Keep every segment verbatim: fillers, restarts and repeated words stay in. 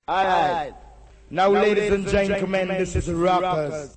Alright. Now, ladies and gentlemen, this is Rockers.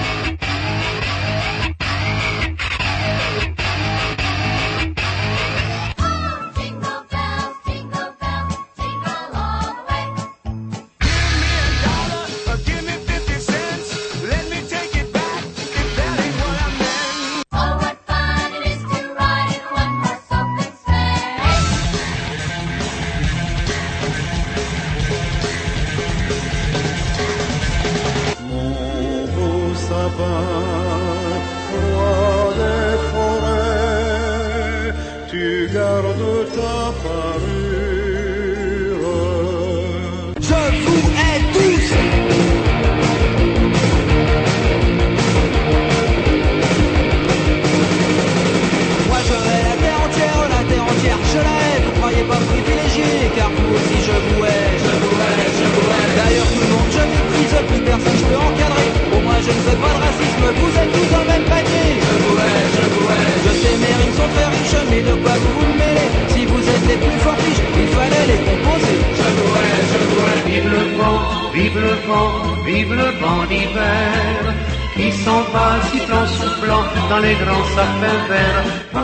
Vive le vent d'hiver qui s'en va sifflant, soufflant dans les grands sapins verts.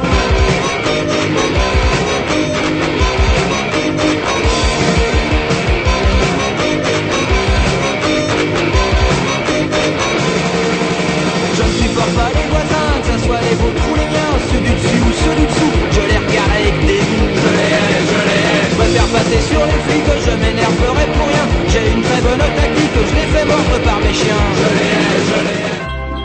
Je ne supporte pas les voisins, que ce soit les vôtres ou les miens, ceux du dessus ou ceux du dessous, je les regarde avec dégoût. Je les hais, je les hais. Je préfère passer sur les flics, que je m'énerverai pour rien. J'ai une très bonne tactique, je les fais mordre par mes chiens. Je les hais, je les hais.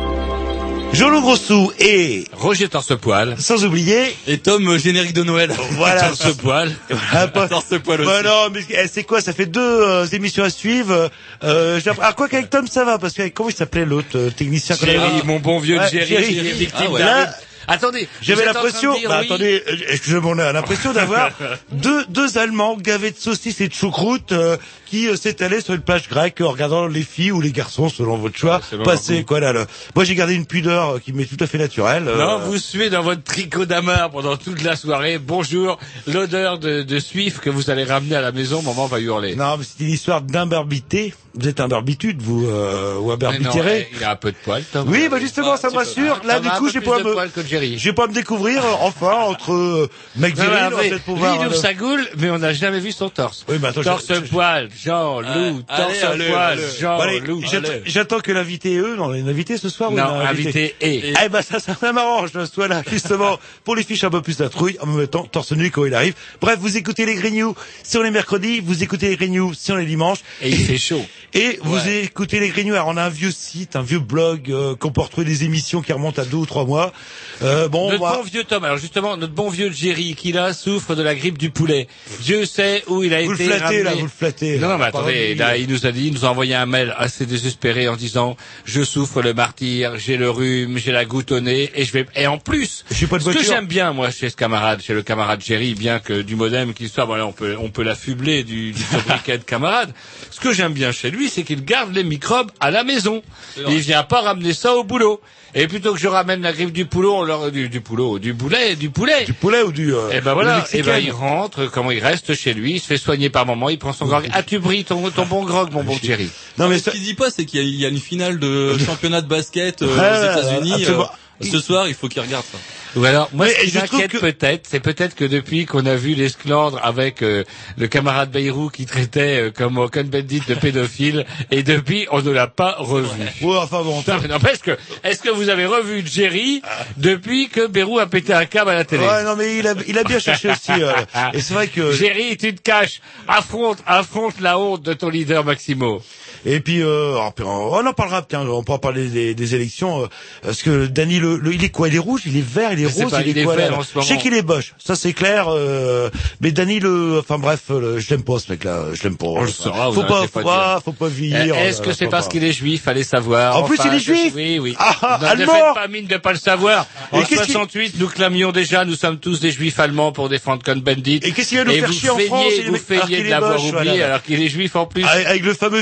Jean-Loup Grossou et Roger Torsepoil. Sans oublier et Tom euh, générique de Noël. Voilà. Torsepoil. Voilà, pas... Torsepoil aussi. Bah non, mais c'est quoi? Ça fait deux euh, émissions à suivre. Euh, ah quoi qu'avec Tom ça va parce que comment il s'appelait l'autre euh, technicien? Jerry, mon bon vieux ouais, Jerry, Jerry. Jerry, victime ah, ouais. d'un... Là, Attendez, j'avais l'impression, dire, bah, oui. attendez, excusez-moi, on a l'impression d'avoir deux, deux Allemands gavés de saucisses et de choucroute, euh, qui euh, s'étalaient sur une plage grecque en regardant les filles ou les garçons, selon votre choix, ouais, passer, quoi, là, là. Moi, j'ai gardé une pudeur euh, qui m'est tout à fait naturelle. Euh... Non, vous suivez dans votre tricot d'amarre pendant toute la soirée. Bonjour, l'odeur de, de suif que vous allez ramener à la maison, maman va hurler. Non, mais c'est une histoire d'imbarbité. Vous êtes imbarbitude, vous, euh, ou imbarbitéré. Il a un peu de poil, Tom. Oui, bah, justement, ça me rassure. Là, du coup, j'ai pas me, j'ai pas à me découvrir, enfin, entre, euh, McVeigh, on va peut-être pouvoir. Lui, il ouvre sa goule, mais on n'a jamais vu son torse. Oui, bah, attends, torse-poil, Jean-Loup, torse-poil, Jean-Loup. J'attends que l'invité, eux, non, une invitée ce soir, ou non, invité et. Eh ben, ça, ça m'arrange, soit là, justement, pour les fiches un peu plus d'introuille, en même temps, torse nu quand il arrive. Bref, vous écoutez les Grignoux si on est mercredi, vous écoutez les Grignoux si on est dimanche. Et il fait chaud. Et vous ouais. écoutez les Grignoux. Alors on a un vieux site, un vieux blog euh, qu'on peut retrouver des émissions qui remontent à deux ou trois mois. Euh, bon, notre bah... bon vieux Tom. Alors justement, notre bon vieux Jerry qui là souffre de la grippe du poulet. Dieu sait où il a vous été. Vous le flattez ramené. là, vous le flattez. Non, non, mais attendez, là, il nous a dit, il nous a envoyé un mail assez désespéré en disant je souffre le martyre, j'ai le rhume, j'ai la goutte au nez et je vais et en plus. Je suis pas de ce voiture. que j'aime bien moi chez ce camarade, chez le camarade Jerry, bien que du modem qu'il soit, voilà, on peut on peut l'affubler du, du sobriquet de camarade. Ce que j'aime bien chez lui, c'est qu'il garde les microbes à la maison. Il vient pas ramener ça au boulot. Et plutôt que je ramène la griffe du poulet, on leur du, du poulet, du poulet, du poulet. Du poulet ou du. Euh, et ben voilà. Et ben il rentre, comment il reste chez lui, il se fait soigner par moment, il prend son grog. Ah tu brilles ton ton bon grog, mon bon Jerry. Non mais ce qu'il dit pas, c'est qu'il y a, il y a une finale de championnat de basket euh, aux États-Unis. Euh, ce soir, il faut qu'il regarde ça. Ou alors, moi, mais ce qui m'inquiète que... peut-être, c'est peut-être que depuis qu'on a vu l'esclandre avec euh, le camarade Bayrou qui traitait euh, comme Cohn Bendit de pédophile, et depuis, on ne l'a pas revu. Ouais, enfin bon. Non, mais n'empêche que, est-ce que vous avez revu Jerry depuis que Bayrou a pété un câble à la télé? Ouais, non, mais il a, il a bien cherché aussi. Euh, et c'est vrai que. Jerry, tu te caches. Affronte, affronte la honte de ton leader Maximo. Et puis, euh, on en parlera, tiens, on pourra parler des, des élections, euh, parce que Dany, le, le, il est quoi? Il est rouge, il est vert, il est rose, pas, il, il est est quoi vert là, en ce moment. Je sais qu'il est boche, ça c'est clair, euh, mais Dany, le, enfin bref, le, je l'aime pas ce mec-là, je l'aime pas. On le saura, faut pas, faut pas, faut pas vieillir. Est-ce que c'est parce qu'il est juif? Fallait savoir. En plus, il est juif? Oui, oui. Ah, ne allemand. faites pas mine de pas le savoir. En soixante-huit, nous clamions déjà, nous sommes tous des juifs allemands pour défendre Cohn-Bendit. Et qu'est-ce qu'il va nous faire chier en France? Vous feignez de l'avoir oublié alors qu'il est juif en plus. Avec le fameux film qui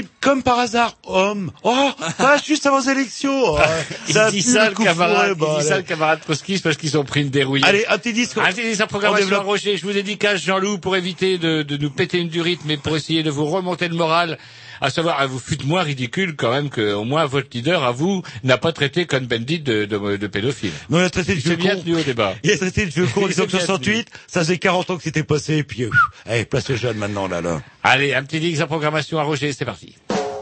Philippe, comme par hasard, homme. Oh, pas juste avant les élections. Oh, il ça dit pue ça, le le coup camarade, fourré, il dit bah, ça, le camarade trotskiste, parce qu'ils ont pris une dérouillée. Allez, un petit disque. Un petit disque en programmation à Roger. Je vous dédicace, Jean-Loup, pour éviter de, de nous péter une durite, mais pour essayer de vous remonter le moral. À savoir, vous fûtes moins ridicule quand même que, au moins, votre leader, à vous, n'a pas traité Cohn-Bendit de, de, de pédophile. Non, il a traité de vieux con. C'est bien con. tenu au débat. Il a traité de vieux con en disant que soixante-huit, ça faisait quarante ans que c'était passé, et puis, euh, allez, place aux jeunes maintenant, là, là. Allez, un petit disque en programmation à Roger, c'est parti.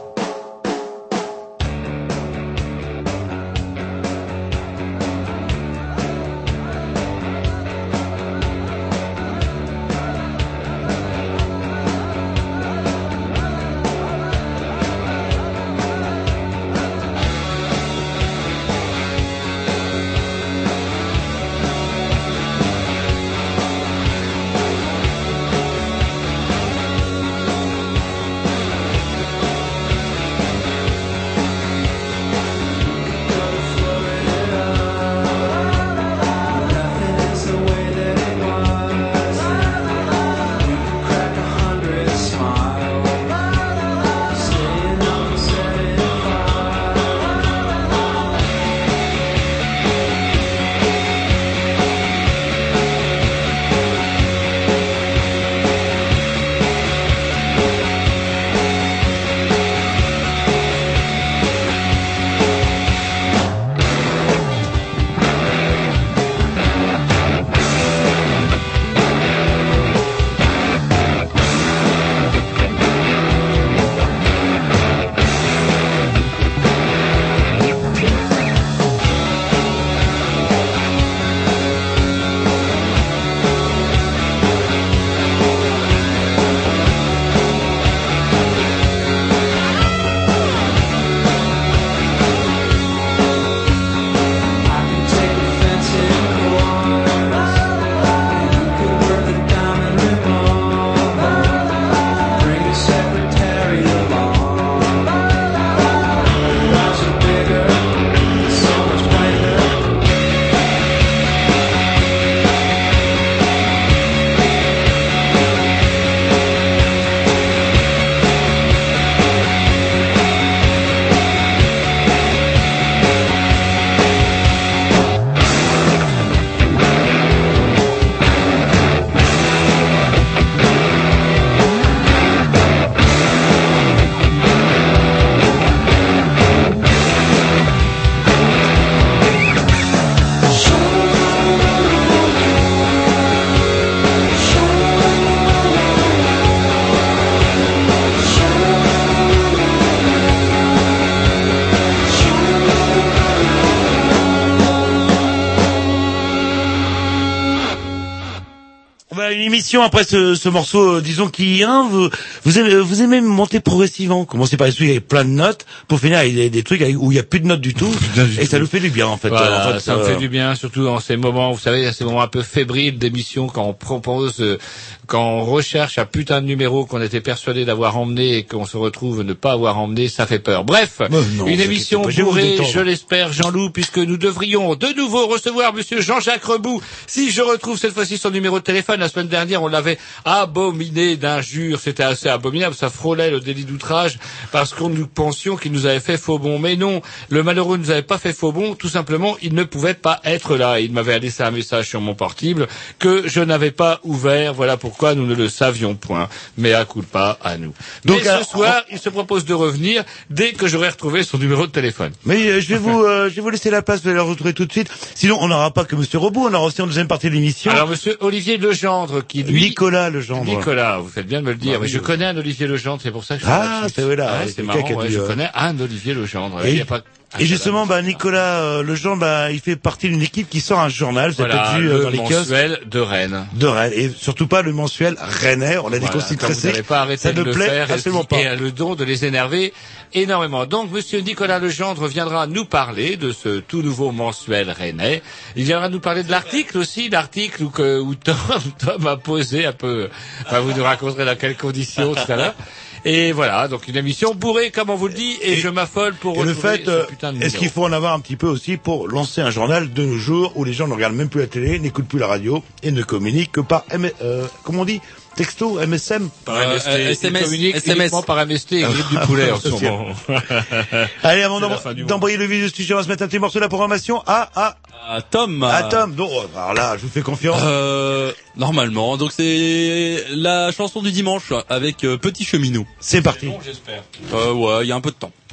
Une émission après ce, ce morceau, euh, disons qui, hein, vous, vous aimez, vous aimez monter progressivement. Commencez par des trucs avec plein de notes, pour finir avec des, des trucs avec, où il y a plus de notes du tout, et ça nous fait du bien en fait. Voilà, en fait ça euh... me fait du bien, surtout en ces moments, vous savez, à ces moments un peu fébriles d'émission, quand on propose, euh, quand on recherche un putain de numéro qu'on était persuadé d'avoir emmené et qu'on se retrouve ne pas avoir emmené, ça fait peur. Bref, non, une émission bourrée, je l'espère, Jean-Loup, puisque nous devrions de nouveau recevoir Monsieur Jean-Jacques Rebout. Si je retrouve cette fois-ci son numéro de téléphone, la semaine dernière, on l'avait abominé d'injures, c'était assez abominable, ça frôlait le délit d'outrage, parce que nous pensions qu'il nous avait fait faux bon. Mais non, le malheureux ne nous avait pas fait faux bon, tout simplement, il ne pouvait pas être là. Il m'avait laissé un message sur mon portable que je n'avais pas ouvert, voilà pourquoi nous ne le savions point. Mais à coup de pas à nous. Donc, mais alors, ce soir, on... il se propose de revenir dès que j'aurai retrouvé son numéro de téléphone. Mais euh, je vais vous euh, je vais vous laisser la place, vous allez le retrouver tout de suite. Sinon, on n'aura pas que Monsieur Rebout, on aura aussi en deuxième partie de l'émission. Alors Monsieur Olivier Legendre, qui lui... Nicolas Legendre. Nicolas, vous faites bien de me le dire. Bah, mais oui, je oui. connais un Olivier Legendre, c'est pour ça que je Ah, c'est vrai là. ouais, c'est marrant, ouais, je connais un Olivier Legendre. Et, il y a pas... et justement, bah, Nicolas euh, Legendre, bah, il fait partie d'une équipe qui sort un journal, vous avez voilà, peut-être vu euh, dans les kiosques. Le mensuel de Rennes. De Rennes. Et surtout pas le mensuel rennais, on a dit qu'on s'y Vous n'avez pas arrêté ça de ne le plaît faire absolument et, pas. et a le don de les énerver énormément. Donc, Monsieur Nicolas Legendre viendra nous parler de ce tout nouveau mensuel rennais. Il viendra nous parler de l'article aussi, l'article où, que, où Tom, Tom a posé un peu, enfin, vous nous raconterez dans quelles conditions tout à l'heure. Et voilà, donc une émission bourrée, comme on vous le dit, et, et je m'affole pour et le retrouver fait, ce putain de numéro. Est-ce qu'il faut en avoir un petit peu aussi pour lancer un journal de nos jours où les gens ne regardent même plus la télé, n'écoutent plus la radio et ne communiquent que par, M- euh, comment on dit, Texto, M S M. Par Euh, M S T, euh, il S M S, communique S M S. uniquement par M S T et grippe du poulet en ce moment. Allez, avant C'est la d'en- fin du d'envoyer le vide du studio, on va se mettre un petit morceau de la programmation à, à, Ah, Tom. à Tom. Non, alors là, je vous fais confiance. Euh, normalement. Donc c'est la chanson du dimanche avec euh, Petit Cheminot. C'est parti. Bon, j'espère. Euh, ouais, il y a un peu de temps.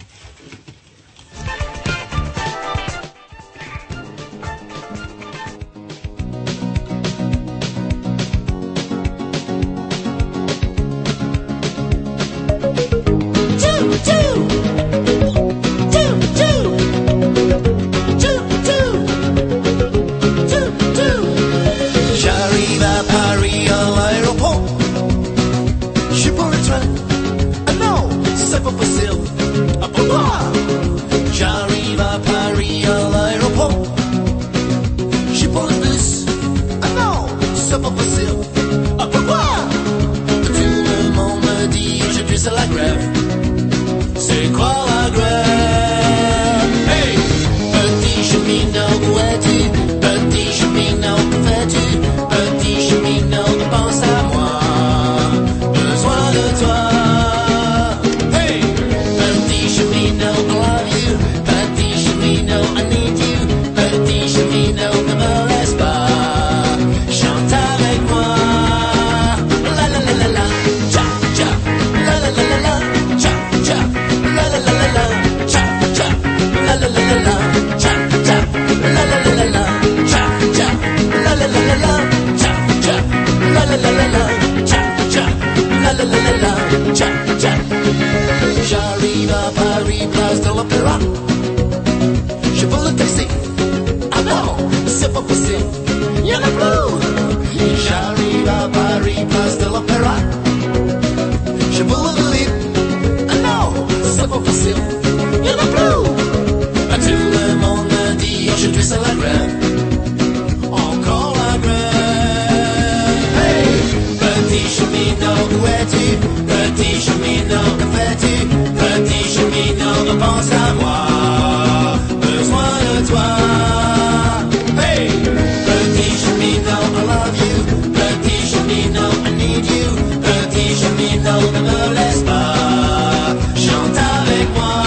J'arrive à Paris à l'aéroport. Je prends le train. Ah non, c'est pas possible. Ah pourquoi? J'arrive à Paris à l'aéroport. Je prends le bus. Ah non, c'est pas possible. Ah pourquoi? Tout le monde me dit je suis à la grève. C'est quoi la grève? Hey, petit cheminot, où es-tu? Petit cheminot, que fais-tu? Petit cheminot, pense à moi. Besoin de toi. Hey, petit cheminot, I love you. Petit cheminot, I need you. Petit cheminot, ne me laisse pas. Chante avec moi. La la la la la, cha cha. La la la la la, cha cha. La la la la la, cha cha. La la la la la, cha cha. La la la la la, cha cha. La la la la la, cha cha. La la la la la, cha cha. La la la la la, cha cha. J'arrive à Paris, place de l'Opéra. Je veux le taxi. Ah non, c'est pas possible. Y'en a plus. J'arrive à Paris, place de l'Opéra. Je veux le lit. Ah non, c'est pas possible. Y'en a plus. Ah, tout le monde me dit je suis à la grève. Encore la grève. Hey, petit cheminot, où es-tu? Petit cheminot, que fais-tu? Petit cheminot, pense à moi. Besoin de toi. Hey, petit cheminot, I love you. Petit cheminot, I need you. Petit cheminot, ne me laisse pas. Chante avec moi.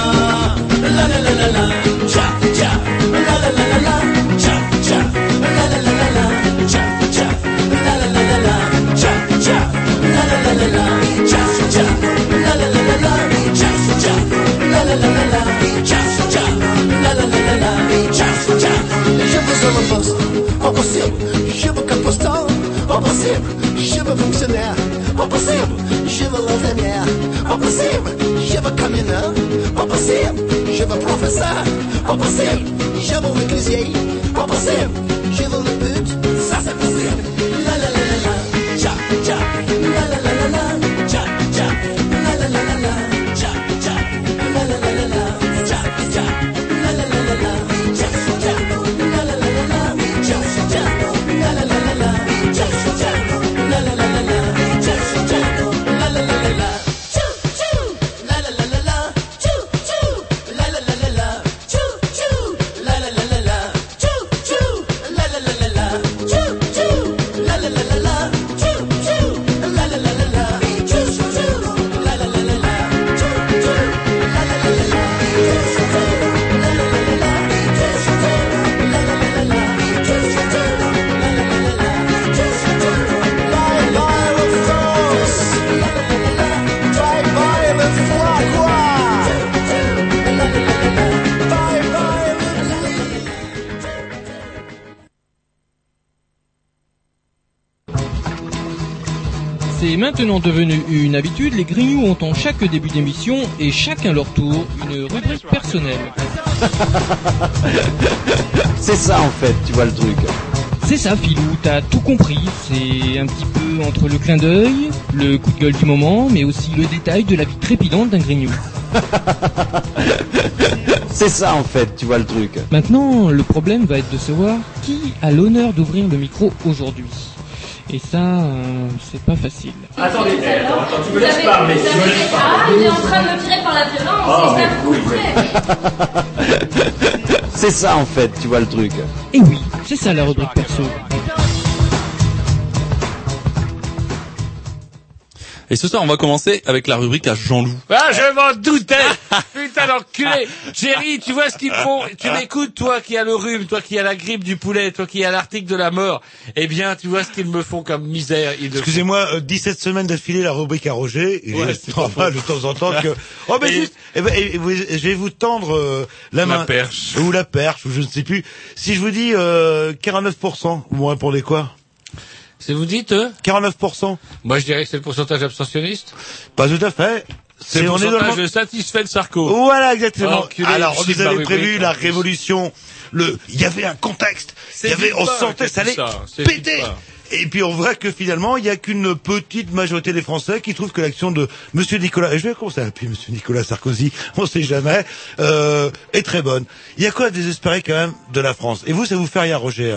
La la la la la, cha cha. La la la la la, cha cha. La la la la la, cha cha. La la la la la, cha cha. La la la la la, cha cha. La la la la la, cha cha. La la la la la, cha cha. La la la la la, cha cha. Je veux sur le poste, pas possible. Je veux qu'un postal, pas possible. Je veux fonctionnaire, pas possible. Je veux l'infirmière, pas possible. Je veux camionneur, pas possible. Je veux professeur, pas possible. Je veux ecclésier, pas possible. Je veux le but, ça c'est possible. La la la la la, cha cha. La la la la la, cha cha. La la la la la, cha cha. La la la la la, cha cha. La la la la la, cha cha. La la la la la, cha cha. La la la la la, cha cha. La la la la la, cha cha. La la la la la, choo choo. La la la la la, choo choo. La la la la la, choo choo. La la la la la, choo choo. La la la la la, choo choo. La la la la la, choo choo. La la la la la, choo choo. La la la la la, choo choo. La la la la la, choo choo. La la la la la, choo choo. La la la la la, choo choo. La la la la la, choo choo. Bye bye with force. La la la la la, bye bye with flock. La la la la la, bye bye with la la la la. C'est maintenant devenu une habitude, les Grignoux ont en chaque début d'émission et chacun leur tour une rubrique personnelle. C'est ça en fait, tu vois le truc. C'est ça Philou, t'as tout compris, c'est un petit peu entre le clin d'œil, le coup de gueule du moment, mais aussi le détail de la vie trépidante d'un Grignou. C'est ça en fait, tu vois le truc. Maintenant, le problème va être de savoir qui a l'honneur d'ouvrir le micro aujourd'hui. Et ça, euh, c'est pas facile. Attendez, attends, attends, tu me laisses parler, tu me laisses parler. Ah, il est en train de me tirer par la violence, Oh, c'est mais ça oui, C'est ça en fait, tu vois le truc. Et oui, c'est ça la rubrique perso. Et ce soir, on va commencer avec la rubrique à Jean-Loup. Ah, je m'en doutais. Putain d'enculé. Jerry, tu vois ce qu'ils font. Tu m'écoutes, toi qui as le rhume, toi qui as la grippe du poulet, toi qui as l'article de la mort. Eh bien, tu vois ce qu'ils me font comme misère. Ils Excusez-moi, euh, dix-sept semaines d'affilée la rubrique à Roger. Et ouais, c'est normal de temps en temps que... Oh, mais et... juste, eh ben, eh, vous, je vais vous tendre euh, la main. La perche. Ou la perche, ou je ne sais plus. Si je vous dis euh, quarante-neuf pour cent, vous me répondez quoi? C'est vous dites euh quarante-neuf pour cent. Moi, je dirais que c'est le pourcentage abstentionniste. Pas tout à fait. C'est le pourcentage de satisfait de Sarko. Voilà, exactement. Enculé, alors, on nous avait prévu rubrique, la révolution. Le, il y avait un contexte. Il y avait, on sentait que ça allait péter. Et puis on voit que finalement, il n'y a qu'une petite majorité des Français qui trouvent que l'action de Monsieur Nicolas, et je vais commencer à appeler Monsieur Nicolas Sarkozy, on sait jamais, euh, est très bonne. Il y a quoi à désespérer quand même de la France? Et vous, ça vous fait rien, Roger?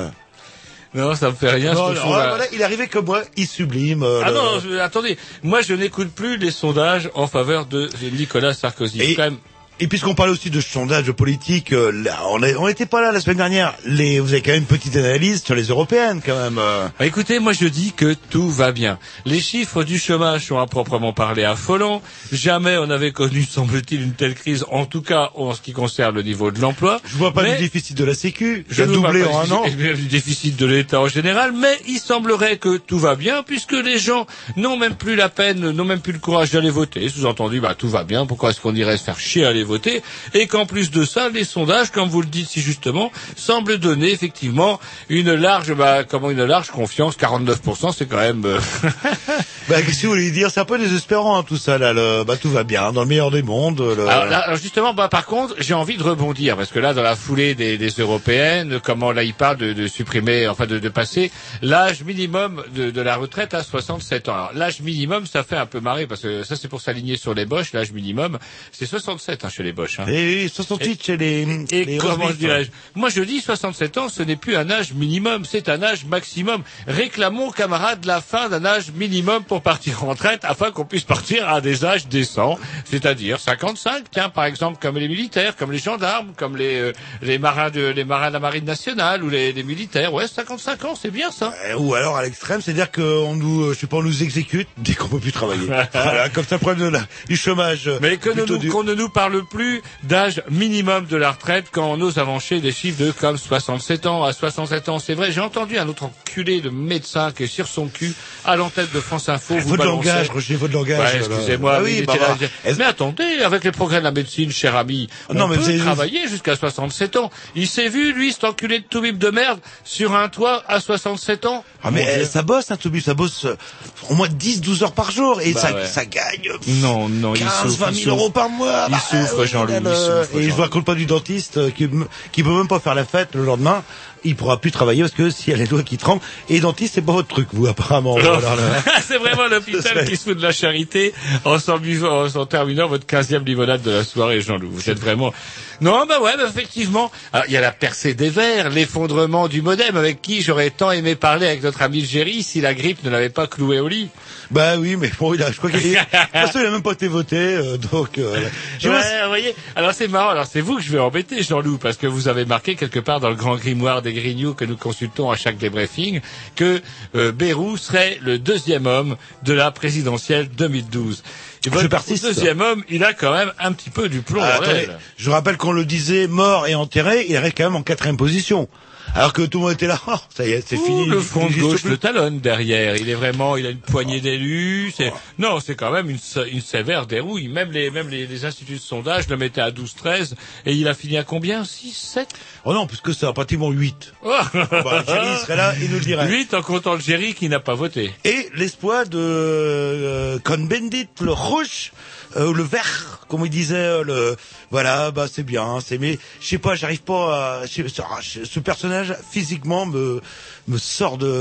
Non, ça me fait rien. Non, je non, trouve, ouais, voilà, il est arrivé comme moi, il sublime. Euh, ah le... non, je, attendez, moi je n'écoute plus les sondages en faveur de Nicolas Sarkozy. Et... Quand même... Et puisqu'on parlait aussi de sondage politique, euh, là, on n'était pas là la semaine dernière. Les, vous avez quand même une petite analyse sur les européennes, quand même. Euh. Bah, écoutez, moi je dis que tout va bien. Les chiffres du chômage sont à proprement parler affolants. Jamais on n'avait connu, semble-t-il, une telle crise, en tout cas en ce qui concerne le niveau de l'emploi. Je vois pas mais du déficit de la Sécu, je a doublé en un an. Et bien du déficit de l'État en général, mais il semblerait que tout va bien, puisque les gens n'ont même plus la peine, n'ont même plus le courage d'aller voter. Sous-entendu, bah tout va bien. Pourquoi est-ce qu'on irait se faire chier à aller voter? Et qu'en plus de ça, les sondages, comme vous le dites si justement, semblent donner effectivement une large, bah, comment une large confiance. quarante-neuf pour cent, c'est quand même. Euh... bah, qu'est-ce que vous voulez dire? C'est un peu désespérant hein, tout ça là. Le... Bah, tout va bien dans le meilleur des mondes. Le... Alors, là, alors justement, bah, par contre, j'ai envie de rebondir parce que là, dans la foulée des, des européennes, comment là, ils parlent de, de supprimer, enfin, de, de passer l'âge minimum de, de la retraite à soixante-sept ans. Alors, l'âge minimum, ça fait un peu marrer parce que ça, c'est pour s'aligner sur les Boches. L'âge minimum, c'est soixante-sept hein, chez les Boches. Hein. Et soixante-huit et, chez les... Et les comment je dirais-je? Moi, je dis soixante-sept ans, ce n'est plus un âge minimum, c'est un âge maximum. Réclamons, camarades, la fin d'un âge minimum pour partir en retraite, afin qu'on puisse partir à des âges décents, c'est-à-dire cinquante-cinq, tiens, par exemple, comme les militaires, comme les gendarmes, comme les euh, les marins de les marins de la marine nationale ou les, les militaires. Ouais, cinquante-cinq ans, c'est bien ça. Euh, ou alors à l'extrême, c'est-à-dire qu'on nous, euh, je sais pas, on nous exécute dès qu'on peut plus travailler. Voilà, comme ça, problème de la, du chômage. Mais que ne nous, du... qu'on ne nous parle plus d'âge minimum de la retraite quand on ose avancer des chiffres de comme soixante-sept ans. À soixante-sept ans, c'est vrai. J'ai entendu un autre enculé de médecin qui est sur son cul à l'antenne de France Info. Vous votre langage, Roger, votre langage. Ouais, excusez-moi. Ah oui, bah, là, bah, mais attendez, avec les progrès de la médecine, cher ami, on non, mais peut travailler jusqu'à soixante-sept ans. Il s'est vu, lui, cet enculé de toubib de merde, sur un toit à soixante-sept ans. Ah mais eh, ça bosse, un toubib, ça bosse euh, au moins dix douze heures par jour et bah ça, ouais. ça gagne pff, non, non, quinze vingt mille euros par mois. Il bah, souffre, euh, Jean-Louis. Et je vous raconte pas du dentiste euh, qui, qui peut même pas faire la fête le lendemain. Il pourra plus travailler parce que s'il y a les doigts qui tremblent. Et dentiste, c'est pas votre truc, vous, apparemment. C'est vraiment l'hôpital qui se fout de la charité en s'en, buvant, en terminant votre quinzième limonade de la soirée, Jean-Loup. Vous êtes vraiment... Non, bah ouais, bah effectivement. Alors, il y a la percée des vers, l'effondrement du modem, avec qui j'aurais tant aimé parler avec notre ami Géry si la grippe ne l'avait pas cloué au lit. Bah oui, mais bon, il a, je crois qu'il est, de toute façon, il a même pas été voté, euh, donc, euh, ouais, vous voyez. Alors, c'est marrant. Alors, c'est vous que je vais embêter, Jean-Loup, parce que vous avez marqué quelque part dans le grand grimoire des Grignoux que nous consultons à chaque débriefing que, euh, Bayrou serait le deuxième homme de la présidentielle deux mille douze. Et votre deuxième homme, il a quand même un petit peu du plomb. Ah, attendez, je rappelle qu'on le disait mort et enterré, il reste quand même en quatrième position. Alors que tout le monde était là, oh, ça y est, c'est Ouh, fini. Le front de gauche le talonne derrière. Il est vraiment, il a une poignée d'élus. C'est... Oh. Non, c'est quand même une, une sévère dérouille. Même les, même les, les instituts de sondage le mettaient à douze treize. Et il a fini à combien? six, sept? Oh non, puisque c'est pratiquement huit. Oh. Bah, Géry serait là, il nous le dirait. huit en comptant le Géry qui n'a pas voté. Et l'espoir de euh, Cohn-Bendit, le rouge, euh, le vert, comme il disait, le voilà, bah c'est bien, c'est mais je sais pas, j'arrive pas à je, ce personnage physiquement me me sort de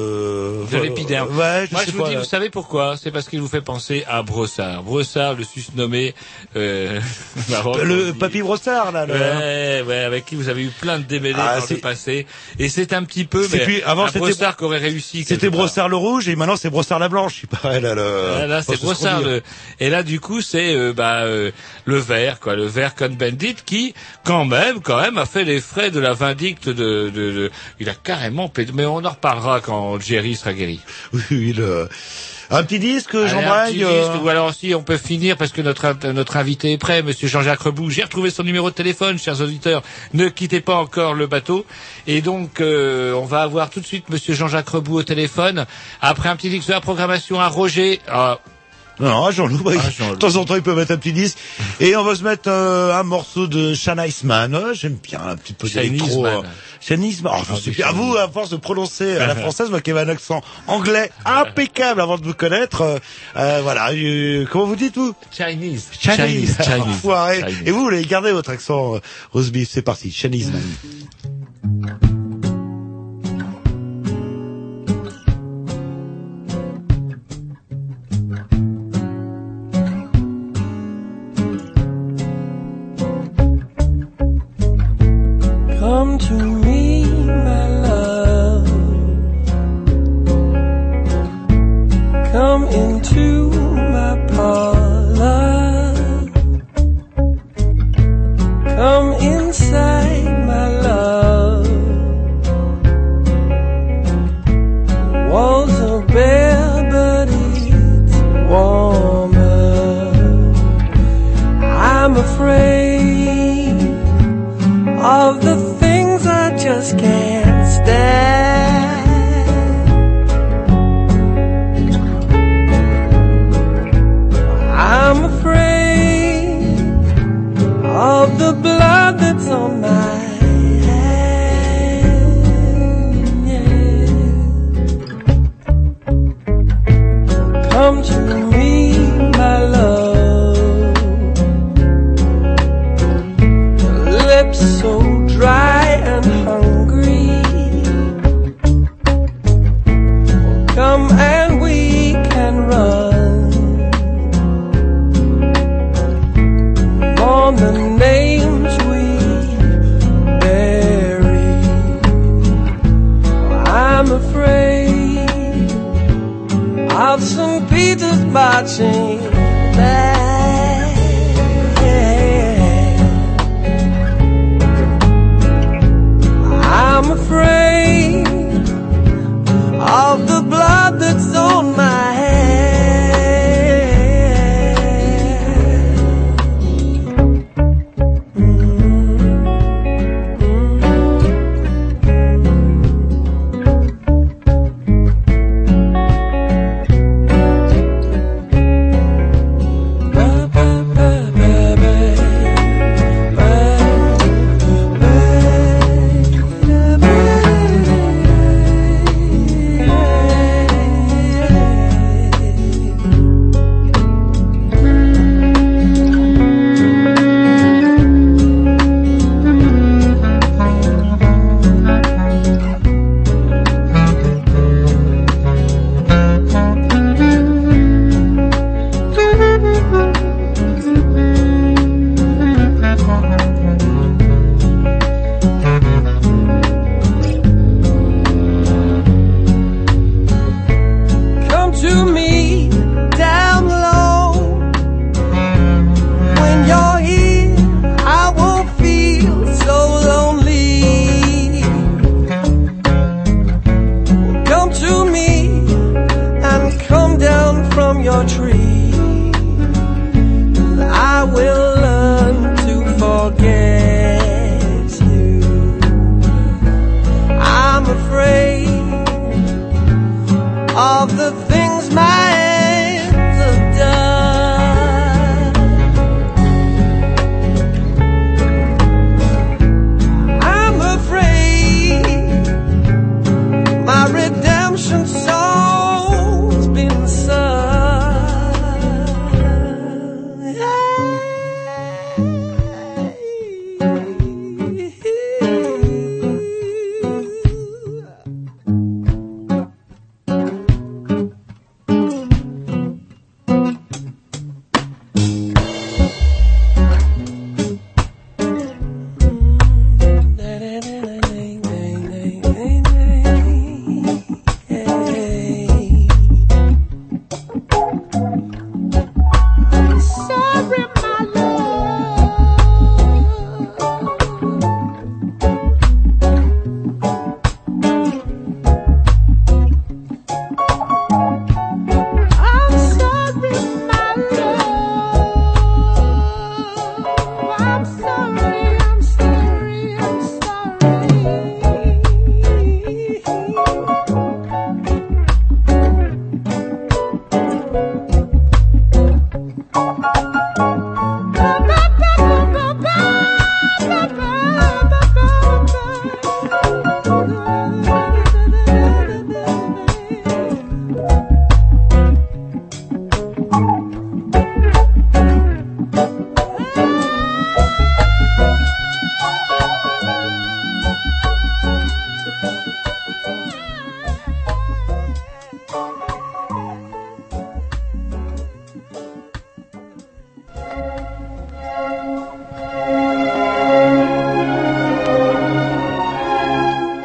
de voilà. l'épiderme. Ouais, je Moi sais je pas, vous dis, là. Vous savez pourquoi? C'est parce qu'il vous fait penser à Brossard. Brossard, le susnommé euh, le papy Brossard là. Le... Ouais, ouais, avec qui vous avez eu plein de démêlés ah, dans le passé. Et c'est un petit peu, mais puis, avant, un Brossard qui aurait réussi. C'était Brossard le rouge et maintenant c'est Brossard la blanche, il paraît là. Le... Là, là c'est Brossard le... Et là du coup c'est euh, bah euh, le vert quoi, le vert Cohn-Bendit qui quand même, quand même a fait les frais de la vindicte de, de, de... il a carrément pété. Mais on en reparlera quand Géry sera guéri. Oui, oui, le... Un petit disque, Allez, Jean-Braille. un petit disque, ou alors si on peut finir parce que notre notre invité est prêt, Monsieur Jean-Jacques Reboux. J'ai retrouvé son numéro de téléphone, chers auditeurs. Ne quittez pas encore le bateau. Et donc euh, on va avoir tout de suite Monsieur Jean-Jacques Reboux au téléphone. Après un petit disque de la programmation à Roger. Euh, Non, à Jean-Loup, bah, Ah, Jean-Loup. de temps en temps, il peut mettre un petit disque. Et on va se mettre euh, un morceau de Shana Eastman. Ouais, j'aime bien un petit peu Shana d'électro. Eastman. euh, Shana Eastman. Oh, je Ah, sais oui, bien. À Shana vous, à force de prononcer à la française, moi qui avais un accent anglais impeccable avant de vous connaître. Euh, euh, voilà. Euh, comment vous dites, vous? Chinese. Chinese. Chinese. Enfoiré. Chinese. Et vous, vous voulez garder votre accent euh, roast beef. C'est parti. Shana Eastman. Come to me, my love. Come into my parlor. Come inside, my love. Walls are bare, but it's warmer. I'm afraid of the things I just can't stand. I'm afraid of the blood that's on my hand. Yeah. Come to me, my love. Lips so dry and hungry. Come and we can run on the names we bury. I'm afraid of Saint Peter's marching band. I'm afraid of the blood that's on my hand.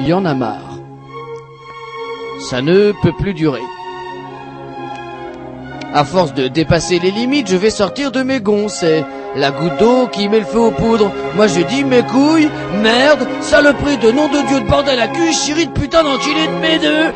il y en a marre. Ça ne peut plus durer. À force de dépasser les limites, je vais sortir de mes gonds. C'est la goutte d'eau qui met le feu aux poudres. Moi je dis mes couilles, merde, saloperie de nom de Dieu de bordel à cul, chérie de putain d'enculé de mes deux.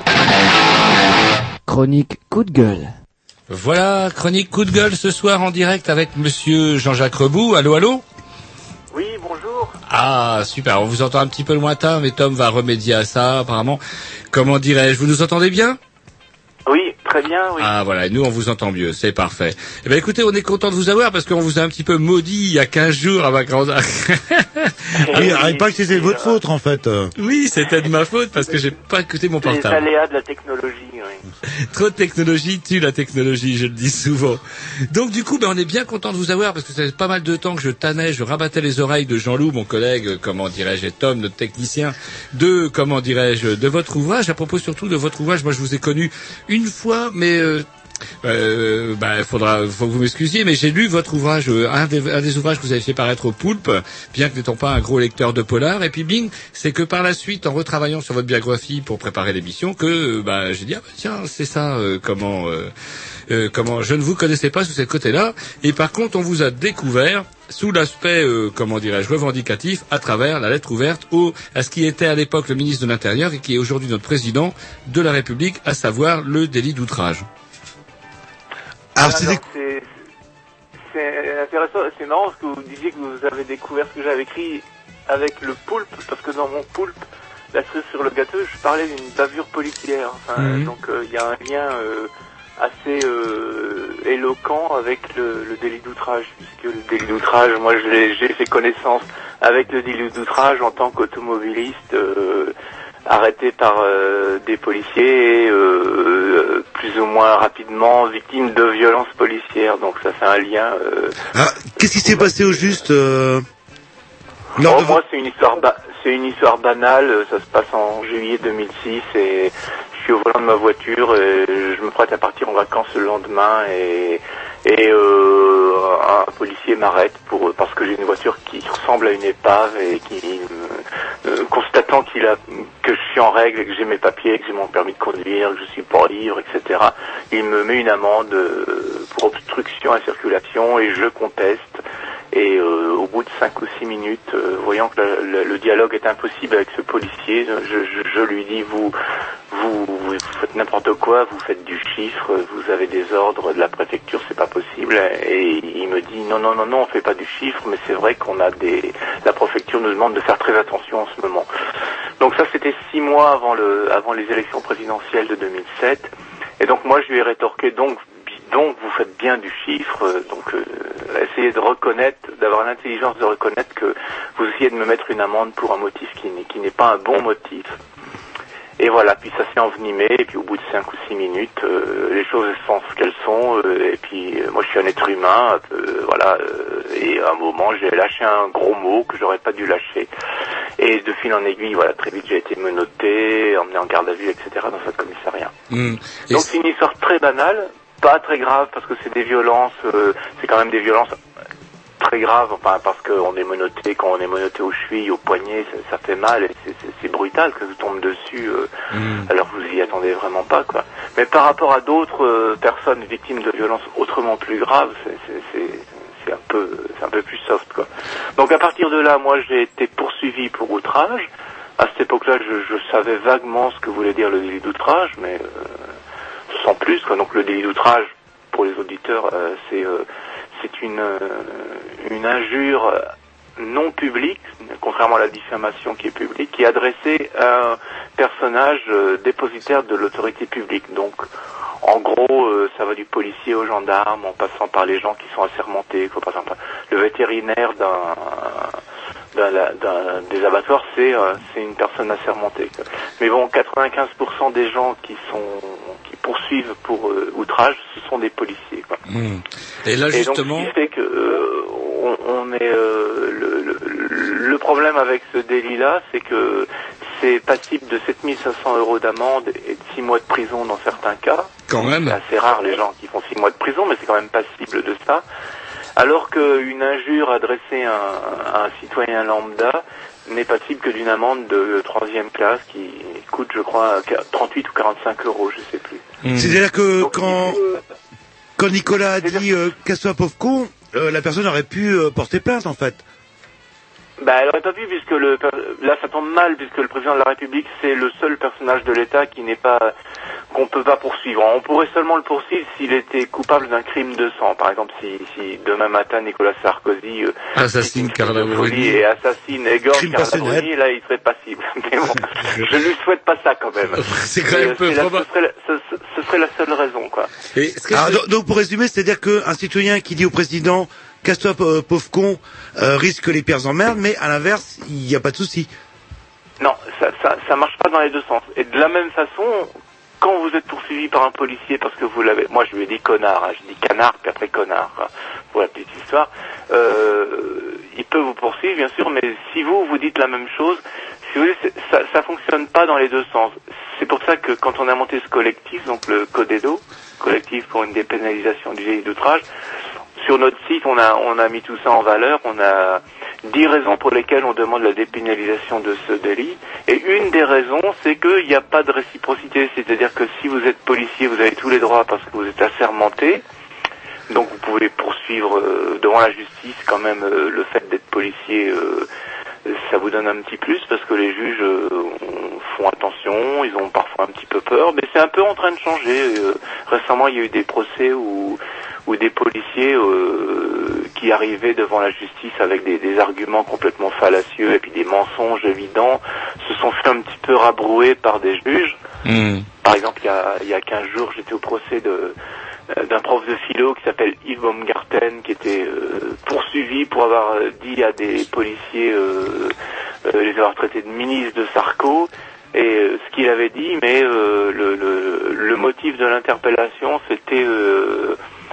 Chronique coup de gueule. Voilà, chronique coup de gueule ce soir en direct avec monsieur Jean-Jacques Rebout. Allô, allô? Oui, bonjour. Ah, super, on vous entend un petit peu lointain, mais Tom va remédier à ça, apparemment. Comment dirais-je, vous nous entendez bien? Oui, très bien, oui. Ah, voilà, et nous, on vous entend mieux, c'est parfait. Eh ben, écoutez, on est content de vous avoir parce qu'on vous a un petit peu maudit il y a quinze jours à ma grande... Ah oui, arrête pas que c'était de votre faute, en fait. Oui, c'était de ma faute parce que j'ai pas écouté mon portable. Les aléas de la technologie, oui. Trop de technologie tue la technologie, je le dis souvent. Donc du coup, ben, on est bien content de vous avoir parce que ça fait pas mal de temps que je tannais, je rabattais les oreilles de Jean-Loup, mon collègue, comment dirais-je, et Tom, notre technicien, de, comment dirais-je, de votre ouvrage. À propos surtout de votre ouvrage, moi je vous ai connu une fois, mais... Euh, Euh, bah, faudra, faut que vous m'excusiez, mais j'ai lu votre ouvrage, euh, un, des, un des ouvrages que vous avez fait paraître au Poulpe, bien que n'étant pas un gros lecteur de polar. Et puis, bing, c'est que par la suite, en retravaillant sur votre biographie pour préparer l'émission, que euh, bah, j'ai dit ah bah, tiens, c'est ça, euh, comment, euh, euh, comment, je ne vous connaissais pas sous ce côté-là. Et par contre, on vous a découvert sous l'aspect, euh, comment dirais-je, revendicatif, à travers la lettre ouverte au, à ce qui était à l'époque le ministre de l'Intérieur et qui est aujourd'hui notre président de la République, à savoir le délit d'outrage. Alors, c'est, c'est, c'est intéressant, c'est marrant parce que vous disiez que vous avez découvert ce que j'avais écrit avec le Poulpe, parce que dans mon Poulpe, la cerise sur le gâteau, je parlais d'une bavure policière. Enfin, mmh. Donc il euh, y a un lien euh, assez euh, éloquent avec le, le délit d'outrage, puisque le délit d'outrage, moi je l'ai, j'ai fait connaissance avec le délit d'outrage en tant qu'automobiliste. Euh, arrêté par euh, des policiers et euh, plus ou moins rapidement victime de violences policières. Donc ça fait un lien. Euh, ah, qu'est-ce qui s'est passé au juste euh, lors oh, de... Moi, c'est une histoire, ba- c'est une histoire banale. Ça se passe en juillet deux mille six et je suis au volant de ma voiture et je me prête à partir en vacances le lendemain et et euh, un policier m'arrête pour parce que j'ai une voiture qui ressemble à une épave et qui euh, constatant qu'il a que je suis en règle et que j'ai mes papiers, que j'ai mon permis de conduire, que je suis pas libre, et cetera. Il me met une amende euh, pour obstruction à la circulation et je conteste. Et euh, au bout de cinq ou six minutes, euh, voyant que le, le, le dialogue est impossible avec ce policier, je, je, je lui dis vous, vous, vous faites n'importe quoi, vous faites du chiffre, vous avez des ordres de la préfecture, c'est pas possible. Et il me dit non, non, non, non, on fait pas du chiffre, mais c'est vrai qu'on a des, la préfecture nous demande de faire très attention en ce moment. Donc ça, c'était six mois avant le, avant les élections présidentielles de deux mille sept. Et donc moi, je lui ai rétorqué donc. Donc vous faites bien du chiffre, donc euh, essayez de reconnaître, d'avoir l'intelligence de reconnaître que vous essayez de me mettre une amende pour un motif qui n'est, qui n'est pas un bon motif. Et voilà, puis ça s'est envenimé, et puis au bout de cinq ou six minutes, euh, les choses sont ce qu'elles sont, euh, et puis euh, moi je suis un être humain, euh, voilà, euh, et à un moment j'ai lâché un gros mot que j'aurais pas dû lâcher. Et de fil en aiguille, voilà, très vite j'ai été menotté, emmené en garde à vue, et cetera dans ce commissariat. Mmh. Donc c'est une histoire très banale, pas très grave parce que c'est des violences, euh, c'est quand même des violences très graves, enfin parce qu'on est menotté, quand on est menotté aux chevilles, aux poignets, ça, ça fait mal et c'est, c'est, c'est brutal que vous tombe dessus, euh, mmh. alors vous y attendez vraiment pas quoi. Mais par rapport à d'autres euh, personnes victimes de violences autrement plus graves, c'est, c'est, c'est, c'est un peu, c'est un peu plus soft quoi. Donc à partir de là, moi j'ai été poursuivi pour outrage. À cette époque-là, je, je savais vaguement ce que voulait dire le délit d'outrage, mais euh, sans plus quoi. Donc le délit d'outrage pour les auditeurs, euh, c'est euh, c'est une euh, une injure non publique, contrairement à la diffamation qui est publique, qui est adressée à un personnage euh, dépositaire de l'autorité publique. Donc en gros, euh, ça va du policier au gendarme, en passant par les gens qui sont assermentés, quoi, par exemple le vétérinaire d'un D'un, d'un, des abattoirs, c'est euh, c'est une personne assermentée. Quoi. Mais bon, quatre-vingt-quinze pour cent des gens qui sont qui poursuivent pour euh, outrage, ce sont des policiers. Quoi. Mmh. Et là, justement, et donc, ce qui fait que euh, on, on est euh, le, le, le problème avec ce délit-là, c'est que c'est passible de sept mille cinq cents euros d'amende et de six mois de prison dans certains cas. Quand même. C'est assez rare les gens qui font six mois de prison, mais c'est quand même passible de ça. alors qu'une injure adressée à un, à un citoyen lambda n'est passible que d'une amende de troisième classe qui coûte, je crois, trente-huit ou quarante-cinq euros, je sais plus. Mmh. C'est-à-dire que Donc, quand, euh, quand Nicolas a dit euh, « casse-toi pauvre con euh, », la personne aurait pu euh, porter plainte en fait. Bah, elle aurait pas pu, puisque le, là, ça tombe mal, puisque le président de la République, c'est le seul personnage de l'État qui n'est pas, qu'on peut pas poursuivre. On pourrait seulement le poursuivre s'il était coupable d'un crime de sang. Par exemple, si, si demain matin, Nicolas Sarkozy, euh, assassine Carla Bruni et assassine, égorge Carla Bruni, là, il serait passible. Mais bon, je lui souhaite pas ça, quand même. C'est quand même euh, peu probable. Ce serait, ce, ce serait la seule raison, quoi. Et, Alors, donc, donc, pour résumer, c'est-à-dire qu'un citoyen qui dit au président, casse-toi pauvre con, euh, risque les pires emmerdes, mais à l'inverse, il n'y a pas de souci. Non, ça, ça, ça marche pas dans les deux sens. Et de la même façon, quand vous êtes poursuivi par un policier parce que vous l'avez, moi je lui ai dit connard, hein, je dis canard puis après connard, hein, pour la petite histoire, euh, il peut vous poursuivre bien sûr, mais si vous vous dites la même chose, si vous voulez, ça, ça fonctionne pas dans les deux sens. C'est pour ça que quand on a monté ce collectif, donc le Codedo, collectif pour une dépénalisation du délit d'outrage, sur notre site, on a, on a mis tout ça en valeur. On a dix raisons pour lesquelles on demande la dépénalisation de ce délit. Et une des raisons, c'est qu'il n'y a pas de réciprocité. C'est-à-dire que si vous êtes policier, vous avez tous les droits parce que vous êtes assermenté. Donc vous pouvez poursuivre euh, devant la justice quand même euh, le fait d'être policier. Euh, ça vous donne un petit plus parce que les juges euh, font attention, ils ont parfois un petit peu peur. Mais c'est un peu en train de changer. Euh, récemment, il y a eu des procès où... ou des policiers euh, qui arrivaient devant la justice avec des, des arguments complètement fallacieux et puis des mensonges évidents, se sont fait un petit peu rabrouer par des juges. Mmh. Par exemple, il y a, il y a quinze jours, j'étais au procès de, euh, d'un prof de philo qui s'appelle Yves Baumgarten, qui était euh, poursuivi pour avoir dit à des policiers, euh, euh, les avoir traités de ministres de Sarko. Et euh, ce qu'il avait dit, mais euh, le, le, le motif de l'interpellation, c'était... Euh,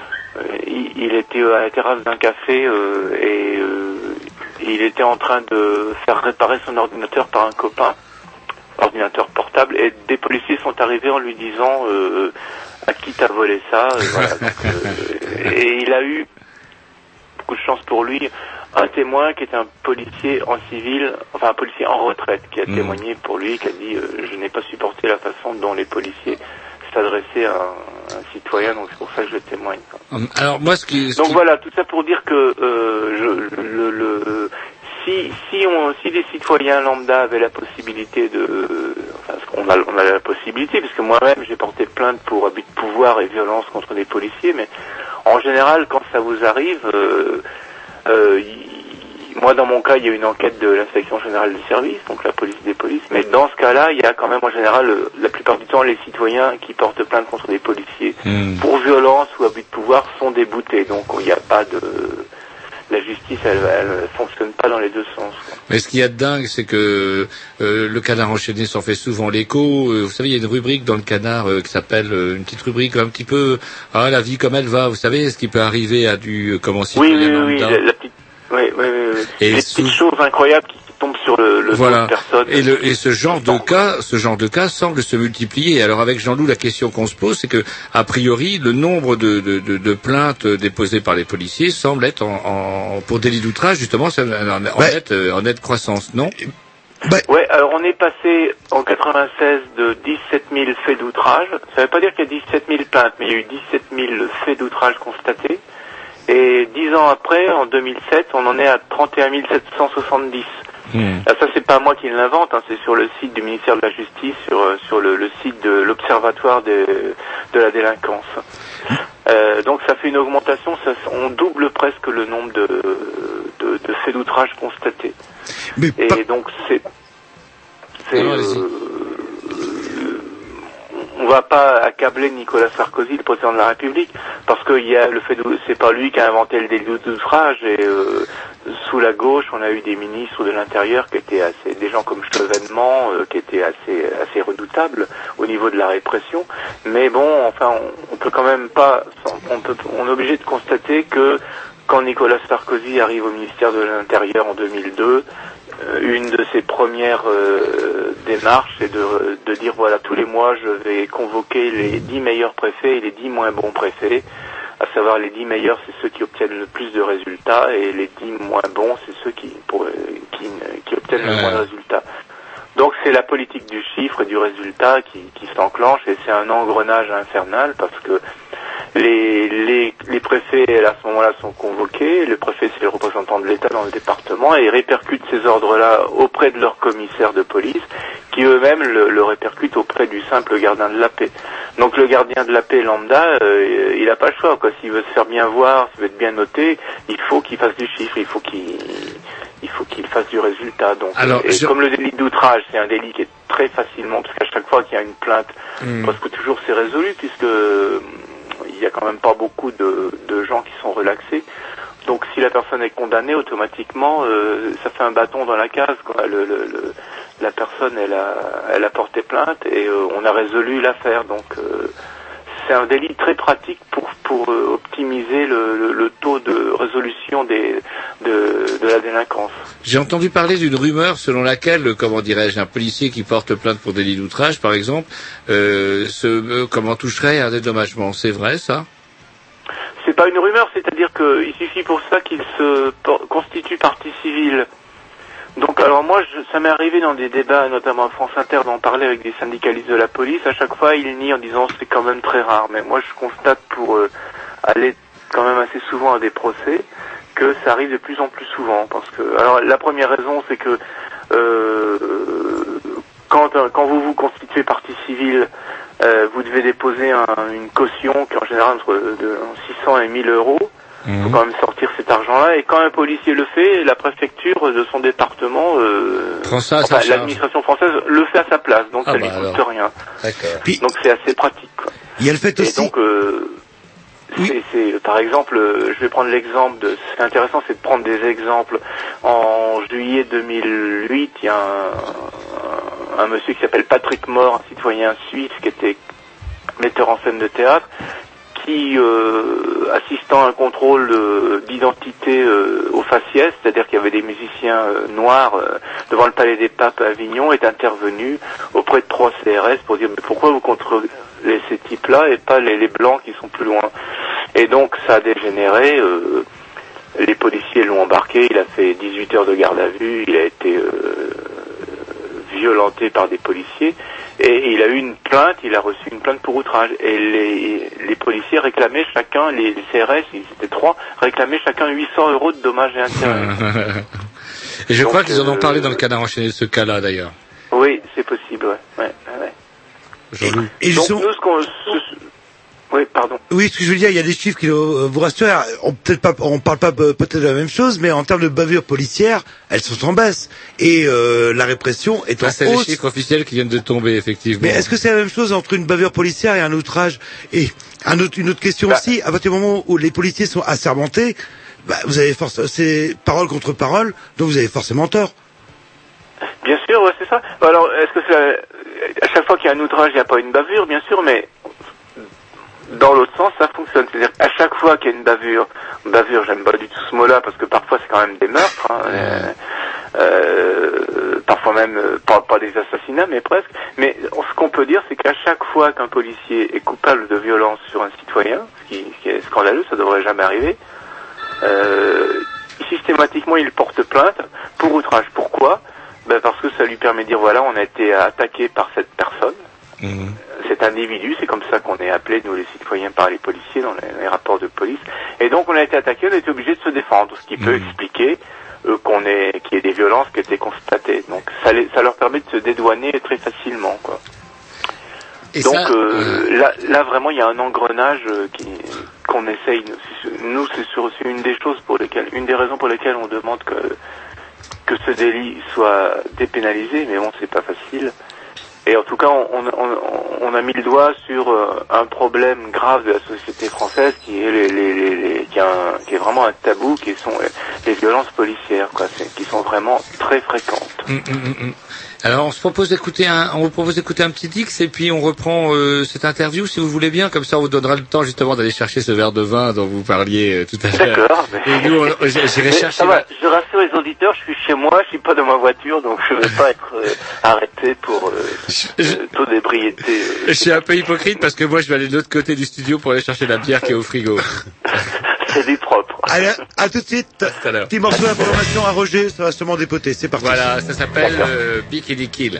Il, il était à la terrasse d'un café euh, et euh, il était en train de faire réparer son ordinateur par un copain, ordinateur portable, et des policiers sont arrivés en lui disant euh, à qui t'as volé ça, et, voilà, donc, euh, et il a eu beaucoup de chance pour lui, un témoin qui était un policier en civil, enfin un policier en retraite, qui a mmh. témoigné pour lui, qui a dit euh, je n'ai pas supporté la façon dont les policiers s'adressaient à un, un citoyen, donc c'est pour ça que je témoigne. Alors moi, ce qui, ce donc qui... voilà, tout ça pour dire que euh, je, le, le, si si on si des citoyens lambda avaient la possibilité de, enfin on a on a la possibilité, parce que moi-même j'ai porté plainte pour abus de pouvoir et violence contre des policiers, mais en général quand ça vous arrive, euh, euh, y, moi, dans mon cas, il y a une enquête de l'inspection générale du service, donc la police des polices. Mais dans ce cas-là, il y a quand même, en général, la plupart du temps, les citoyens qui portent plainte contre des policiers mmh. pour violence ou abus de pouvoir sont déboutés. Donc, il n'y a pas de... La justice, elle, elle fonctionne pas dans les deux sens, quoi. Mais ce qu'il y a de dingue, c'est que euh, le Canard enchaîné s'en fait souvent l'écho. Euh, vous savez, il y a une rubrique dans le Canard euh, qui s'appelle euh, une petite rubrique un petit peu ah la vie comme elle va. Vous savez, ce qui peut arriver à du euh, comment citoyen oui, oui, lambda. Oui, la, la petite Oui, oui, oui. Et des sous... petites choses incroyables qui tombent sur le, le voilà. dos de personne. Et, le, et ce genre de cas, ce genre de cas semble se multiplier. Alors avec Jean-Loup, la question qu'on se pose, c'est que a priori, le nombre de, de, de, de plaintes déposées par les policiers semble être en, en pour délit d'outrage justement en, en, ouais. nette, en nette croissance, non? Bah. Ouais, alors on est passé en quatre-vingt-seize de dix-sept mille faits d'outrage. Ça ne veut pas dire qu'il y a dix-sept mille plaintes, mais il y a eu dix-sept mille faits d'outrage constatés. Et dix ans après, en deux mille sept, on en est à trente et un mille sept cent soixante-dix. Mmh. Ah, ça, c'est pas moi qui l'invente, hein, c'est sur le site du ministère de la Justice, sur sur le, le site de l'Observatoire de, de la délinquance. Euh, donc ça fait une augmentation, ça, on double presque le nombre de, de, de faits d'outrage constatés. Mais et pas... donc c'est... c'est non, euh, on va pas accabler Nicolas Sarkozy, le président de la République, parce que il y a le fait de, c'est pas lui qui a inventé le délit d'outrage, et euh, sous la gauche, on a eu des ministres de l'Intérieur qui étaient assez, des gens comme Chevènement, euh, qui étaient assez, assez redoutables au niveau de la répression. Mais bon, enfin, on, on peut quand même pas, on peut, on est obligé de constater que quand Nicolas Sarkozy arrive au ministère de l'Intérieur en deux mille deux, une de ses premières euh, démarches, c'est de, de dire voilà, tous les mois je vais convoquer les dix meilleurs préfets et les dix moins bons préfets à savoir les dix meilleurs, c'est ceux qui obtiennent le plus de résultats, et les dix moins bons, c'est ceux qui, pour, qui, qui obtiennent le moins de résultats. Donc c'est la politique du chiffre et du résultat qui, qui s'enclenche, et c'est un engrenage infernal parce que les, les, les préfets à ce moment-là sont convoqués, le préfet c'est le représentant de l'État dans le département, et ils répercutent ces ordres-là auprès de leurs commissaires de police, qui eux-mêmes le, le répercutent auprès du simple gardien de la paix. Donc le gardien de la paix lambda, euh, il n'a pas le choix, quoi. S'il veut se faire bien voir, s'il veut être bien noté, il faut qu'il fasse du chiffre, il faut qu'il il faut qu'il fasse du résultat. Donc, Alors, et je... comme le délit d'outrage, c'est un délit qui est très facilement, parce qu'à chaque fois qu'il y a une plainte, mmh. parce que toujours c'est résolu, puisque euh, il y a quand même pas beaucoup de, de gens qui sont relaxés. Donc si la personne est condamnée, automatiquement, euh, ça fait un bâton dans la case, quoi. Le, le, le, la personne, elle a, elle a porté plainte et euh, on a résolu l'affaire. Donc euh, c'est un délit très pratique pour pour euh, optimiser le, le, le taux de résolution des de, de la délinquance. J'ai entendu parler d'une rumeur selon laquelle, comment dirais-je, un policier qui porte plainte pour délit d'outrage, par exemple, euh, se, euh, comment toucherait un dédommagement. C'est vrai, ça? C'est pas une rumeur, c'est-à-dire qu'il suffit pour ça qu'il se constitue partie civile. Donc, alors moi, je, ça m'est arrivé dans des débats, notamment à France Inter, d'en parler avec des syndicalistes de la police. À chaque fois, ils nient en disant c'est quand même très rare. Mais moi, je constate pour euh, aller quand même assez souvent à des procès que ça arrive de plus en plus souvent. Parce que, alors, la première raison, c'est que euh, quand quand vous vous constituez partie civile, Euh, vous devez déposer un, une caution qui est en général entre de, six cents et mille euros. Il mmh. faut quand même sortir cet argent-là. Et quand un policier le fait, la préfecture de son département, euh, ça, enfin, l'administration française le fait à sa place. Donc ah ça bah lui coûte alors. rien. D'accord. Puis, donc c'est assez pratique, quoi. Il y a le fait et aussi. donc, euh, oui. c'est, c'est, par exemple, euh, je vais prendre l'exemple de. Ce qui est intéressant, c'est de prendre des exemples. En juillet deux mille huit, il y a un, un, un monsieur qui s'appelle Patrick Mort, un citoyen suisse qui était metteur en scène de théâtre, qui, euh, assistant à un contrôle euh, d'identité euh, au faciès, c'est-à-dire qu'il y avait des musiciens euh, noirs euh, devant le Palais des Papes à Avignon, est intervenu auprès de trois C R S pour dire mais pourquoi vous contrôlez ces types-là et pas les, les blancs qui sont plus loin. Et donc ça a dégénéré, euh, les policiers l'ont embarqué, il a fait dix-huit heures de garde à vue, il a été euh, violenté par des policiers. Et il a eu une plainte, il a reçu une plainte pour outrage. Et les, les policiers réclamaient chacun, les, les C R S, ils étaient trois, réclamaient chacun huit cents euros de dommages et intérêts. Et je Donc, crois qu'ils en ont euh, parlé dans le Canard enchaîné de ce cas-là, d'ailleurs. Oui, c'est possible, ouais. ouais, ouais. Jean-Louis. Et Donc, sont... nous, ce qu'on... Ce... Oui, pardon. Oui, ce que je veux dire, il y a des chiffres qui euh, vous rassurent. On peut-être pas, on parle pas euh, peut-être de la même chose, mais en termes de bavures policières, elles sont en baisse et euh, la répression est Ça, en c'est hausse. les chiffres officiels qui viennent de tomber, effectivement. Mais est-ce que c'est la même chose entre une bavure policière et un outrage? Et un autre, une autre question bah, aussi, à partir du moment où les policiers sont assermentés, bah, vous avez forcément, c'est parole contre parole, donc vous avez forcément tort. Bien sûr, ouais, c'est ça. Alors, est-ce que c'est à chaque fois qu'il y a un outrage, il n'y a pas une bavure, bien sûr, mais dans l'autre sens, ça fonctionne. C'est-à-dire qu'à chaque fois qu'il y a une bavure, bavure, j'aime pas du tout ce mot-là, parce que parfois c'est quand même des meurtres, hein, euh, euh, parfois même, euh, pas, pas des assassinats, mais presque. Mais ce qu'on peut dire, c'est qu'à chaque fois qu'un policier est coupable de violence sur un citoyen, ce qui, ce qui est scandaleux, ça devrait jamais arriver, euh, systématiquement il porte plainte pour outrage. Pourquoi? Ben parce que ça lui permet de dire, voilà, on a été attaqué par cette personne, Mmh. cet individu, c'est comme ça qu'on est appelé, nous les citoyens, par les policiers dans les, les rapports de police, et donc on a été attaqué, on a été obligé de se défendre, ce qui mmh. peut expliquer euh, qu'on ait, qu'il y ait des violences qui étaient constatées. Donc ça, les, ça leur permet de se dédouaner très facilement, quoi. Et donc ça, euh, euh... là, là vraiment il y a un engrenage euh, qui, qu'on essaye. Nous, c'est, sur, c'est une des choses pour lesquelles, une des raisons pour lesquelles on demande que que ce délit soit dépénalisé, mais bon, c'est pas facile. Et en tout cas, on, on, on a mis le doigt sur euh, un problème grave de la société française qui est, les, les, les, les, qui, est un, qui est vraiment un tabou, qui sont les violences policières, quoi, c'est, qui sont vraiment très fréquentes. Mmh, mmh, mmh. Alors, on se propose d'écouter un, on vous propose d'écouter un petit X et puis on reprend euh, cette interview si vous voulez bien, comme ça on vous donnera le temps justement d'aller chercher ce verre de vin dont vous parliez euh, tout à l'heure. D'accord. Mais... Et nous, on, j'irai chercher. Ça va, je rassure, les auditeurs, je suis chez moi, je suis pas dans ma voiture, donc je vais pas être euh, arrêté pour euh, euh, taux d'ébriété. Euh, je suis un peu hypocrite parce que moi je vais aller de l'autre côté du studio pour aller chercher la bière qui est au frigo. C'est du propre. Allez, à tout de suite. Petit morceau d'information à Roger, ça va sûrement dépoter. C'est parti. Voilà, ça s'appelle euh, Bikini Kill.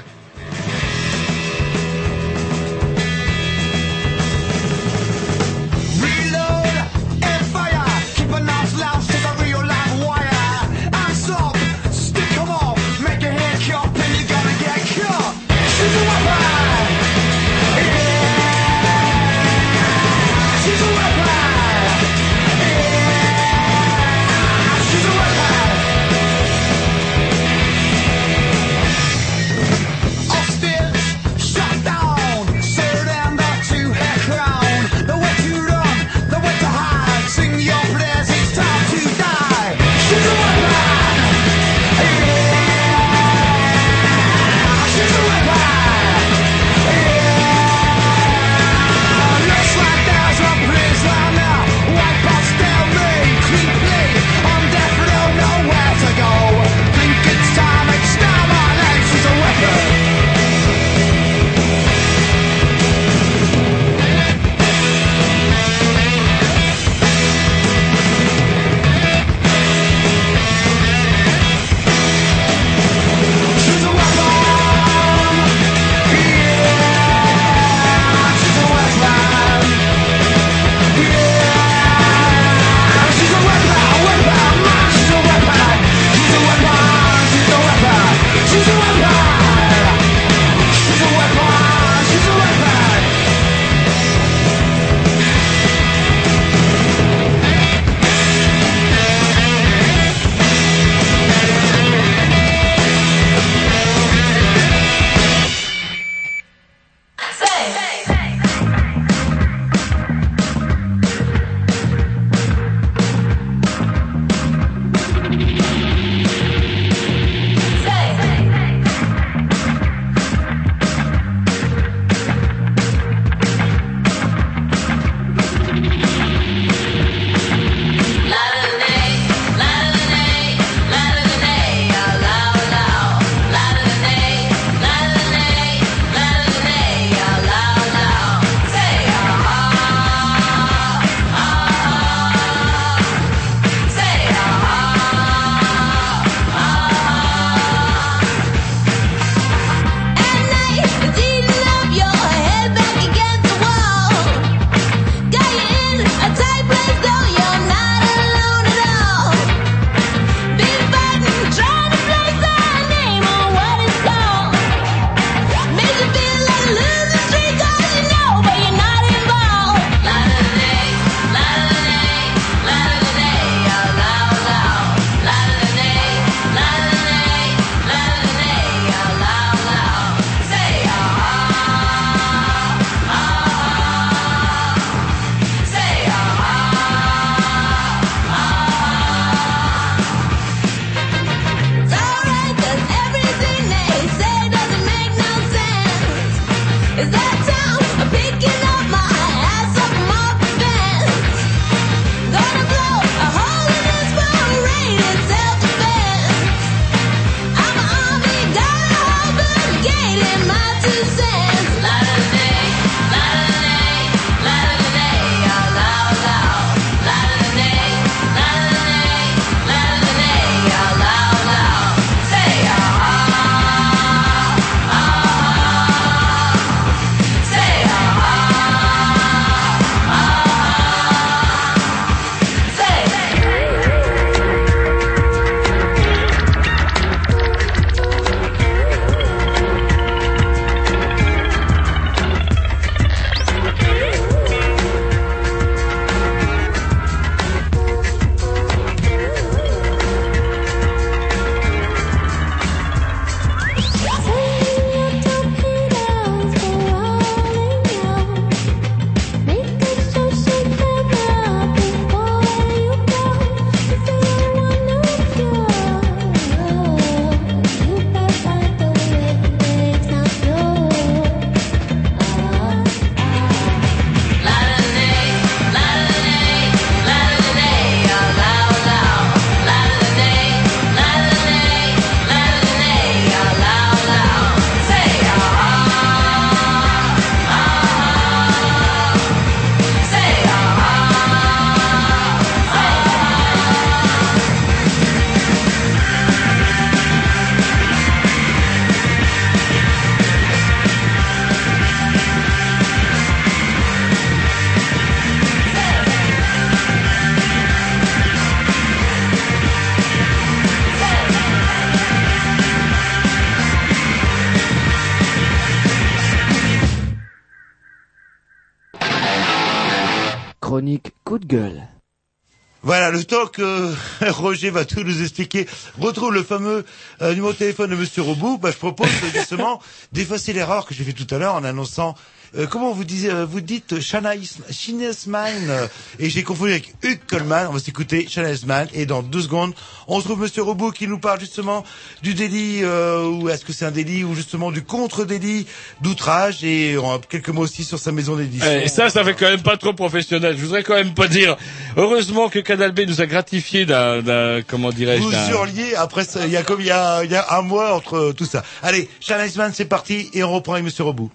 chronique coup de gueule. Voilà, le temps que Roger va tout nous expliquer, retrouve le fameux euh, numéro de téléphone de Monsieur Robout. Bah, je propose justement d'effacer l'erreur que j'ai fait tout à l'heure en annonçant, euh, comment vous disiez, euh, vous dites Shana's Mine, euh, et j'ai confondu avec Hugh Coleman. On va s'écouter Shana's Mine, et dans deux secondes, on se trouve Monsieur Robout qui nous parle justement du délit, euh, ou est-ce que c'est un délit, ou justement du contre-délit d'outrage, et on a quelques mots aussi sur sa maison d'édition. Et ça, ça fait quand même pas trop professionnel. Je voudrais quand même pas dire, heureusement que Canal B nous a gratifié d'un, d'un comment dirais-je, vous d'un... hurliez après ça, il y a comme il y a, il y a un mois entre tout ça. Allez, Shana's Mine, c'est parti, et on reprend avec Monsieur Robout.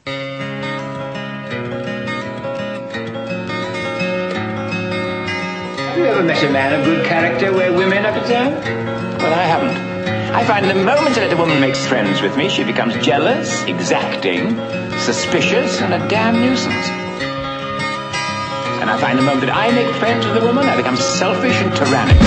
Have you ever met a man of good character where women are concerned? Well, I haven't. I find the moment that a woman makes friends with me, she becomes jealous, exacting, suspicious, and a damn nuisance. And I find the moment that I make friends with a woman, I become selfish and tyrannical.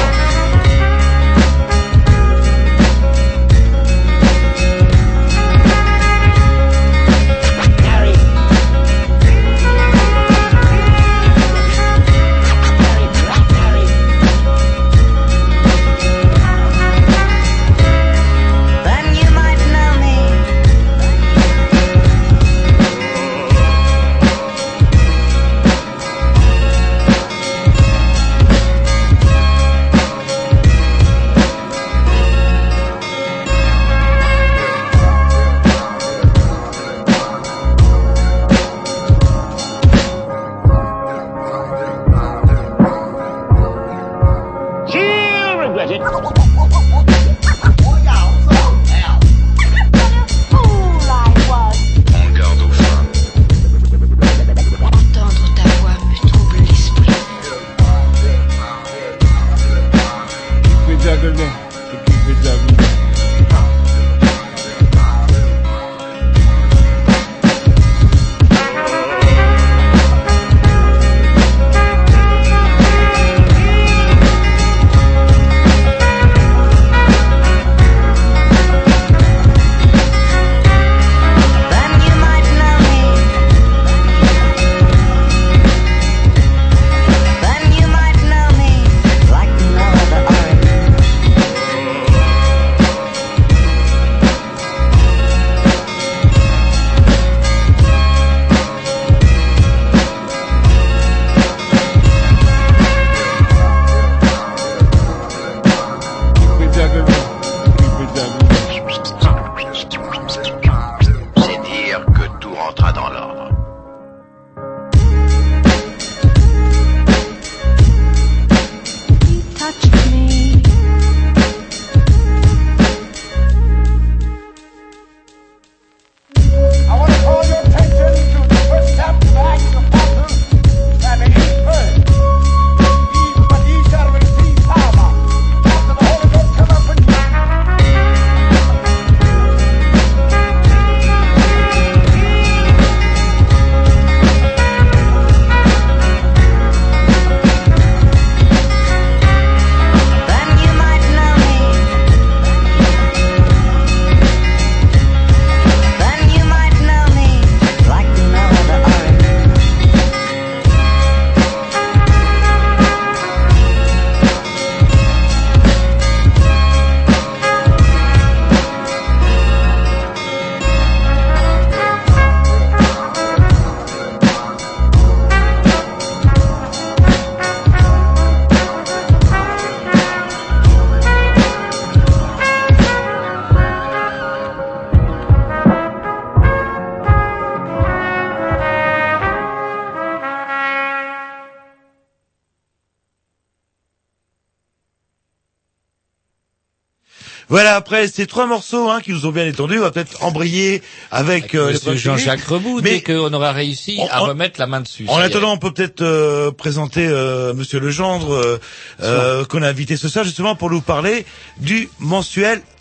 Voilà, après ces trois morceaux hein, qui nous ont bien étendus, on va peut-être embrayer avec, avec euh, Monsieur Jean-Jacques Rebout, dès qu'on aura réussi on, à on, remettre la main dessus. En attendant, on peut peut-être euh, présenter euh, Monsieur Legendre, euh, euh, qu'on a invité ce soir justement pour nous parler du mensuel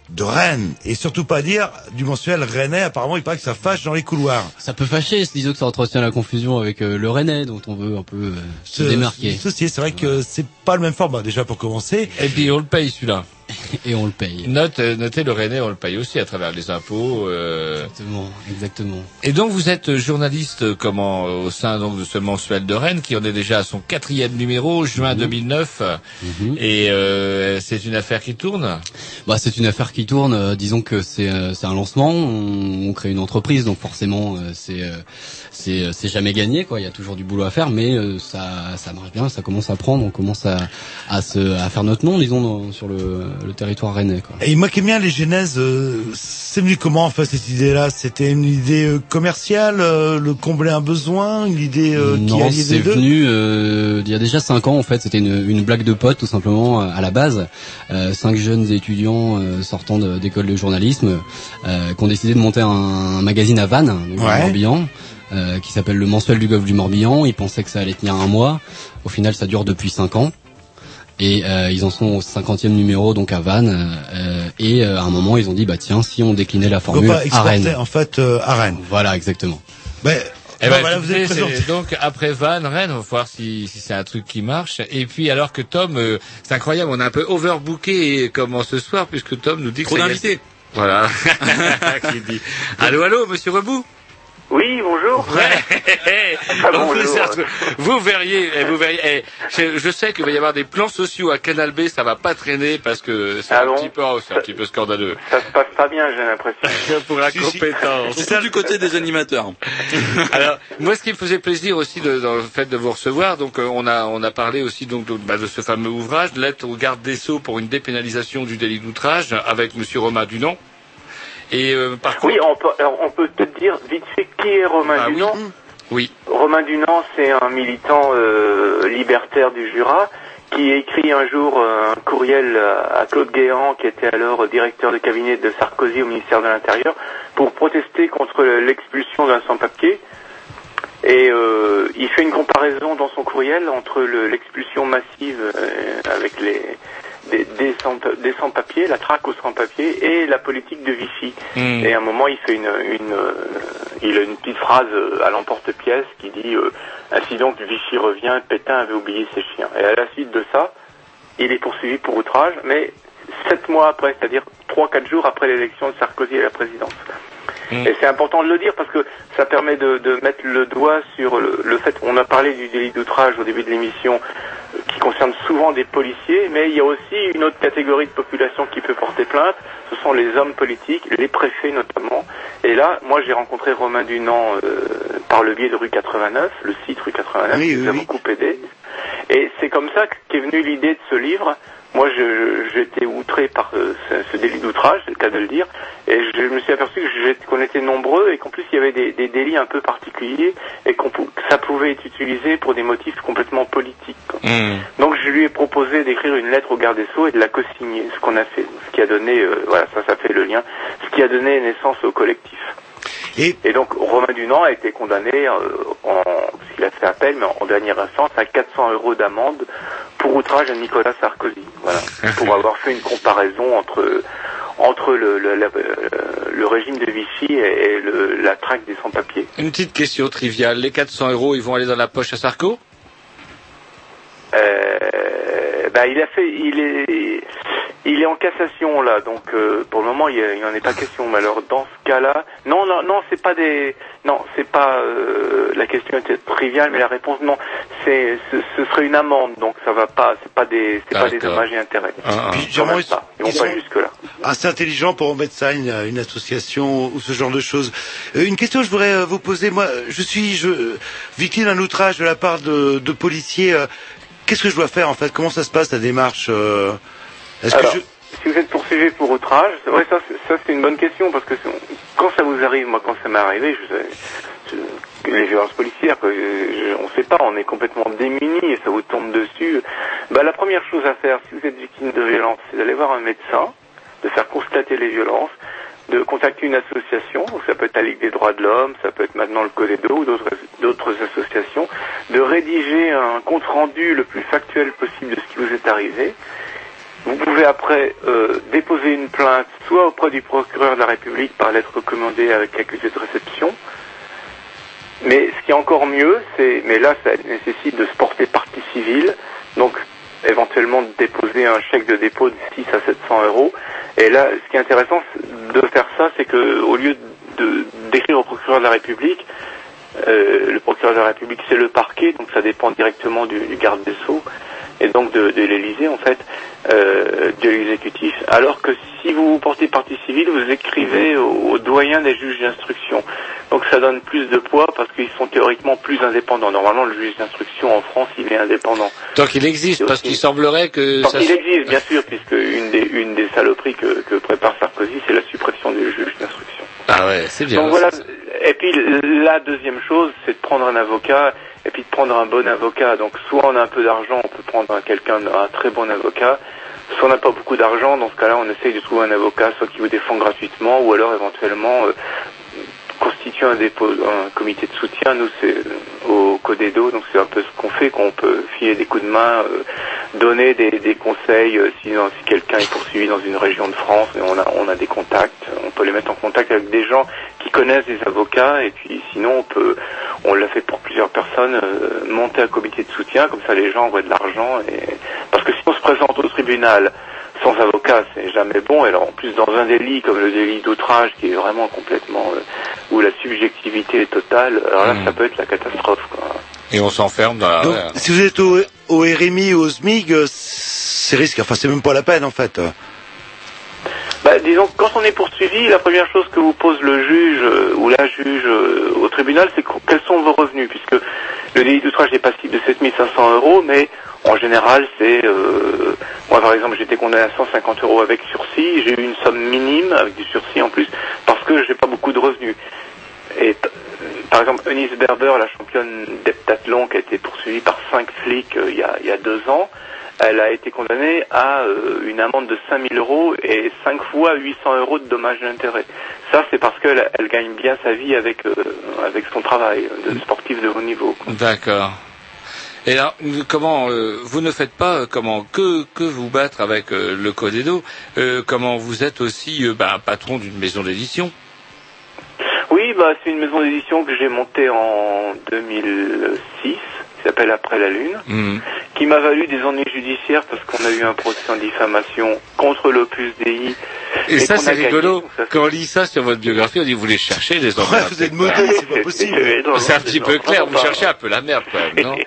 de Rennes, et surtout pas dire du mensuel rennais. Apparemment, il paraît que ça fâche dans les couloirs. Ça peut fâcher, disons que ça entretient la confusion avec euh, le rennais, dont on veut un peu euh, se démarquer. Ceci, c'est vrai que c'est pas le même format, déjà, pour commencer. Et puis, on le paye, celui-là. Et on le paye. Note, notez le rennais, on le paye aussi à travers les impôts. Euh... Exactement, exactement. Et donc vous êtes journaliste comment au sein donc de ce mensuel de Rennes qui en est déjà à son quatrième numéro, juin mmh. deux mille neuf. Mmh. Et euh, c'est une affaire qui tourne. Bah c'est une affaire qui tourne. Euh, disons que c'est euh, c'est un lancement. On, on crée une entreprise, donc forcément euh, c'est euh, c'est c'est jamais gagné quoi. Il y a toujours du boulot à faire, mais euh, ça ça marche bien. Ça commence à prendre. On commence à à se à faire notre nom, disons dans, sur le le territoire rennais, quoi. Et moi qui aime bien les genèses, euh, c'est venu comment en fait cette idée-là? C'était une idée euh, commerciale, euh, le combler un besoin, une idée euh, qui non, alliait les deux? C'est venu euh, il y a déjà cinq ans en fait. C'était une, une blague de potes tout simplement à la base. Euh, cinq jeunes étudiants euh, sortant de, d'école de journalisme euh, qui ont décidé de monter un, un magazine à Vannes, donc ouais. au Morbihan. Euh, qui s'appelle le Mensuel du Golfe du Morbihan. Ils pensaient que ça allait tenir un mois. Au final, ça dure depuis cinq ans. Et euh, ils en sont au cinquantième numéro, donc à Vannes. Euh, et euh, à un moment, ils ont dit, bah tiens, si on déclinait la formule à Rennes. En fait, euh, à Rennes. Voilà, exactement. Ben, eh ben, voilà, vous êtes c'est, donc après Vannes, Rennes, on va voir si, si c'est un truc qui marche. Et puis alors que Tom, euh, c'est incroyable, on a un peu overbooké comment ce soir, puisque Tom nous dit que trop d'invités. Voilà. Qui dit. Allô, allô, Monsieur Rebout. Oui, bonjour. Ouais. Ah, bonjour. Vous verriez, vous verriez. Je, je sais qu'il va y avoir des plans sociaux à Canal B, ça va pas traîner parce que c'est ah un bon petit peu, c'est un petit peu scandaleux. Ça se passe pas bien, j'ai l'impression. Pour la compétence. C'est ça du côté des animateurs. Alors, moi, ce qui me faisait plaisir aussi de, dans le fait de vous recevoir, donc euh, on a on a parlé aussi donc de, bah, de ce fameux ouvrage, Lettre au garde des Sceaux pour une dépénalisation du délit d'outrage, avec Monsieur Romain Dunon. Et euh, par contre... Oui, on peut, alors on peut peut-être dire vite fait qui est Romain ah, Dunon. Oui. oui. Romain Dunon, c'est un militant euh, libertaire du Jura qui écrit un jour un courriel à Claude Guéant, qui était alors directeur de cabinet de Sarkozy au ministère de l'Intérieur, pour protester contre l'expulsion d'un sans-papier. Et euh, il fait une comparaison dans son courriel entre le, l'expulsion massive euh, avec les des, des, sans, des sans-papiers, la traque aux sans-papiers et la politique de Vichy. Mmh. Et à un moment, il fait une, une euh, il a une petite phrase à l'emporte-pièce qui dit euh, ainsi donc Vichy revient, Pétain avait oublié ses chiens. Et à la suite de ça, il est poursuivi pour outrage, mais sept mois après, c'est-à-dire trois quatre jours après l'élection de Sarkozy à la présidence. Mmh. Et c'est important de le dire parce que ça permet de, de mettre le doigt sur le, le fait, on a parlé du délit d'outrage au début de l'émission, euh, qui concerne souvent des policiers, mais il y a aussi une autre catégorie de population qui peut porter plainte, ce sont les hommes politiques, les préfets notamment. Et là, moi j'ai rencontré Romain Dunon euh, par le biais de rue quatre-vingt-neuf, le site rue quatre-vingt-neuf, oui, qui nous a oui. beaucoup aidé. Et c'est comme ça qu'est venue l'idée de ce livre. Moi, je, j'étais outré par euh, ce, ce délit d'outrage, c'est le cas de le dire, et je me suis aperçu que qu'on était nombreux et qu'en plus il y avait des, des délits un peu particuliers et qu'on, que ça pouvait être utilisé pour des motifs complètement politiques. Mmh. Donc, je lui ai proposé d'écrire une lettre au garde des Sceaux et de la co-signer, ce qu'on a fait, ce qui a donné, euh, voilà, ça, ça fait le lien, ce qui a donné naissance au collectif. Et, et donc, Romain Dunon a été condamné, euh, en, parce qu'il a fait appel, mais en, en dernière instance, à quatre cents euros d'amende pour outrage à Nicolas Sarkozy. Voilà. Pour avoir fait une comparaison entre, entre le, le, le, le régime de Vichy et, et le, la traque des sans-papiers. Une petite question triviale. Les quatre cents euros, ils vont aller dans la poche à Sarko? Euh, bah, il a fait, il est, il est en cassation là, donc euh, pour le moment il n'en est pas question. Mais alors dans ce cas-là, non, non, non, c'est pas des, non, c'est pas euh, la question était triviale, mais la réponse non, c'est, ce, ce serait une amende, donc ça va pas, c'est pas des, c'est pas des dommages et intérêts. Ah, Puis, ils, pas. ils vont pas jusque là. Assez intelligent pour remettre ça à une, une association ou ce genre de choses. Euh, une question que je voudrais vous poser, moi, je suis je, victime d'un outrage de la part de, de policiers. Euh, Qu'est-ce que je dois faire en fait? Comment ça se passe la démarche? euh... Est-ce Alors, que je... si vous êtes poursuivi pour outrage, ouais, ça, ça c'est une bonne question parce que quand ça vous arrive, moi quand ça m'est arrivé, je, je, les violences policières, quoi, je, on ne sait pas, on est complètement démunis et ça vous tombe dessus. Bah, la première chose à faire, si vous êtes victime de violence, c'est d'aller voir un médecin, de faire constater les violences, de contacter une association, donc ça peut être la Ligue des droits de l'homme, ça peut être maintenant le Codedo ou d'autres, d'autres associations, de rédiger un compte-rendu le plus factuel possible de ce qui vous est arrivé, Vous pouvez après euh, déposer une plainte soit auprès du procureur de la République par lettre recommandée avec accusé de réception. Mais ce qui est encore mieux, c'est, mais là ça nécessite de se porter partie civile, donc éventuellement de déposer un chèque de dépôt de six à sept cents euros. Et là, ce qui est intéressant de faire ça, c'est que au lieu de d'écrire au procureur de la République, euh, le procureur de la République c'est le parquet, donc ça dépend directement du, du garde des Sceaux et donc de, de l'Élysée en fait, euh, de l'exécutif. Alors que si vous vous portez partie civile, vous écrivez au, au doyen des juges d'instruction. Donc ça donne plus de poids parce qu'ils sont théoriquement plus indépendants. Normalement, le juge d'instruction en France, il est indépendant. Donc il existe, parce qu'il semblerait que... Donc ça... il existe, bien sûr, puisque une des, une des saloperies que, que prépare Sarkozy, c'est la suppression du juge d'instruction. Ah ouais, c'est bien. Donc voilà. Et puis la deuxième chose, c'est de prendre un avocat, et puis de prendre un bon avocat. Donc soit on a un peu d'argent, on peut prendre quelqu'un, un très bon avocat. Soit on n'a pas beaucoup d'argent, dans ce cas-là, on essaye de trouver un avocat, soit qui vous défend gratuitement, ou alors éventuellement... Euh, constituer un dépôt, un comité de soutien. Nous, c'est au Codedo, donc c'est un peu ce qu'on fait, qu'on peut filer des coups de main, euh, donner des, des conseils euh, si, si quelqu'un est poursuivi dans une région de France, et on a, on a des contacts, on peut les mettre en contact avec des gens qui connaissent des avocats, et puis sinon on peut, on l'a fait pour plusieurs personnes, euh, monter un comité de soutien, comme ça les gens envoient de l'argent, et parce que si on se présente au tribunal sans avocat, c'est jamais bon. Et alors en plus dans un délit comme le délit d'outrage qui est vraiment complètement euh, où la subjectivité est totale, alors là mmh. ça peut être la catastrophe, quoi. Et on s'enferme dans la... Donc, si vous êtes au, au R M I ou au S M I G, c'est risque, enfin c'est même pas la peine en fait. Bah, disons que quand on est poursuivi, la première chose que vous pose le juge euh, ou la juge euh, au tribunal, c'est quels sont vos revenus, puisque le délit d'outrage est passible de sept mille cinq cents euros, mais en général, c'est... Euh, moi, par exemple, j'étais condamné à cent cinquante euros avec sursis. J'ai eu une somme minime avec du sursis en plus parce que j'ai pas beaucoup de revenus. Et par exemple, Eunice Berber, la championne d'heptathlon qui a été poursuivie par cinq flics euh, il, y a, il y a deux ans, elle a été condamnée à euh, une amende de cinq mille euros et cinq fois huit cents euros de dommages d'intérêt. Ça, c'est parce qu'elle elle gagne bien sa vie avec, euh, avec son travail de sportif de haut niveau. D'accord. Et là, comment euh, vous ne faites pas comment que que vous battre avec euh, le Codedo, euh, comment vous êtes aussi euh, bah, patron d'une maison d'édition. Oui, bah c'est une maison d'édition que j'ai montée en deux mille six, qui s'appelle Après la Lune, mmh. qui m'a valu des ennuis judiciaires parce qu'on a eu un procès en diffamation contre l'Opus Dei. Et, et ça c'est rigolo. Gagné, ça, quand on lit ça sur votre biographie, on dit vous les cherchez les ennuis. Ouais, vous êtes modeste, c'est pas possible. C'est un petit peu clair, vous cherchez un peu la merde quand même, non?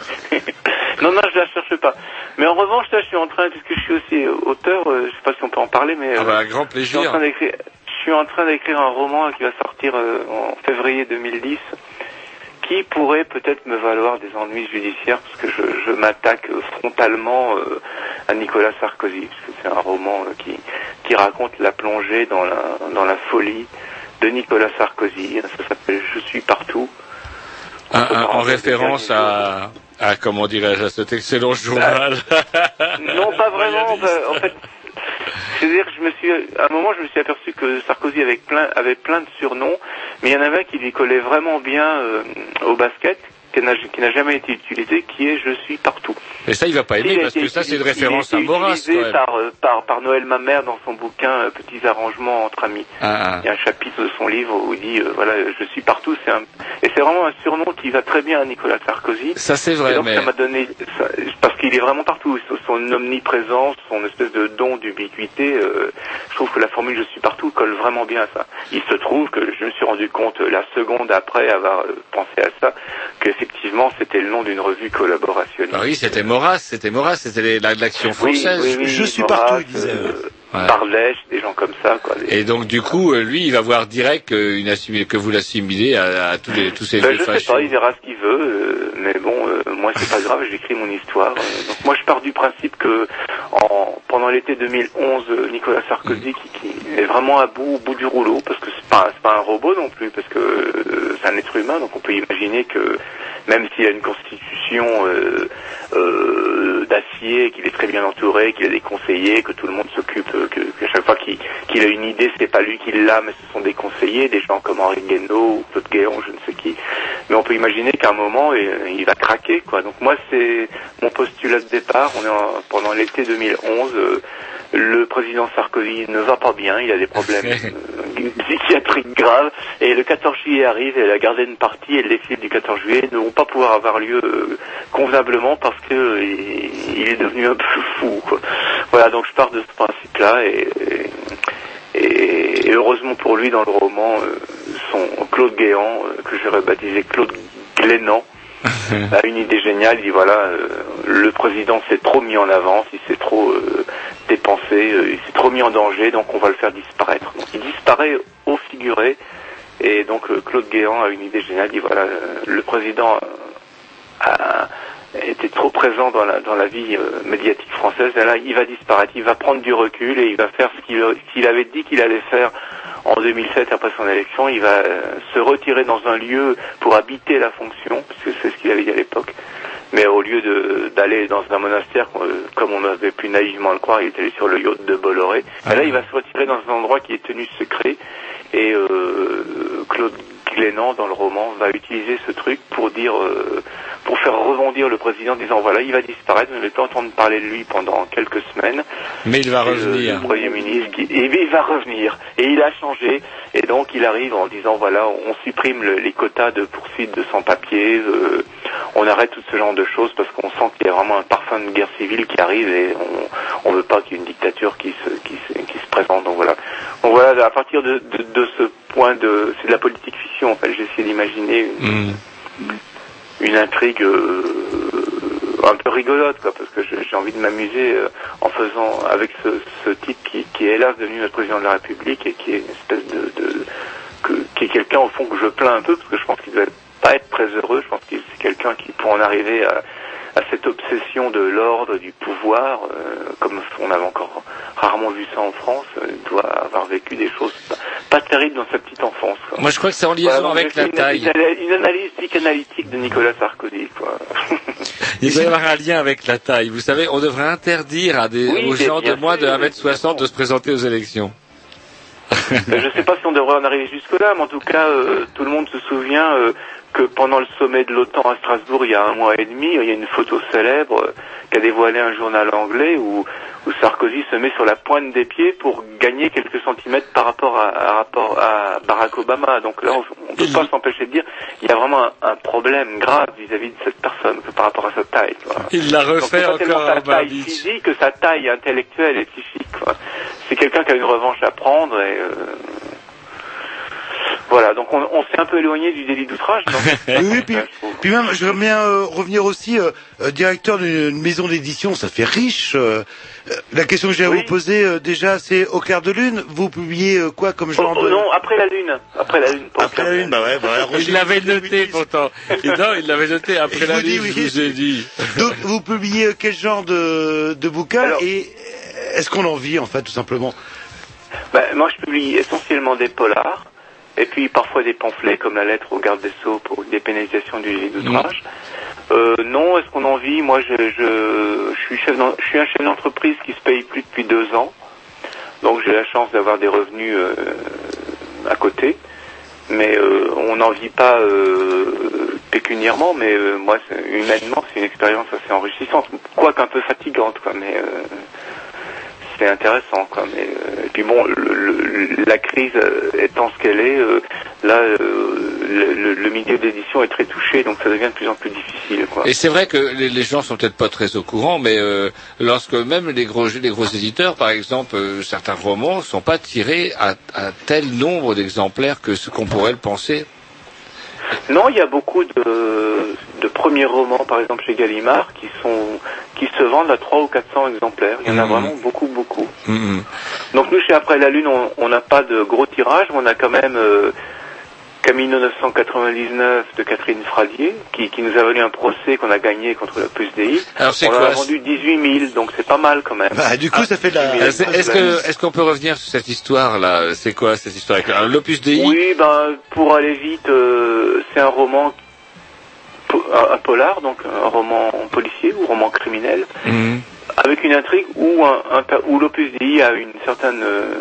Non, non, je la cherche pas. Mais en revanche, là, je suis en train, puisque je suis aussi auteur, euh, je sais pas si on peut en parler, mais... Ah bah, euh, grand plaisir. Je suis en train d'écrire, je suis en train d'écrire un roman qui va sortir euh, en février deux mille dix, qui pourrait peut-être me valoir des ennuis judiciaires, parce que je, je m'attaque frontalement euh, à Nicolas Sarkozy, parce que c'est un roman euh, qui, qui raconte la plongée dans la, dans la folie de Nicolas Sarkozy. Ça s'appelle « Je suis partout ». Un, un, en référence à, à, comment dirais-je, à cet excellent journal. Bah, non, pas vraiment. Bah, en fait, c'est-à-dire que je me suis, à un moment, je me suis aperçu que Sarkozy avait plein, avait plein de surnoms, mais il y en avait un qui lui collait vraiment bien euh, au basket, qui n'a, qui n'a jamais été utilisé, qui est « Je suis partout ». Mais ça, il va pas aimer, parce que ça, c'est une référence à Maurras, quand même. Par, euh, par, par Noël Mamère dans son bouquin euh, « Petits arrangements entre amis ah, ah. ». Il y a un chapitre de son livre où il dit euh, « Voilà, je suis partout ». C'est un... Et c'est vraiment un surnom qui va très bien à Nicolas Sarkozy. Ça, c'est vrai, et donc, mais... ça m'a donné... Ça... Parce qu'il est vraiment partout. Son omniprésence, son espèce de don d'ubiquité, euh, je trouve que la formule « Je suis partout » colle vraiment bien à ça. Il se trouve que je me suis rendu compte la seconde après avoir pensé à ça, qu'effectivement, c'était le nom d'une revue collaborationniste. Ah oui, c'était Maurras, c'était Maurras, c'était l'action française. Oui, oui, oui, je suis Maurras, partout, il disait. Euh, ouais. Parlèche, des gens comme ça, quoi. Des... Et donc, du coup, lui, il va voir direct que, une assimil... que vous l'assimilez à, à tous les, tous ces ben, vieux je fachos. sais pas, il verra ce qu'il veut, euh, mais bon, euh, moi, c'est pas grave, j'écris mon histoire. Euh, donc, moi, je pars du principe que, en, pendant l'été deux mille onze, Nicolas Sarkozy, mmh. qui, qui est vraiment à bout, au bout du rouleau, parce que c'est pas, c'est pas un robot non plus, parce que euh, c'est un être humain, donc on peut imaginer que, même s'il a une constitution euh, euh, d'acier, qu'il est très bien entouré, qu'il a des conseillers, que tout le monde s'occupe, que, que chaque fois qu'il qu'il a une idée, c'est pas lui qui l'a, mais ce sont des conseillers, des gens comme Henri Guénaud ou Claude Guéant, je ne sais qui. Mais on peut imaginer qu'à un moment, il, il va craquer, quoi. Donc moi, c'est mon postulat de départ. On est en, pendant l'été deux mille onze. Euh, le président Sarkozy ne va pas bien, il a des problèmes euh, psychiatriques graves. Et le quatorze juillet arrive et la garden party et le défilé du quatorze juillet ne vont pas pouvoir avoir lieu euh, convenablement parce que euh, il, il est devenu un peu fou, quoi. Voilà, donc je pars de ce principe-là et, et, et heureusement pour lui, dans le roman, euh, son Claude Guéant, euh, que j'aurais baptisé Claude Glénant, a une idée géniale. Il dit voilà, euh, le président s'est trop mis en avance, il s'est trop euh, dépensé, euh, il s'est trop mis en danger, donc on va le faire disparaître. Donc il disparaît au figuré, et donc euh, Claude Guéant a une idée géniale. Il dit voilà, euh, le président a était trop présent dans la dans la vie euh, médiatique française, et là il va disparaître, il va prendre du recul et il va faire ce qu'il qu'il avait dit qu'il allait faire en deux mille sept après son élection. Il va euh, se retirer dans un lieu pour habiter la fonction, parce que c'est ce qu'il avait dit à l'époque. Mais au lieu de d'aller dans un monastère, euh, comme on avait pu naïvement le croire, il est allé sur le yacht de Bolloré. Ah. Et là il va se retirer dans un endroit qui est tenu secret, et euh, Claude Glénant, dans le roman, va utiliser ce truc pour dire, euh, pour faire rebondir le président, en disant voilà, il va disparaître, on ne peut entendre parler de lui pendant quelques semaines. Mais il va revenir. Le, le Premier ministre, qui, et il va revenir. Et il a changé. Et donc il arrive en disant voilà, on supprime le, les quotas de poursuite de sans-papiers, euh, on arrête tout ce genre de choses parce qu'on sent qu'il y a vraiment un parfum de guerre civile qui arrive et on on veut pas qu'il y ait une dictature qui se qui se, qui se présente. Donc voilà. Donc voilà, à partir de, de, de ce point de, c'est de la politique fiction en fait. J'ai essayé d'imaginer une, mmh. une intrigue euh, un peu rigolote, quoi, parce que j'ai envie de m'amuser euh, en faisant avec ce, ce type qui, qui est hélas devenu notre président de la République et qui est une espèce de, de que, qui est quelqu'un au fond que je plains un peu parce que je pense qu'il doit pas être très heureux. Je pense que c'est quelqu'un qui, pour en arriver à, à cette obsession de l'ordre, du pouvoir, euh, comme on avait encore rarement vu ça en France, euh, doit avoir vécu des choses pas, pas terribles dans sa petite enfance, quoi. Moi, je crois que c'est en liaison voilà, avec la une, taille. Une, une analyse psychanalytique de Nicolas Sarkozy, quoi. Il doit y avoir un lien avec la taille. Vous savez, on devrait interdire à des, oui, aux gens de moins de un mètre soixante de se présenter aux élections. Je ne sais pas si on devrait en arriver jusque-là, mais en tout cas, euh, tout le monde se souvient euh, que pendant le sommet de l'OTAN à Strasbourg, il y a un mois et demi, il y a une photo célèbre euh, qu'a dévoilé un journal anglais où, où Sarkozy se met sur la pointe des pieds pour gagner quelques centimètres par rapport à, à, rapport à Barack Obama. Donc là, on ne peut pas s'empêcher de dire il y a vraiment un, un problème grave vis-à-vis de cette personne par rapport à sa taille, quoi. Il l'a refait donc, encore sa taille physique que sa taille intellectuelle et psychique, quoi. C'est quelqu'un qui a une revanche à prendre et euh... voilà, donc on, on s'est un peu éloigné du délit d'outrage. Oui, puis, puis même, j'aimerais bien euh, revenir aussi, euh, euh, directeur d'une maison d'édition, ça fait riche. Euh, la question que j'ai à oui. vous poser euh, déjà, c'est au clair de lune, vous publiez euh, quoi comme genre oh, de... Non, après la lune. Après la lune. Après la lune, bah ouais. Bah, il l'avait noté pourtant. Non, il l'avait noté après la lune, oui. Je vous ai dit. Donc vous publiez quel genre de, de bouquin? Alors, et est-ce qu'on en vit en fait, tout simplement? Bah, moi, je publie essentiellement des polars. Et puis parfois des pamphlets comme la lettre au garde des Sceaux pour une dépénalisation du délit d'outrage. Mmh. Euh, non, est-ce qu'on en vit? Moi, je, je, je suis chef, je suis un chef d'entreprise qui se paye plus depuis deux ans, donc j'ai la chance d'avoir des revenus euh, à côté. Mais euh, on n'en vit pas euh, pécuniairement, mais euh, moi, humainement, c'est une expérience assez enrichissante, quoique un peu fatigante, quoi. Mais euh, c'est intéressant, quoi. Mais euh, et puis bon, le, le, la crise étant ce qu'elle est, euh, là, euh, le, le milieu d'édition est très touché, donc ça devient de plus en plus difficile, quoi. Et c'est vrai que les, les gens sont peut-être pas très au courant, mais euh, lorsque même les gros, les gros éditeurs, par exemple, euh, certains romans sont pas tirés à, à tel nombre d'exemplaires que ce qu'on pourrait le penser. Non, il y a beaucoup de, de premiers romans, par exemple chez Gallimard, qui sont qui se vendent à trois ou quatre cents exemplaires. Il y en a mmh. vraiment beaucoup, beaucoup. Mmh. Donc nous, chez Après la Lune, on n'a pas de gros tirages, mais on a quand même euh, Camino neuf cent quatre-vingt-dix-neuf de Catherine Fradier, qui, qui nous a valu un procès qu'on a gagné contre la P U S D I. Alors c'est on quoi? a vendu dix-huit mille, donc c'est pas mal quand même. Bah, du coup, ah, ça fait de la... Est-ce est que, est-ce qu'on peut revenir sur cette histoire-là? C'est quoi cette histoire avec l'Opus Dei? Oui, ben, pour aller vite, euh, c'est un roman, un, un polar, donc un roman policier ou roman criminel, mmh. avec une intrigue où, un, un, où l'Opus Dei a une certaine, euh,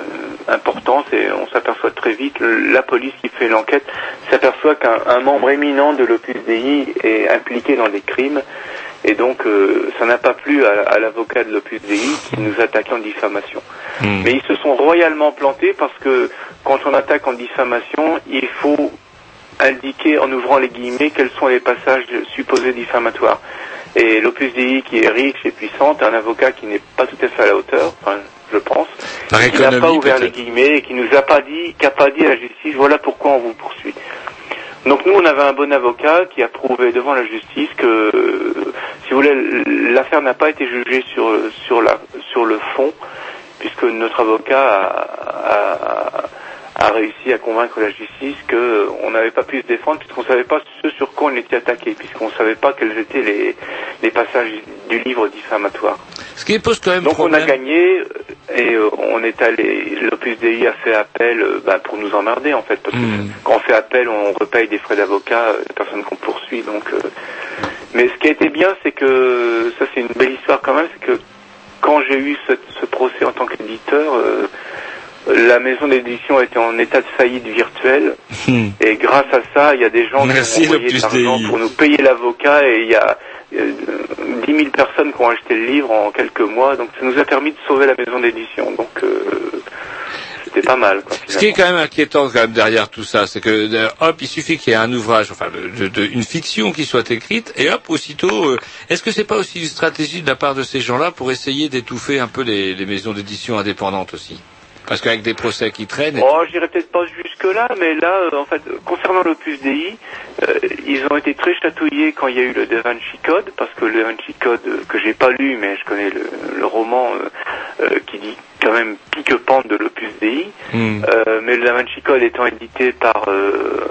important, c'est on s'aperçoit très vite, la police qui fait l'enquête s'aperçoit qu'un un membre éminent de l'Opus Dei est impliqué dans des crimes, et donc euh, ça n'a pas plu à, à l'avocat de l'Opus Dei qui nous attaquait en diffamation. Mmh. Mais ils se sont royalement plantés parce que quand on attaque en diffamation, il faut indiquer en ouvrant les guillemets quels sont les passages supposés diffamatoires. Et l'Opus Dei, qui est riche et puissante, un avocat qui n'est pas tout à fait à la hauteur, enfin, je pense, qui n'a pas ouvert les guillemets et qui nous a pas dit, qui a pas dit à la justice, voilà pourquoi on vous poursuit. Donc nous, on avait un bon avocat qui a prouvé devant la justice que, si vous voulez, l'affaire n'a pas été jugée sur sur la sur le fond, puisque notre avocat a, a, a réussi à convaincre la justice que on n'avait pas pu se défendre puisqu'on savait pas ce sur quoi on était attaqué, puisqu'on savait pas quels étaient les les passages du livre diffamatoire. Ce qui pose quand même Donc problème. on a gagné et euh, on est allé, l'Opus Dei a fait appel euh, bah, pour nous emmerder en fait, parce que mmh. quand on fait appel on repaye des frais d'avocat, euh, personne qu'on poursuit. Donc, euh... mais ce qui a été bien, c'est que ça c'est une belle histoire quand même, c'est que quand j'ai eu ce, ce procès en tant qu'éditeur, euh, la maison d'édition était en état de faillite virtuelle mmh. et grâce à ça, il y a des gens Merci, qui ont envoyé de l'argent pour nous payer l'avocat, et il y a dix mille personnes qui ont acheté le livre en quelques mois, donc ça nous a permis de sauver la maison d'édition. Donc euh, c'était pas mal, quoi. Ce qui est quand même inquiétant quand même derrière tout ça, c'est que hop, il suffit qu'il y ait un ouvrage, enfin, de, de, de, une fiction qui soit écrite, et hop, aussitôt, euh, est-ce que c'est pas aussi une stratégie de la part de ces gens-là pour essayer d'étouffer un peu les, les maisons d'édition indépendantes aussi? Parce qu'avec des procès qui traînent... Et... Oh, je dirais peut-être pas jusque-là, mais là, euh, en fait, concernant l'Opus Dei, euh, ils ont été très chatouillés quand il y a eu le Da Vinci Code, parce que le Da Vinci Code, euh, que j'ai pas lu, mais je connais le, le roman euh, euh, qui dit quand même pique-pente de l'Opus Dei, mm. euh, mais le Da Vinci Code étant édité par euh,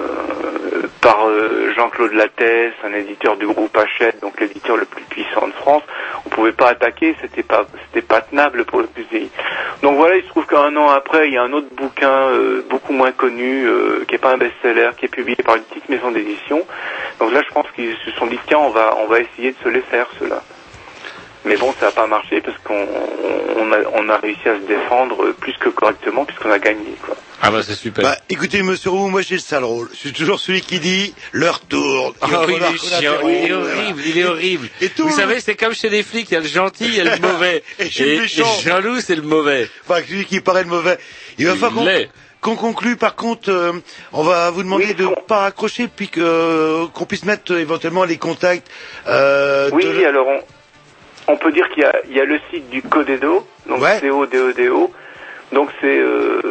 par euh, Jean-Claude Lattès, un éditeur du groupe Hachette, donc l'éditeur le plus puissant de France, on pouvait pas attaquer, c'était pas c'était pas tenable pour l'Opus Dei. Donc voilà, il se trouve qu'un an après, il y a un autre bouquin euh, beaucoup moins connu, euh, qui est pas un best-seller, qui est publié par une petite maison d'édition. Donc là, je pense qu'ils se sont dit, tiens, on va on va essayer de se les faire, ceux-là. Mais bon, ça n'a pas marché parce qu'on on a, on a réussi à se défendre plus que correctement puisqu'on a gagné, quoi. Ah bah c'est super. Bah écoutez monsieur Roux, moi j'ai le sale rôle. Je suis toujours celui qui dit l'heure tourne. Oh, il est chiant, il est horrible, il est horrible. Et tout, vous savez, c'est comme chez les flics, il y a le gentil, il y a le mauvais. et chez le méchant. Et Jean-Loup, c'est le mauvais. Enfin, celui qui paraît le mauvais. Il va falloir qu'on, qu'on conclue. Par contre, euh, on va vous demander oui, de ne pas raccrocher, puis que, euh, qu'on puisse mettre euh, éventuellement les contacts. Euh, oui, de... alors on, on peut dire qu'il y a, il y a le site du Codedo, donc ouais. C O D E D O. Donc c'est euh,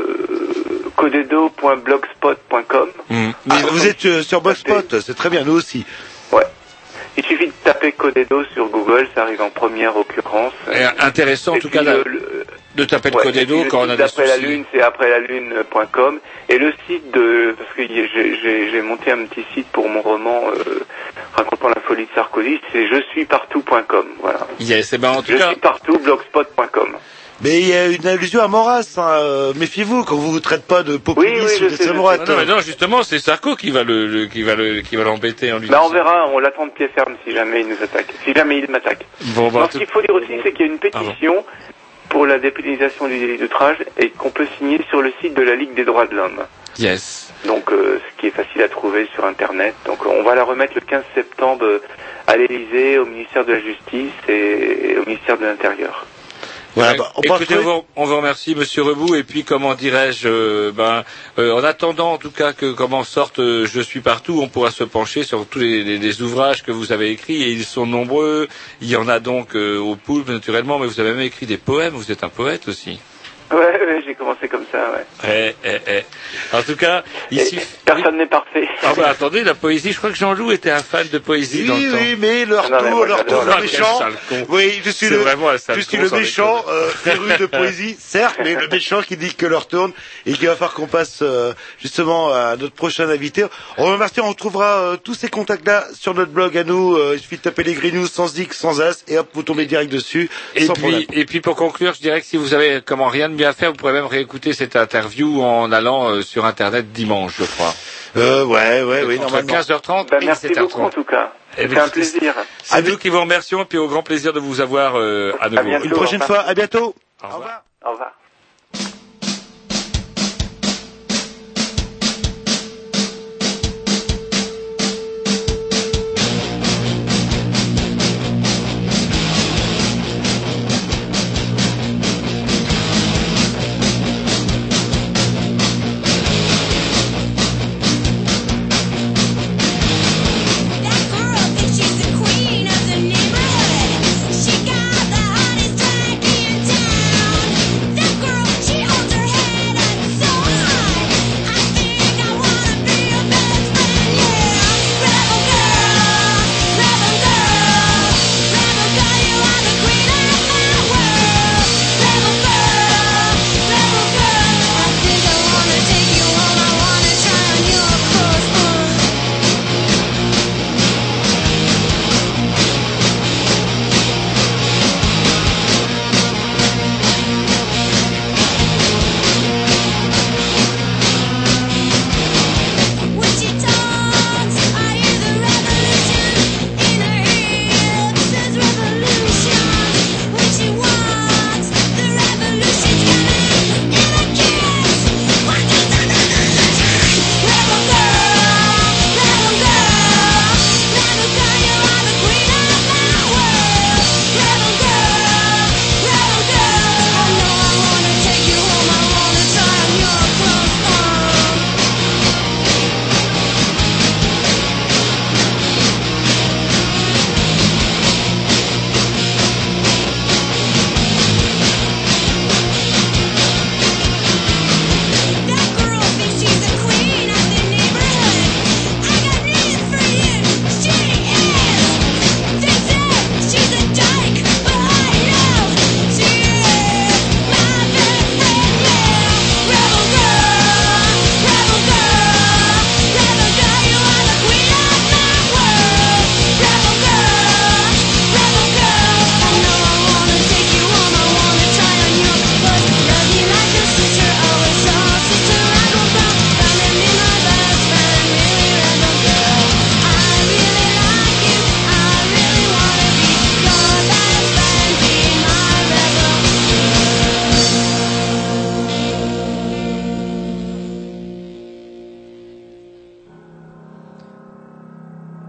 codedo point blogspot point com. Mmh. Ah, vous êtes euh, sur Blogspot, c'est très bien, nous aussi. Ouais. Il suffit de taper Codedo sur Google, ça arrive en première occurrence. Et intéressant en tout cas le, le, de taper ouais, le Codedo quand on a des soucis. Après la lune, c'est après la lune point com. Et le site de, parce que j'ai, j'ai, j'ai monté un petit site pour mon roman euh, racontant la folie de Sarkozy, c'est je suis partout point com. Voilà. Yes, et ben en tout je cas. Je suis partout blogspot point com. Mais il y a une allusion à Maurras, hein. euh, méfiez-vous quand vous vous traitez pas de populiste oui, oui, ou d'extrême-droite. Non, mais non, justement, c'est Sarko qui va le, le qui va le, qui va l'embêter en lui. Bah, on verra, on l'attend de pied ferme si jamais il nous attaque, si jamais il m'attaque. Bon, bah, ce qu'il faut dire aussi, c'est qu'il y a une pétition pour la dépénalisation du délit d'outrage et qu'on peut signer sur le site de la Ligue des droits de l'homme. Yes. Donc, euh, ce qui est facile à trouver sur Internet. Donc, on va la remettre le quinze septembre à l'Élysée, au ministère de la Justice et au ministère de l'Intérieur. Voilà, bah, on Écoutez, on, on vous remercie, Monsieur Rebout, et puis comment dirais-je, euh, ben, euh, en attendant en tout cas que comment sorte euh, Je suis partout, on pourra se pencher sur tous les, les, les ouvrages que vous avez écrits, et ils sont nombreux. Il y en a donc euh, au Poulpe naturellement, mais vous avez même écrit des poèmes. Vous êtes un poète aussi. Ouais, ouais, j'ai commencé comme ça, ouais. Eh, eh, eh. En tout cas, ici... Et personne n'est parfait. Ah bah attendez, la poésie, je crois que Jean-Loup était un fan de poésie oui, dans le oui, temps. Oui, mais leur ah tour, leur tour, le méchant. Oui, je suis le, je suis le méchant, euh, féru de poésie, certes, mais le méchant qui dit que leur tourne et qu'il va falloir qu'on passe, euh, justement, à notre prochain invité. On va remercier, on retrouvera euh, tous ces contacts-là sur notre blog à nous. Euh, il suffit de taper les Green News sans X, sans As, et hop, vous tombez direct dessus. Et sans puis, problème. et puis pour conclure, je dirais que si vous avez comment rien de bien faire, vous pourrez même réécouter cette interview en allant euh, sur Internet dimanche, je crois. Euh, ouais, ouais, oui, entre normalement. quinze heures trente bah, et merci dix-sept heures trente. beaucoup, en tout cas. C'est un plaisir. C'est ah, nous qui vous remercions et puis au grand plaisir de vous avoir euh, à nouveau. À bientôt, une prochaine fois, à bientôt. Au revoir. Au revoir. Au revoir.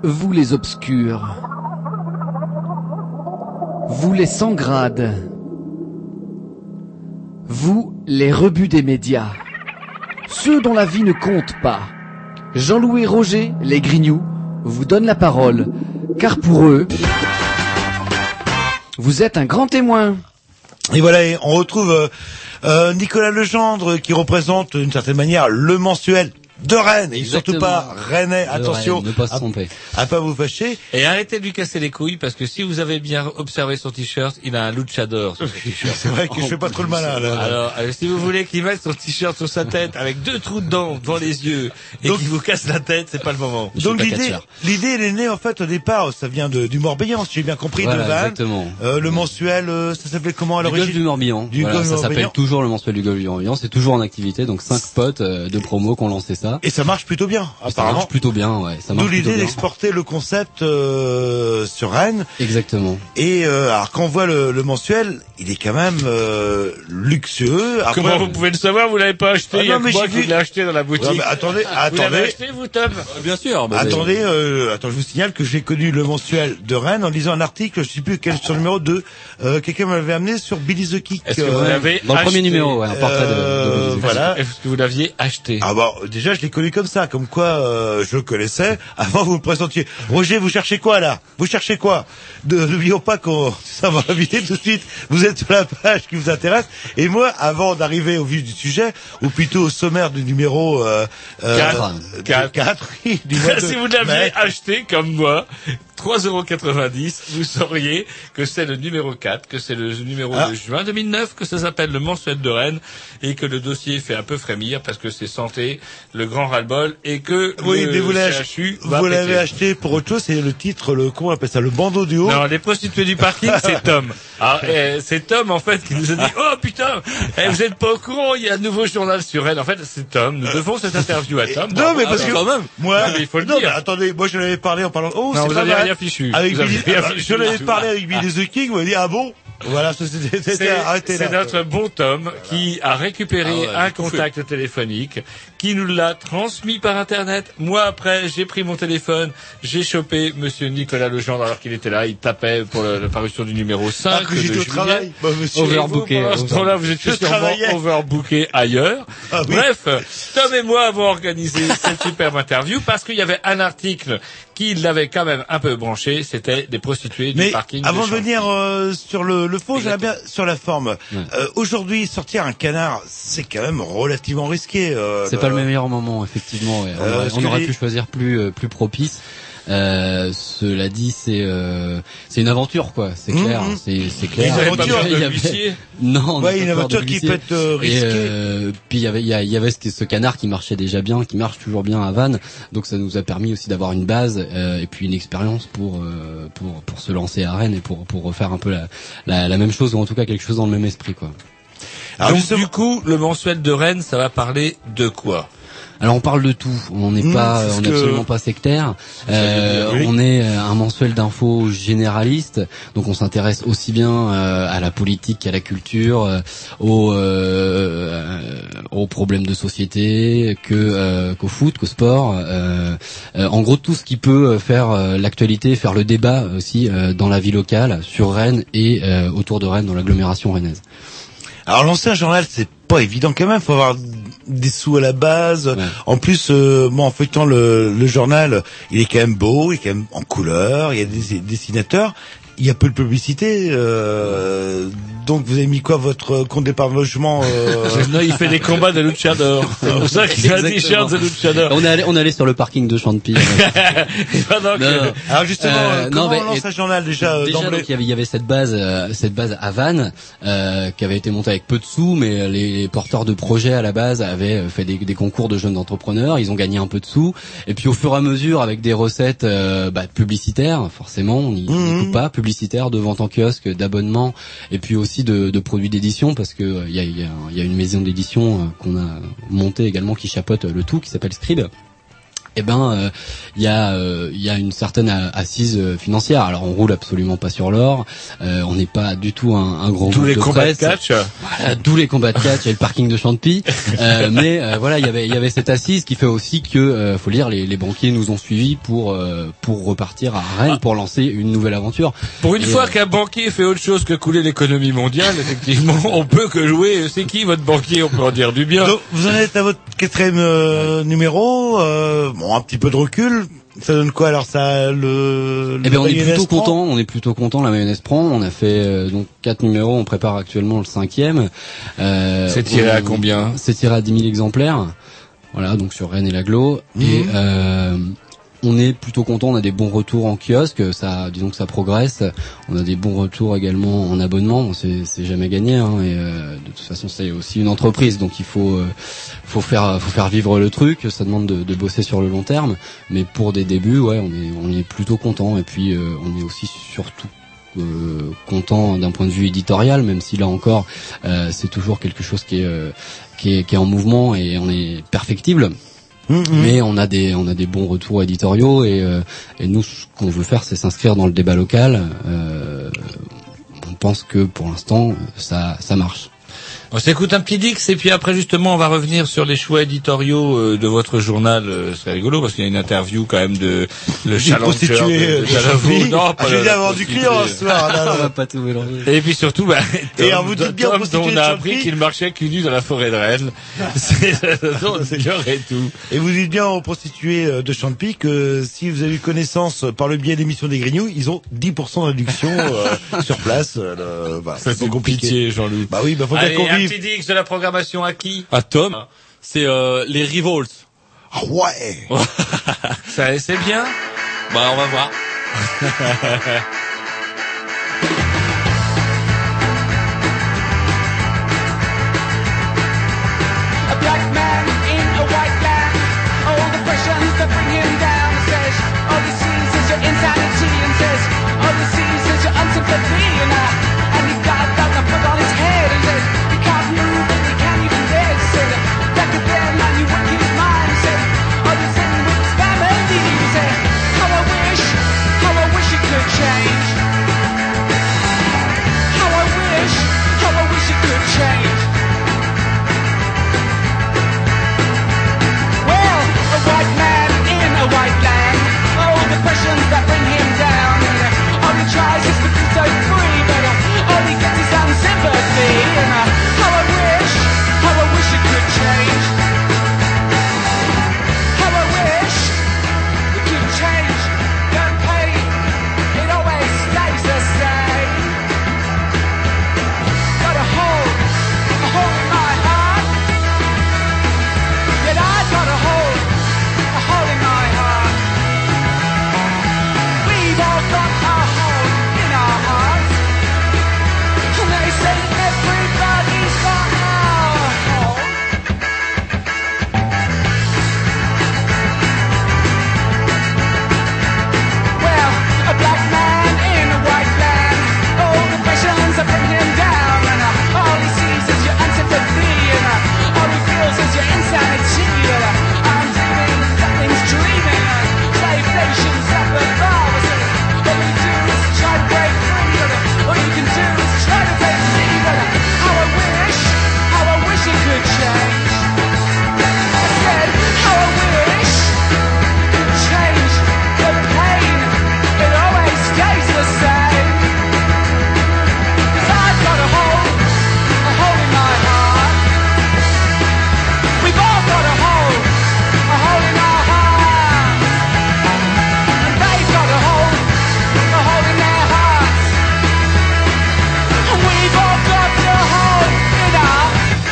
vous les obscurs, vous les sans grades, vous les rebuts des médias, ceux dont la vie ne compte pas, Jean-Louis et Roger, les grignoux, vous donnent la parole, car pour eux, vous êtes un grand témoin. Et voilà, et on retrouve euh, euh, Nicolas Legendre qui représente d'une certaine manière le mensuel de Rennes, et surtout pas Rennais, attention, Rennes, ne pas se tromper. À, à pas vous fâcher. Et arrêtez de lui casser les couilles, parce que si vous avez bien observé son t-shirt, il a un luchador sur son t-shirt. C'est vrai que je fais pas trop le malin, là. Alors, alors, si vous voulez qu'il mette son t-shirt sur sa tête, avec deux trous dedans, devant les yeux, et qu'il vous casse la tête, c'est pas le moment. Donc l'idée, l'idée, elle est née, en fait, au départ, ça vient de, du Morbihan, si j'ai bien compris, voilà, de Vannes. Exactement. Euh, le mensuel, euh, ça s'appelait comment à l'origine? Du Golfe du Morbihan. Du voilà, ça s'appelle toujours le mensuel du Golfe du Morbihan. C'est toujours en activité, donc cinq potes euh, de promo qui ont lancé ça. Et ça marche plutôt bien, apparemment. Ça marche plutôt bien, ouais. Ça marche D'où l'idée d'exporter le concept euh, sur Rennes. Exactement. Et euh, alors quand on voit le, le mensuel, il est quand même euh, luxueux. Après, comment vous pouvez le savoir? Vous l'avez pas acheté? Ah, il y a non, mais moi qui l'ai acheté dans la boutique. Non, mais attendez, vous attendez. Vous l'avez acheté, vous, Tom? Bien sûr. Bah, attendez, euh, attends, je vous signale que j'ai connu le mensuel de Rennes en lisant un article, je sais plus quel, sur le numéro deux. Euh, quelqu'un m'avait amené sur Billy the Kick. Est-ce que vous l'avez dans acheté? Le premier numéro, ouais, un portrait euh, de, de voilà. Est-ce que vous l'aviez acheté? Ah bah déjà je l'ai connu comme ça, comme quoi euh, je le connaissais. Avant vous me présentiez. Roger, vous cherchez quoi là? Vous cherchez quoi? N'oublions pas qu'on ça va inviter tout de suite. Vous êtes sur la page qui vous intéresse. Et moi, avant d'arriver au vif du sujet, ou plutôt au sommaire du numéro euh, quatre, quatre, oui, du si vous l'aviez acheté comme moi, trois euros quatre-vingt-dix, vous sauriez que c'est le numéro quatre, que c'est le numéro ah. de juin deux mille neuf, que ça s'appelle le mensuel de Rennes, et que le dossier fait un peu frémir parce que c'est santé, le grand ras-le-bol, et que oui, le mais vous l'avez, C H U vous l'avez acheté pour autre chose, c'est le titre, le, comment on appelle ça, le bandeau du haut. Non, les prostituées du parking, c'est Tom. Alors, eh, c'est Tom, en fait, qui nous a dit, oh putain, eh, vous êtes pas au courant, il y a un nouveau journal sur Rennes. En fait, c'est Tom. Nous devons cette interview à Tom. Non, mais parce ah, que, quand même. moi, non, mais il faut le non, dire. Mais attendez, moi, je l'avais parlé en parlant, oh, non, c'est vous pas avez mal. rien fichu. Avec vous Billy, rien ah, fichu. Je l'avais parlé avec Billy the King, vous m'avez dit, ah bon? Voilà, c'était, c'était arrêté là. C'est notre bon Tom qui a récupéré ah ouais, un contact fait. téléphonique, qui nous l'a transmis par Internet. Moi, après, j'ai pris mon téléphone, j'ai chopé Monsieur Nicolas Legendre alors qu'il était là, il tapait pour la, la parution du numéro cinq ah, de juillet. Travail. Bah, monsieur, overbooké. À ce temps-là, vous étiez sûrement overbooké ailleurs. Ah, oui. Bref, Tom et moi avons organisé cette superbe interview parce qu'il y avait un article qui l'avait quand même un peu branché, c'était des prostituées Mais du parking. Avant de venir euh, sur le, le fond, j'aimerais bien sur la forme. Ouais. Euh, aujourd'hui, sortir un canard, c'est quand même relativement risqué. Euh, c'est de... pas le meilleur moment, effectivement. Ouais. On, euh, aurait, on aurait les... pu choisir plus euh, plus propice. Euh, cela dit, c'est euh, c'est une aventure, quoi. C'est clair, mmh, c'est c'est clair. Une aventure de avait... Non, ouais, une aventure qui peut être euh, risquée. Et, euh, puis il y avait il y, a, il y avait ce, ce canard qui marchait déjà bien, qui marche toujours bien à Vannes. Donc ça nous a permis aussi d'avoir une base euh, et puis une expérience pour euh, pour pour se lancer à Rennes et pour pour refaire un peu la, la la même chose ou en tout cas quelque chose dans le même esprit, quoi. Alors donc, du coup, le mensuel de Rennes, ça va parler de quoi? Alors on parle de tout, on n'est mmh, pas, on n'est absolument pas sectaire. Euh, oui. On est un mensuel d'infos généraliste, donc on s'intéresse aussi bien euh, à la politique qu'à la culture, euh, aux, euh, aux problèmes de société, que euh, qu'au foot, qu'au sport. Euh, euh, en gros, tout ce qui peut faire euh, l'actualité, faire le débat aussi euh, dans la vie locale, sur Rennes et euh, autour de Rennes, dans l'agglomération rennaise. Alors lancer un journal, c'est pas évident quand même. Faut avoir des sous à la base. Ouais. En plus, euh, moi, en feuilletant le, le journal, il est quand même beau, il est quand même en couleur. Il y a des dessinateurs. Il y a peu de publicité. Euh, donc, vous avez mis quoi, votre compte d'épargne logement euh... Non, il fait des combats de luchador. C'est pour ça qu'il a un t-shirt de luchador. On est allé, on est allé sur le parking de Champy. non, non. Alors justement, euh, comment non, mais, on lance un journal déjà, déjà donc, il y avait, il y avait cette base, euh, cette base à Vannes euh, qui avait été montée avec peu de sous, mais les, les porteurs de projets à la base avaient fait des, des concours de jeunes entrepreneurs. Ils ont gagné un peu de sous, et puis au fur et à mesure, avec des recettes euh, bah, publicitaires, forcément, on n'y mmh. coupe pas. Publicitaire, de vente en kiosque, d'abonnement, et puis aussi de, de produits d'édition, parce que il euh, y, a, y, a, y a une maison d'édition euh, qu'on a montée également qui chapeaute le tout, qui s'appelle Scribe. eh ben il euh, y a il euh, y a une certaine assise euh, financière. Alors on roule absolument pas sur l'or, euh, on n'est pas du tout un, un gros tous groupe les de combats presse. de catch, voilà, tous les combats de catch et le parking de Champy. euh, mais euh, voilà, il y avait il y avait cette assise qui fait aussi que euh, faut dire les, les banquiers nous ont suivis pour euh, pour repartir à Rennes, pour lancer une nouvelle aventure. Pour une et, fois euh, qu'un banquier fait autre chose que couler l'économie mondiale, effectivement, on peut que jouer. C'est qui votre banquier? On peut en dire du bien. Donc, vous en êtes à votre quatrième euh, numéro. Euh, bon, un petit peu de recul. Ça donne quoi alors ça le, le Eh ben on est plutôt prend content, on est plutôt content. La mayonnaise prend. On a fait euh, donc quatre numéros. On prépare actuellement le cinquième. Euh, c'est tiré on, à combien? C'est tiré à dix mille exemplaires. Voilà, donc sur Rennes et l'Aglo. Mmh. Et euh, on est plutôt content. On a des bons retours en kiosque. Ça, disons que ça progresse. On a des bons retours également en abonnement. Bon, c'est, c'est jamais gagné. Hein, et euh, de toute façon, c'est aussi une entreprise, donc il faut, euh, faut faire, faut faire vivre le truc. Ça demande de, de bosser sur le long terme. Mais pour des débuts, ouais, on est, on est plutôt content. Et puis, euh, on est aussi surtout euh, content d'un point de vue éditorial, même si là encore, euh, c'est toujours quelque chose qui est, euh, qui est, qui est en mouvement et on est perfectible. Mmh, mais on a des on a des bons retours éditoriaux et, euh, et nous ce qu'on veut faire c'est s'inscrire dans le débat local. Euh, on pense que pour l'instant ça ça marche. On s'écoute un petit Dix et puis après justement on va revenir sur les choix éditoriaux euh, de votre journal. Euh, c'est rigolo parce qu'il y a une interview quand même de le challenger de, de, de Jalavoux. Non, pas je viens d'avoir du client ce soir. Là, là. On va pas tout mélanger. Et puis surtout, bah, Tom, et alors vous dites bien Tom, dont on a appris qu'il marchait cul nu dans la forêt de Rennes. C'est et tout. Et vous dites bien aux prostituées de Champy que si vous avez eu connaissance par le biais d'émissions des Grignoux, ils ont dix pour cent de réduction euh, sur place. Euh, bah, ça c'est compliqué, Jean-Loup. Bah oui, bah faut bien qu'on vive. Un petit Dix de la programmation à qui? À Tom. Ah. C'est euh, les Revolts. Ah ouais. Ça c'est bien. Bah on va voir. A black man in a white land. All the questions that bring him down. Says all he sees is your insanity and says all he sees is your unsympathy and uh, and he's got that to put on his head and says he can't move and he can't even dare. Said back at there man you work his mind. Said all he's in with his family. Said how I wish, how I wish it could change. How I wish, how I wish it could change. A white man in a white land. Oh, the questions that bring him down. All he tries is to be so free, but uh, all he gets is unsympathy. And uh, how I wish, how I wish it could change. How I wish it could change. The pain, it always stays the same. Got a hole, a hole in my heart. Yet I got a hole. A hole in my heart. We've all got a hole in our hearts. And they say everybody's got a hole. Well, a black man in a white land. All the questions that bring him down. And uh, all he sees is your unsympathy. And uh, all he feels is your insanity. And, uh, I'm dreaming, nothing's dreaming. Slave nations at the bar. All you do is try to break free. All you can do is try to break me. But how I wish, how I wish it could change. I said, how I wish it could change. The pain, it always stays the same. 'Cause I've got a hole, a hole in my heart. We've all got a hole, a hole in our hearts. And they've got a hole, a hole in their hearts. And we've all got a hole in our.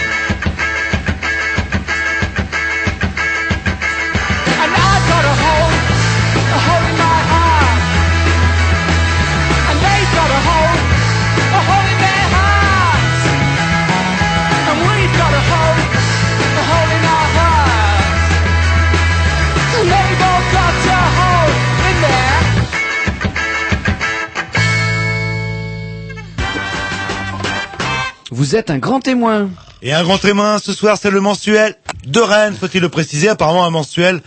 And I've got a hole, a hole in my heart. And they've got a hole, a hole in their hearts. And we've got a hole, a hole in our hearts. And they've all got a hole in there. Vous êtes un grand témoin. Et un grand témoin ce soir, c'est le mensuel de Rennes, faut-il le préciser, apparemment un mensuel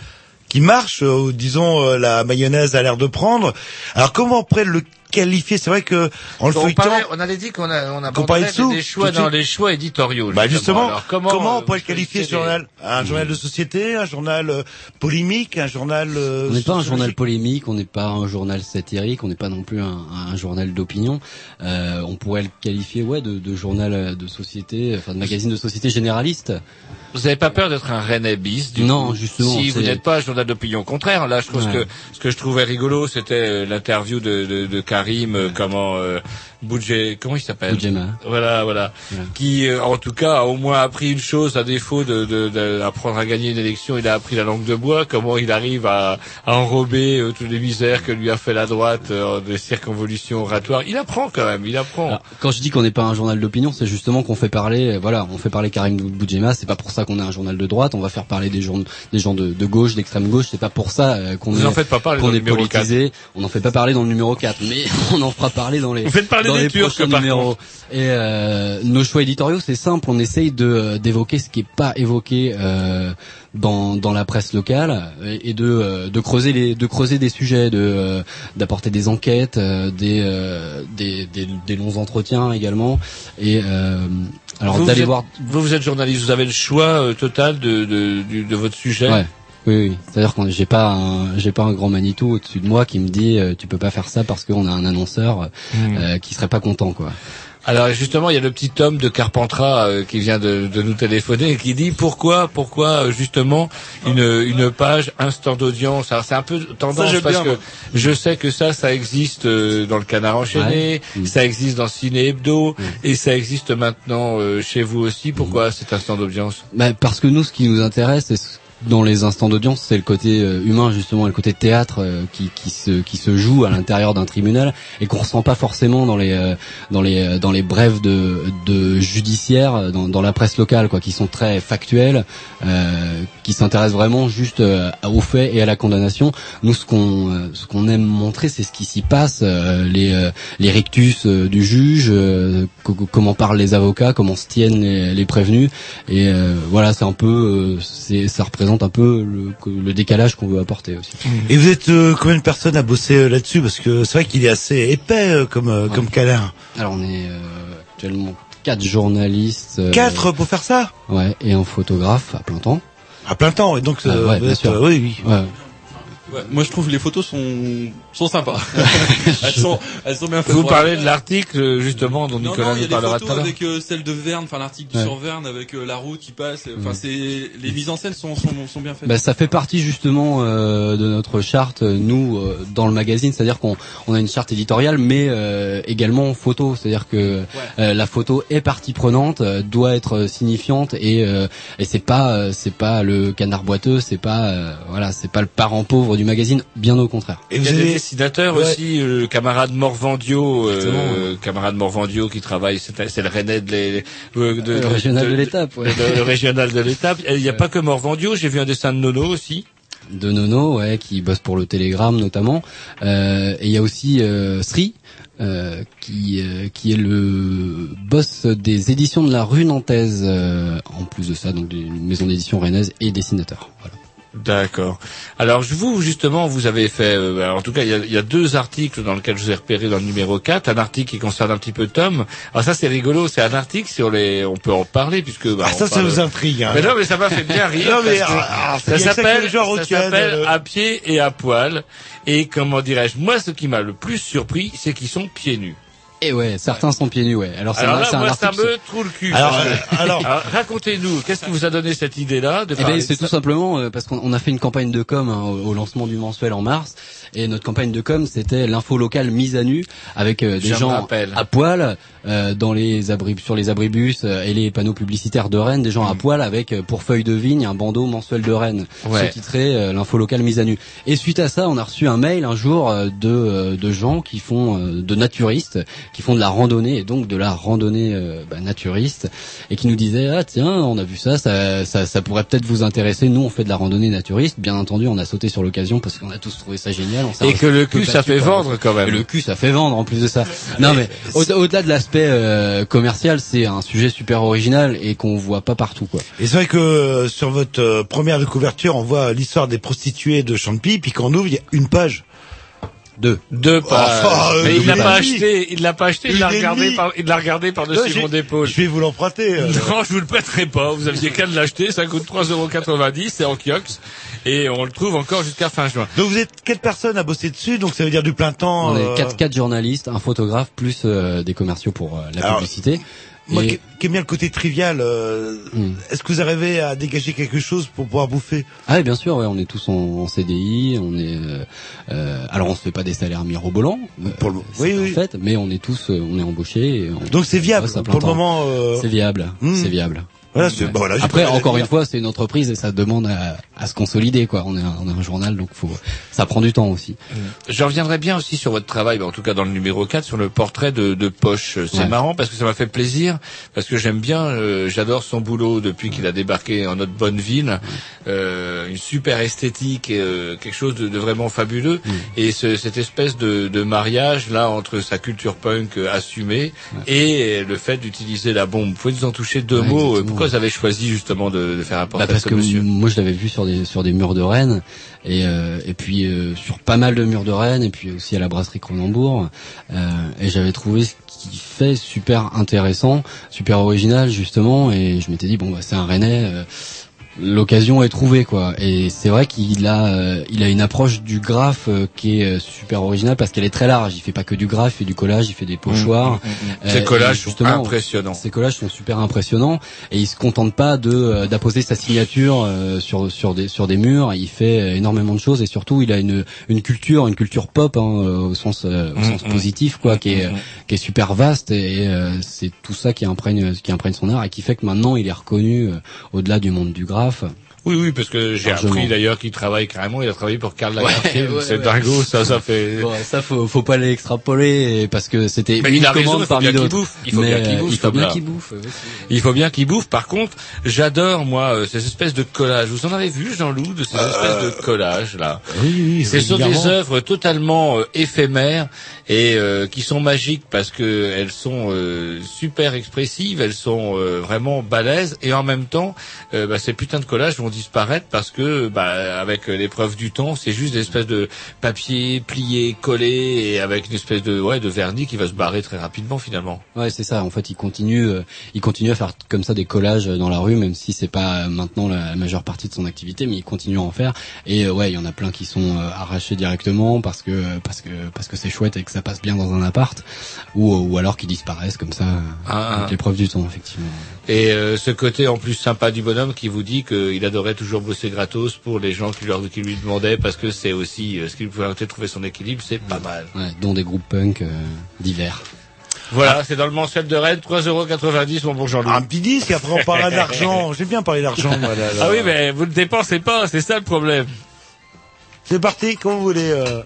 qui marche, euh, disons euh, la mayonnaise a l'air de prendre. Alors comment on pourrait le qualifier? C'est vrai que en le feuilletant, on avait dit qu'on a on abandonnait de des choix dans les choix éditoriaux. Bah justement, Alors, comment, comment on euh, pourrait le qualifier ce journal? Un mmh. journal de société, un journal euh, polémique, un journal euh, On n'est pas un journal polémique, on n'est pas un journal satirique, on n'est pas non plus un, un journal d'opinion. Euh, on pourrait le qualifier ouais de, de journal de société, enfin de magazine de société généraliste. Vous n'avez pas peur d'être un Rennais bis du Non, coup, justement. Si vous n'êtes pas un journal d'opinion, au contraire. Là, je trouve ouais. que ce que je trouvais rigolo, c'était l'interview de, de, de Karim, ouais. comment euh, Boudjé, comment il s'appelle Boudjema. Voilà, voilà, voilà. Qui, euh, en tout cas, a au moins appris une chose, à défaut de, de, de apprendre à gagner une élection, il a appris la langue de bois. Comment il arrive à, à enrober euh, toutes les misères que lui a fait la droite euh, des circonvolutions oratoires. Il apprend quand même, il apprend. Alors, quand je dis qu'on n'est pas un journal d'opinion, c'est justement qu'on fait parler, voilà, on fait parler Karim Boudjema. C'est pas pour ça qu'on est un journal de droite. On va faire parler des gens, des gens de, de gauche, d'extrême gauche. C'est pas pour ça euh, qu'on Vous est, en faites pas parler qu'on dans est le numéro politisé. quatre. On n'en fait pas parler dans le numéro quatre, mais on en fera parler dans les, Vous faites parler dans des les Turcs, prochains numéros. Et euh, nos choix éditoriaux, c'est simple. On essaye de d'évoquer ce qui est pas évoqué euh, dans dans la presse locale et, et de euh, de creuser les de creuser des sujets, de euh, d'apporter des enquêtes, euh, des, euh, des des des longs entretiens également. Et euh, alors vous, d'aller vous êtes, voir. Vous vous êtes journaliste, vous avez le choix euh, total de de, de de votre sujet. Ouais. Oui, oui. C'est-à-dire que j'ai pas un, j'ai pas un grand Manitou au-dessus de moi qui me dit euh, tu peux pas faire ça parce qu'on a un annonceur mmh. euh, qui serait pas content, quoi. Alors justement, il y a le petit Tom de Carpentras euh, qui vient de, de nous téléphoner et qui dit pourquoi, pourquoi justement une une page instant d'audience. Alors c'est un peu tendance ça, parce bien, que moi. Je sais que ça, ça existe euh, dans le Canard enchaîné, ouais. ça existe dans Ciné Hebdo ouais. et ça existe maintenant euh, chez vous aussi. Pourquoi mmh. cet instant d'audience? Bah parce que nous, ce qui nous intéresse, c'est dans les instants d'audience, c'est le côté euh, humain justement, et le côté théâtre euh, qui, qui se qui se joue à l'intérieur d'un tribunal et qu'on ressent pas forcément dans les euh, dans les euh, dans les brèves de de judiciaires dans, dans la presse locale, quoi, qui sont très factuelles, euh, qui s'intéressent vraiment juste euh, aux faits et à la condamnation. Nous, ce qu'on euh, ce qu'on aime montrer, c'est ce qui s'y passe, euh, les euh, les rictus euh, du juge, euh, comment parlent les avocats, comment se tiennent les, les prévenus, et euh, voilà, c'est un peu euh, c'est ça représente un peu le, le décalage qu'on veut apporter aussi. Et vous êtes euh, combien de personnes à bosser euh, là-dessus? Parce que c'est vrai qu'il est assez épais euh, comme euh, ouais. comme canard. Alors on est euh, actuellement quatre journalistes. Euh, quatre pour faire ça? Ouais, et un photographe à plein temps. À plein temps, et donc euh, ouais, bien êtes, sûr. Euh, oui, oui. Ouais. Ouais, moi je trouve les photos sont sont sympas. elles sont elles sont bien faites. Vous parlez de l'article justement dont non, Nicolas non, nous parlera tout à l'heure. Avec euh, celle de Verne, enfin l'article ouais. sur Verne avec euh, la route qui passe. Enfin ouais. c'est les mises en scène sont sont, sont bien faites. Bah ça fait partie justement euh, de notre charte nous euh, dans le magazine, c'est-à-dire qu'on on a une charte éditoriale mais euh, également photo, c'est-à-dire que ouais. euh, la photo est partie prenante, euh, doit être signifiante et euh, et c'est pas euh, c'est pas le canard boiteux, c'est pas euh, voilà, c'est pas le parent pauvre du magazine, bien au contraire. Et vous avez des dessinateurs ouais. aussi, le camarade Morvandio, euh, camarade Morvandio qui travaille, c'est, c'est le Rennais de, les, de, de, le régional de, de l'étape. Ouais. De, le régional de l'étape. Il n'y a ouais. pas que Morvandio, j'ai vu un dessin de Nono aussi. De Nono, ouais, qui bosse pour le Télégramme notamment. Euh, et il y a aussi euh, Sri, euh, qui euh, qui est le boss des éditions de la rue nantaise. Euh, en plus de ça, donc une maison d'édition rennaise et dessinateur. Voilà. D'accord. Alors vous justement, vous avez fait, euh, alors, en tout cas, il y a, il y a deux articles dans lesquels je vous ai repéré dans le numéro quatre, un article qui concerne un petit peu Tom. Alors ça c'est rigolo, c'est un article sur les, on peut en parler puisque bah, ah, ça parle... ça vous intrigue. Hein. Mais non, mais ça m'a fait bien rire. non, mais, parce que ah, ça, ça s'appelle, ça s'appelle euh... à pied et à poil. Et comment dirais-je, moi ce qui m'a le plus surpris, c'est qu'ils sont pieds nus. Et ouais, certains ouais. sont pieds nus, ouais. Alors, alors ça, là, c'est moi, un ça me trouve le cul. Alors, euh, alors... alors racontez-nous, qu'est-ce qui vous a donné cette idée-là de eh ben, c'est tout simplement euh, parce qu'on a fait une campagne de com hein, au, au lancement du mensuel en mars, et notre campagne de com c'était l'info locale mise à nu avec euh, des Je gens à poil euh, dans les abri sur les abribus euh, et les panneaux publicitaires de Rennes, des gens mmh. à poil avec euh, pour feuille de vigne un bandeau mensuel de Rennes, ouais. sous-titré euh, l'info locale mise à nu. Et suite à ça, on a reçu un mail un jour euh, de euh, de gens qui font euh, de naturistes, qui font de la randonnée et donc de la randonnée euh, bah, naturiste, et qui nous disaient ah tiens, on a vu ça, ça ça, ça pourrait peut-être vous intéresser. Nous on fait de la randonnée naturiste, bien entendu on a sauté sur l'occasion parce qu'on a tous trouvé ça génial. On et que le cul ça fait vendre quand même. Et le cul ça fait vendre en plus de ça. Non mais au- au-delà de l'aspect l'aspect euh, commercial, c'est un sujet super original et qu'on voit pas partout, quoi. Et c'est vrai que euh, sur votre euh, première de couverture, on voit l'histoire des prostituées de Champy, puis quand on ouvre, il y a une page. Deux. Deux pages. Enfin, euh, mais il l'a pas demi. acheté, il l'a pas acheté, il l'a regardé par, il l'a regardé par-dessus mon épaule. Je vais vous l'emprunter. Euh. Non, je vous le prêterai pas. Vous aviez qu'à l'acheter, ça coûte trois euros quatre-vingt-dix, c'est en kiosque. Et on le trouve encore jusqu'à fin juin. Donc vous êtes quelle personne à bosser dessus? Donc ça veut dire du plein temps? On euh... est quatre, quatre journalistes, un photographe, plus euh, des commerciaux pour euh, la Alors, publicité. Moi, et... qui, qui aime bien le côté trivial, euh, mm. est-ce que vous arrivez à dégager quelque chose pour pouvoir bouffer? Ah oui, bien sûr, ouais, on est tous en, en C D I, on est, euh, euh, alors on se fait pas des salaires mirobolants, euh, pour le, oui, oui. en fait, mais on est tous, euh, on est embauchés. Et on, Donc c'est viable pour le moment. Euh... C'est viable, mm. c'est viable. Voilà, c'est, ouais. bah voilà, Après, encore une fois, c'est une entreprise et ça demande à, à se consolider, quoi. On est un, on est un journal, donc faut, ça prend du temps aussi. Je reviendrai bien aussi sur votre travail, bah, en tout cas dans le numéro quatre, sur le portrait de, de Poche. C'est ouais. marrant parce que ça m'a fait plaisir, parce que j'aime bien, euh, j'adore son boulot depuis qu'il a débarqué en notre bonne ville. Euh, une super esthétique, euh, quelque chose de, de vraiment fabuleux. Mm. Et ce, cette espèce de, de mariage là entre sa culture punk assumée ouais. et le fait d'utiliser la bombe. Vous pouvez nous en toucher deux ouais, mots. Exactement. Pourquoi vous avez choisi justement de, de faire un portrait bah parce de ce que monsieur? Moi, je l'avais vu sur des sur des murs de Rennes et euh, et puis euh, sur pas mal de murs de Rennes et puis aussi à la brasserie Cronenbourg euh, et j'avais trouvé ce qu'il fait super intéressant, super original justement et je m'étais dit bon bah c'est un Rennais. Euh, L'occasion est trouvée, quoi, et c'est vrai qu'il a euh, il a une approche du graphe euh, qui est super originale parce qu'elle est très large. Il fait pas que du graphe, il fait du collage, il fait des pochoirs. Mmh, mmh, mmh. Ces euh, collages sont impressionnants. Ces collages sont super impressionnants et il se contente pas de euh, d'apposer sa signature euh, sur sur des sur des murs. Il fait énormément de choses et surtout il a une une culture une culture pop hein, au sens euh, au mmh, sens mmh. positif, quoi, mmh, qui est mmh. qui est super vaste et, et euh, c'est tout ça qui imprègne qui imprègne son art et qui fait que maintenant il est reconnu euh, au-delà du monde du graphe. Oui, oui, parce que j'ai Largement. appris d'ailleurs qu'il travaille carrément, il a travaillé pour Karl Lagerfeld. Ouais, ouais, c'est ouais. dingo, ça, ça fait... Bon, ça, faut, faut pas l'extrapoler, parce que c'était mais une il commande parmi d'autres. Il faut bien qu'il bouffe. Il faut bien qu'il bouffe. Il faut bien qu'il bouffe. Par contre, j'adore, moi, ces espèces de collages. Vous en avez vu, Jean-Loup, de ces euh... espèces de collages, là? Oui, oui, Ce sont des œuvres totalement euh, éphémères et euh, qui sont magiques parce que elles sont euh, super expressives, elles sont euh, vraiment balèzes et en même temps, euh, bah, ces putains de collages vont disparaître parce que bah, avec l'épreuve du temps, c'est juste des espèces de papier plié, collé et avec une espèce de ouais de vernis qui va se barrer très rapidement finalement. Ouais, c'est ça. En fait, il continue, euh, il continue à faire comme ça des collages dans la rue, même si c'est pas maintenant la, la majeure partie de son activité, mais il continue à en faire. Et euh, ouais, il y en a plein qui sont euh, arrachés directement parce que parce que parce que c'est chouette et que ça passe bien dans un appart, ou ou alors qu'ils disparaissent comme ça ah, avec l'épreuve du temps, effectivement. Et euh, ce côté en plus sympa du bonhomme qui vous dit qu'il adorait toujours bosser gratos pour les gens qui, leur, qui lui demandaient parce que c'est aussi euh, ce qu'il pouvait peut-être trouver son équilibre, c'est pas mal. Ouais, dont des groupes punk euh, divers. Voilà, ah. c'est dans le mensuel de Rennes, trois euros quatre-vingt-dix, mon bon Jean-Louis. Un petit disque, après on parlera d'argent. J'aime bien parler d'argent, moi, là, là. Ah oui, mais vous ne dépensez pas, c'est ça le problème. C'est parti, comme vous voulez. Euh...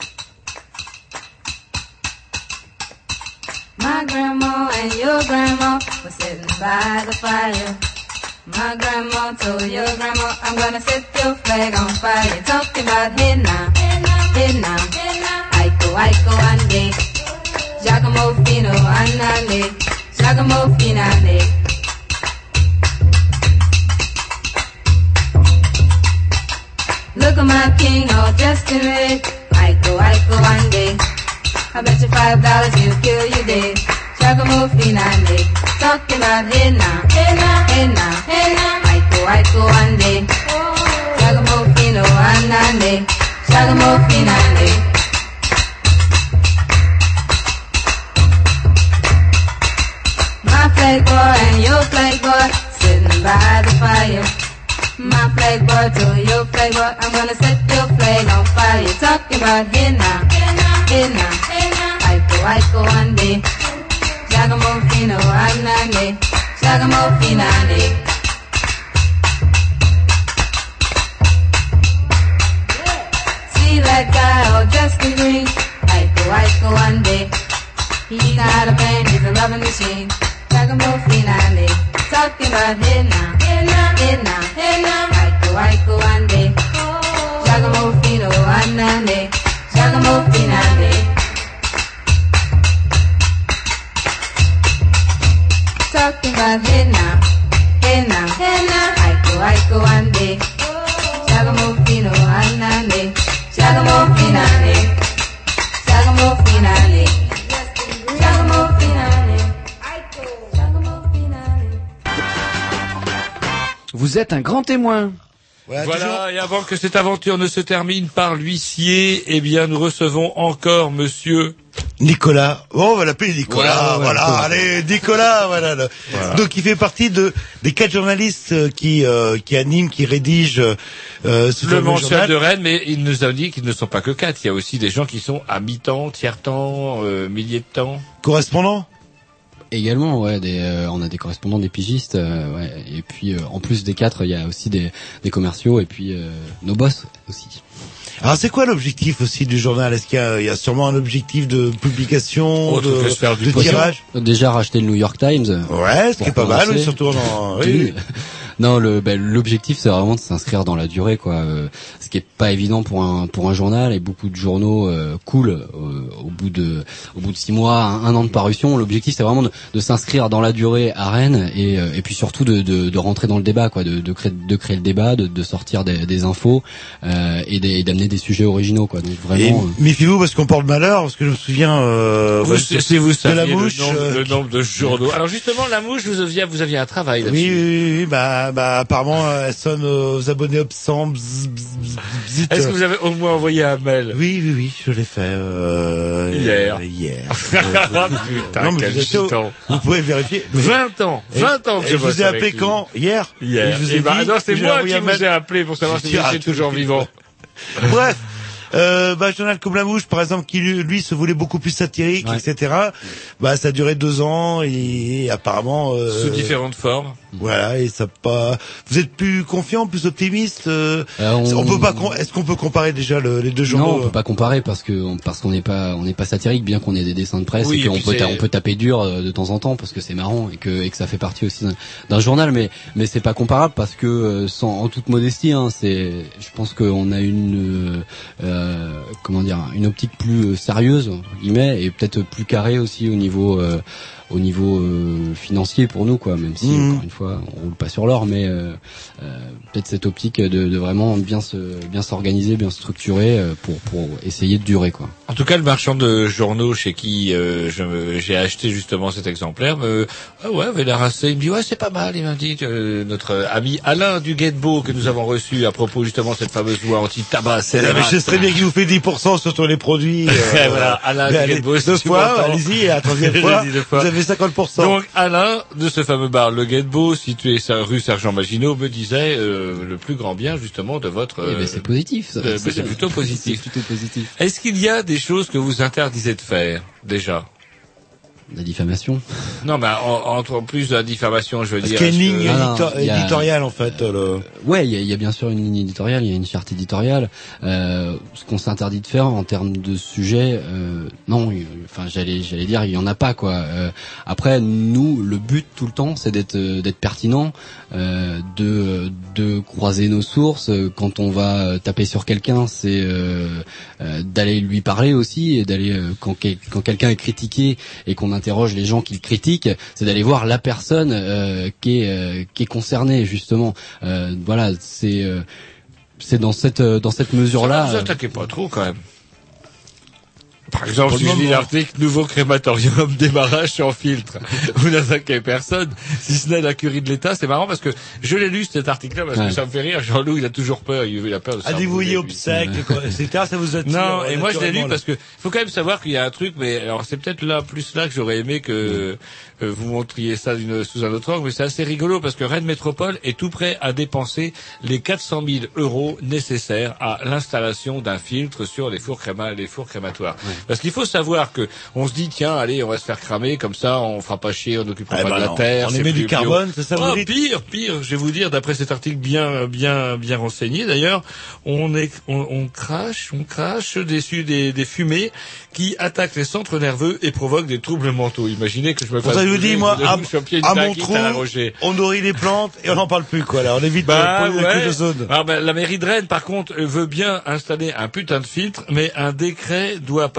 My grandma and your grandma were sitting by the fire. My grandma told your grandma, I'm gonna set your flag on fire. Talking about hey now, hey now, Aiko, Aiko, ande. Giacomo Fino, anane. Giacomo Finane. Look at my king all dressed in red. Aiko, Aiko, ande. I bet you five dollars he'll kill you dead. Giacomo Finane. Talking about hey now, hey now, hey now, hey now. Aiko, Aiko, ande. Giacomo Fino, anane. Giacomo Finane. My flag boy and your flag boy sitting by the fire. My flag boy to your flag boy, I'm gonna set your flag on fire. Talking about hey now, hey now, hey now. Aiko, Aiko, ande. Giacomo Fino, anane. Giacomo Finane. See that guy all dressed in green. Aiko, Aiko, ande. He's not a band, he's a loving machine. Giacomo Finane. Talking about hey now, hey now, hey now, hey now. Aiko, Aiko, ande. Giacomo Fino, anane. Giacomo Finane. vous êtes un grand témoin. Voilà, voilà et avant que cette aventure ne se termine par l'huissier, eh bien, nous recevons encore monsieur... Nicolas. Oh, on va l'appeler Nicolas. Voilà, voilà. voilà. Allez, Nicolas, voilà, voilà. Donc, il fait partie de des quatre journalistes qui euh, qui animent, qui rédigent euh, ce le mensuel de Rennes, mais il nous a dit qu'ils ne sont pas que quatre. Il y a aussi des gens qui sont à mi-temps, tiers-temps, euh, milliers de temps. Correspondants. Également, ouais, des, euh, on a des correspondants, des pigistes, euh, ouais, et puis euh, en plus des quatre, il y a aussi des, des commerciaux et puis euh, nos boss aussi. Alors c'est quoi l'objectif aussi du journal? Est-ce qu'il y a, il y a sûrement un objectif de publication, oh, de, faire du de tirage? Déjà racheter le New York Times. Ouais, ce qui est pas mal, oui, surtout en... oui. Non, le ben, l'objectif c'est vraiment de s'inscrire dans la durée, quoi. Euh, ce qui est pas évident pour un pour un journal, et beaucoup de journaux euh, coulent euh, au bout de au bout de six mois, un, un an de parution. L'objectif c'est vraiment de, de s'inscrire dans la durée à Rennes et euh, et puis surtout de, de de rentrer dans le débat, quoi, de de créer de créer le débat, de de sortir des, des infos euh, et, des, et d'amener des sujets originaux, quoi. Donc vraiment. Euh... Méfiez-vous parce qu'on porte malheur, parce que je me souviens euh, vous, c'est, c'est vous de la mouche, le nombre, euh, le nombre de journaux. Alors justement, la mouche, vous aviez vous aviez un travail là-dessus. Oui, oui, oui, bah bah apparemment elle sonne aux abonnés absents. Bzz, bzz, bzz, bzz, Est-ce que vous avez au moins envoyé un mail? Oui, oui, oui, je l'ai fait euh, hier. Hier. Putain, non, mais quel vous, temps. Vous pouvez vérifier. vingt ans, vingt ans que et je je vous ai appelé quand? Hier. Hier. Et je vous ai et bah, dit, non, c'est moi qui vous ai appelé pour savoir si vous étiez toujours vivant. Bref. Euh, bah, journal comme la mouche, par exemple, qui lui se voulait beaucoup plus satirique, ouais. et cetera. Bah, ça a duré deux ans et, et apparemment euh, sous différentes formes. Voilà, et ça pas. Vous êtes plus confiant, plus optimiste. Euh, euh, on... on peut pas. Est-ce qu'on peut comparer déjà le, les deux journaux? Non, on peut pas comparer parce que parce qu'on n'est pas on n'est pas satirique, bien qu'on ait des dessins de presse, oui, et qu'on peut ta, on peut taper dur de temps en temps parce que c'est marrant et que et que ça fait partie aussi d'un, d'un journal, mais mais c'est pas comparable parce que sans en toute modestie, hein, c'est je pense qu'on a une euh, comment dire une optique plus sérieuse entre guillemets et peut-être plus carrée aussi au niveau euh, au niveau euh, financier pour nous, quoi, même si mmh. encore une fois on roule pas sur l'or, mais euh, euh, peut-être cette optique de, de vraiment bien se bien s'organiser, bien se structurer euh, pour pour essayer de durer, quoi. En tout cas, le marchand de journaux chez qui euh, je, j'ai acheté justement cet exemplaire me ah ouais avait l'air assez, il me dit ouais c'est pas mal, il m'a dit euh, notre ami Alain du Guetbeau que nous avons reçu à propos justement de cette fameuse loi anti-tabac. C'est mais je sais très bien qu'il vous fait dix pour cent sur tous les produits. Euh, voilà, Alain du Guetbeau deux fois, allez-y, et la troisième fois, vous avez cinquante pour cent. Donc Alain de ce fameux bar Le Guetbeau situé rue Sergent Maginot me disait euh, le plus grand bien justement de votre euh, eh ben c'est positif ça. Euh, c'est, c'est plutôt positif. C'est plutôt positif. Est-ce qu'il y a des choses que vous interdisez de faire déjà? La diffamation. Non, mais en, entre plus de la diffamation, je veux Parce dire. Parce qu'il y a une ligne ah, édito- a... éditoriale en fait. Le... Euh, ouais, il y a, y a bien sûr une ligne éditoriale, il y a une charte éditoriale. Euh, ce qu'on s'interdit de faire en termes de sujet, euh, non, enfin j'allais j'allais dire il y en a pas, quoi. Euh, après nous, le but tout le temps, c'est d'être d'être pertinent, euh, de de croiser nos sources. Quand on va taper sur quelqu'un, c'est euh, euh, d'aller lui parler aussi et d'aller euh, quand quand quelqu'un est critiqué et qu'on interroge les gens qui le critiquent, c'est d'aller voir la personne euh, qui est euh, qui est concernée justement. Euh, voilà, c'est euh, c'est dans cette dans cette mesure-là. Ça, vous attaquez pas trop quand même. Par exemple, si je lis l'article « Nouveau crématorium, démarrage sans filtre », vous n'attaquez personne, si ce n'est la curie de l'État. C'est marrant parce que je l'ai lu cet article-là parce ouais. que ça me fait rire. Jean-Loup, il a toujours peur, il a peur de ça. Ah, dévouillé obsèques, et cetera. Ça vous attire. Non, et moi je l'ai lu là. Parce que faut quand même savoir qu'il y a un truc, mais alors c'est peut-être là plus là que j'aurais aimé que euh, vous montriez ça d'une, sous un autre angle, mais c'est assez rigolo parce que Rennes Métropole est tout prêt à dépenser les quatre cent mille euros nécessaires à l'installation d'un filtre sur les fours créma, les fours crématoires. Ouais. Parce qu'il faut savoir que on se dit tiens allez on va se faire cramer comme ça on fera pas chier on n'occupera ah pas bah de la non. terre on émet du carbone c'est ça oh, pire pire je vais vous dire d'après cet article bien bien bien renseigné d'ailleurs on est on, on crache on crache dessus des des fumées qui attaquent les centres nerveux et provoquent des troubles mentaux. Imaginez que je me fasse ça je vous dis moi à, à mon trou on nourrit les plantes et on n'en parle plus quoi là on évite bah, de ouais. la zone. Alors, bah, la mairie de Rennes par contre veut bien installer un putain de filtre mais un décret doit apparaître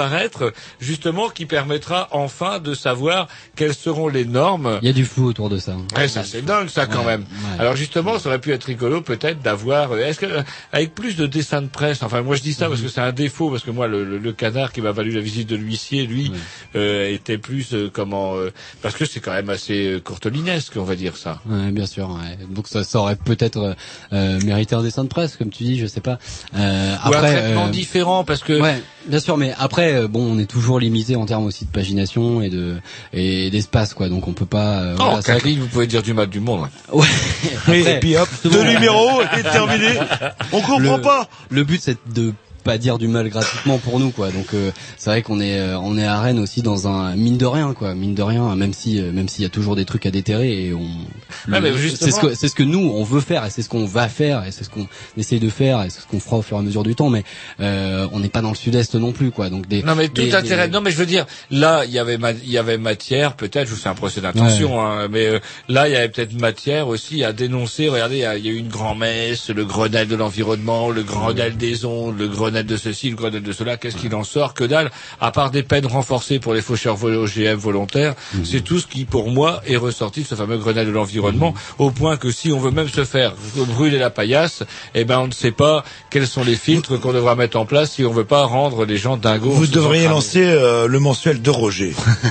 apparaître, justement, qui permettra enfin de savoir quelles seront les normes. Il y a du flou autour de ça. Ouais, ça c'est dingue, ça quand ouais, même. Ouais. Alors justement, ça aurait pu être rigolo peut-être d'avoir. Est-ce que avec plus de dessins de presse, enfin moi je dis ça parce que c'est un défaut, parce que moi le, le, le canard qui m'a valu la visite de l'huissier, lui, ouais. euh, était plus euh, comment euh, parce que c'est quand même assez euh, courtelinesque, on va dire ça. Ouais, bien sûr. Ouais. Donc ça, ça aurait peut-être euh, mérité un dessin de presse, comme tu dis, je sais pas. Euh, Ou après, un traitement euh, différent, parce que. Ouais, bien sûr, mais après, euh, bon, on est toujours limité en termes aussi de pagination et de et d'espace, quoi. Donc on peut pas. Euh, oh, voilà, quatre lignes, vous pouvez dire du mal du monde. Ouais. Après, et puis hop, deux numéros et terminé. On comprend le, pas. Le but, c'est de pas dire du mal gratuitement pour nous, quoi. Donc euh, c'est vrai qu'on est euh, on est à Rennes aussi dans un mine de rien, quoi. Mine de rien, même si euh, même s'il y a toujours des trucs à déterrer et on. Ah, le, mais justement... c'est ce que c'est ce que nous on veut faire et c'est ce qu'on va faire et c'est ce qu'on essaye de faire et c'est ce qu'on fera au fur et à mesure du temps. Mais euh, on n'est pas dans le sud-est non plus, quoi. Donc des. Non mais tout des, intérêt. Des... Non mais je veux dire, là il y avait ma... il y avait matière, peut-être. Je vous fais un procès d'intention, ouais. hein, mais euh, là il y avait peut-être matière aussi à dénoncer. Regardez, il y a, il y a eu une grand-messe, le Grenelle de l'environnement, le Grenelle des ondes, le Grenelle de ceci, le Grenelle de cela, qu'est-ce qu'il en sort? Que dalle, à part des peines renforcées pour les faucheurs O G M volontaires, mmh. c'est tout ce qui, pour moi, est ressorti de ce fameux Grenelle de l'environnement, mmh. au point que si on veut même se faire brûler la paillasse, eh ben on ne sait pas quels sont les filtres qu'on devra mettre en place si on veut pas rendre les gens dingos. Vous devriez lancer euh, le mensuel de Roger.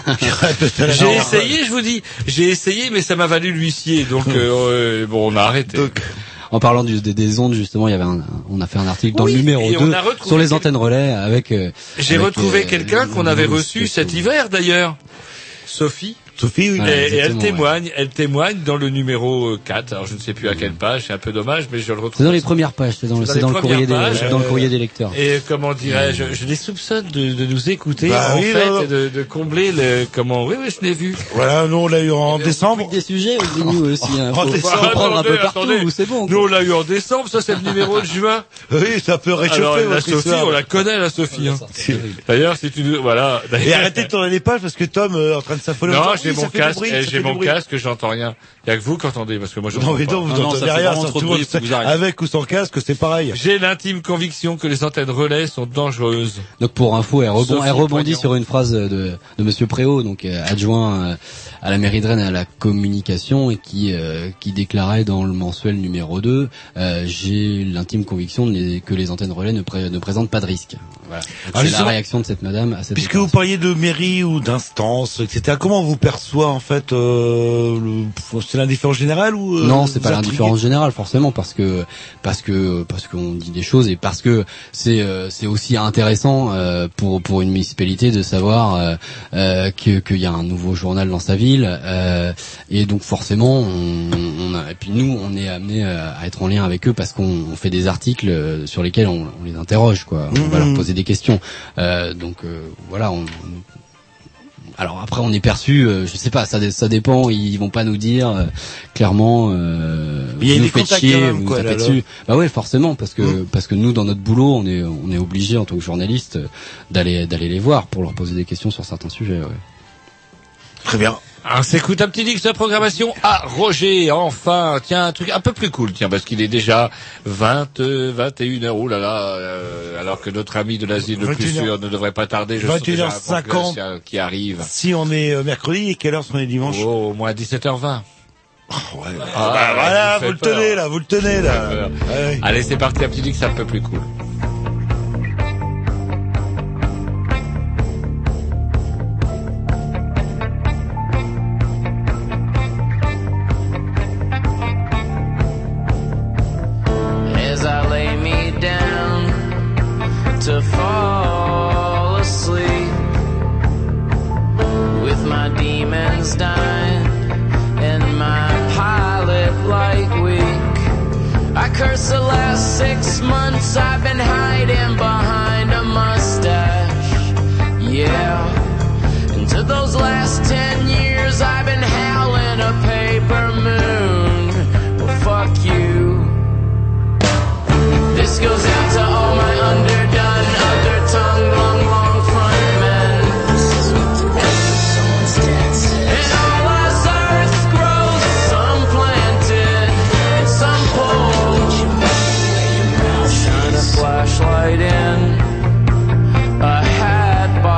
J'ai essayé, je vous dis, j'ai essayé, mais ça m'a valu l'huissier, donc euh, bon, on a arrêté. Donc... En parlant du, des, des ondes, justement, il y avait un, on a fait un article dans oui, le numéro deux sur les quel... antennes relais avec. Euh, J'ai avec, retrouvé euh, quelqu'un qu'on avait reçu cet hiver d'ailleurs, Sophie. Sophie, oui. Et, et elle témoigne, ouais. elle témoigne dans le numéro quatre. Alors je ne sais plus à quelle page, c'est un peu dommage, mais je le retrouve. C'est dans les premières pages, c'est dans, le, c'est dans, le, courrier pages, des, euh, dans le courrier des lecteurs. Et comment dirais-je, je les soupçonne de, de nous écouter, bah, en oui, fait, non, non. et de, de combler le, comment, oui, oui, je l'ai vu. Voilà, nous on l'a eu en décembre. Des sujets, nous aussi, hein. Faut, en décembre. faut prendre attendez, un peu partout, attendez. c'est bon. Nous on l'a eu en décembre, ça c'est le numéro de juin. Oui, ça peut réchauffer. Alors, la votre Sophie, histoire. on la connaît, la Sophie, hein. D'ailleurs, si tu nous, voilà. Et arrêtez de tourner les pages parce que Tom est en train de s'affoler. Non, j'ai mon casque, j'ai mon casque, j'entends rien. Il y a que vous qui entendez, parce que moi je non, mais non, vous entendez rien, surtout avec ou sans casque, c'est pareil. J'ai l'intime conviction que les antennes relais sont dangereuses. Donc pour info, elle, rebond, elle rebondit sur une phrase de, de Monsieur Préau, donc euh, adjoint euh, à la mairie de Rennes à la communication et qui euh, qui déclarait dans le mensuel numéro deux, euh, j'ai l'intime conviction de les, que les antennes relais ne, pré, ne présentent pas de risque. Voilà. C'est la réaction de cette madame à cette. Puisque vous parliez de mairie ou d'instance, et cetera. Comment on vous perçoit en fait euh, le, c'est l'indifférence générale ou euh, non, c'est pas l'indifférence générale forcément parce que parce que parce qu'on dit des choses et parce que c'est euh, c'est aussi intéressant euh, pour pour une municipalité de savoir euh, euh, que qu'il y a un nouveau journal dans sa ville euh, et donc forcément on, on a, et puis nous on est amené à être en lien avec eux parce qu'on on fait des articles sur lesquels on, on les interroge quoi, on mmh. va leur poser des questions euh, donc euh, voilà on, on alors après on est perçu, euh, je sais pas, ça ça dépend, ils vont pas nous dire euh, clairement euh, il y a vous des nous faites chier, même, vous quoi, nous tapez là, dessus. Bah ouais, forcément parce que mmh. parce que nous dans notre boulot, on est on est obligé en tant que journaliste d'aller d'aller les voir pour leur poser des questions sur certains sujets, ouais. Très bien. On s'écoute un petit X de programmation à Roger, enfin, tiens, un truc un peu plus cool, tiens, parce qu'il est déjà vingt, vingt et une heures, oh là là, euh, alors que notre ami de l'asile le plus sûr ne devrait pas tarder, je vingt et une heures cinquante qui arrive. Si on est mercredi, et quelle heure si on est dimanche? Oh, au moins dix-sept heures vingt. Oh, ouais. Ah, bah, voilà, vous, vous le tenez là, vous le tenez là. Ouais. Allez, c'est parti, un petit X un peu plus cool. To fall asleep with my demons dying and my pilot light weak. I curse the last six months I've been hiding behind a mustache. Yeah, and to those last ten years I've been howling a paper moon. Well, fuck you. This goes out to all my underdone, other-tongued, long, long front men. And all us earth grows, some planted and some pulled. Shine a flashlight in a hat box.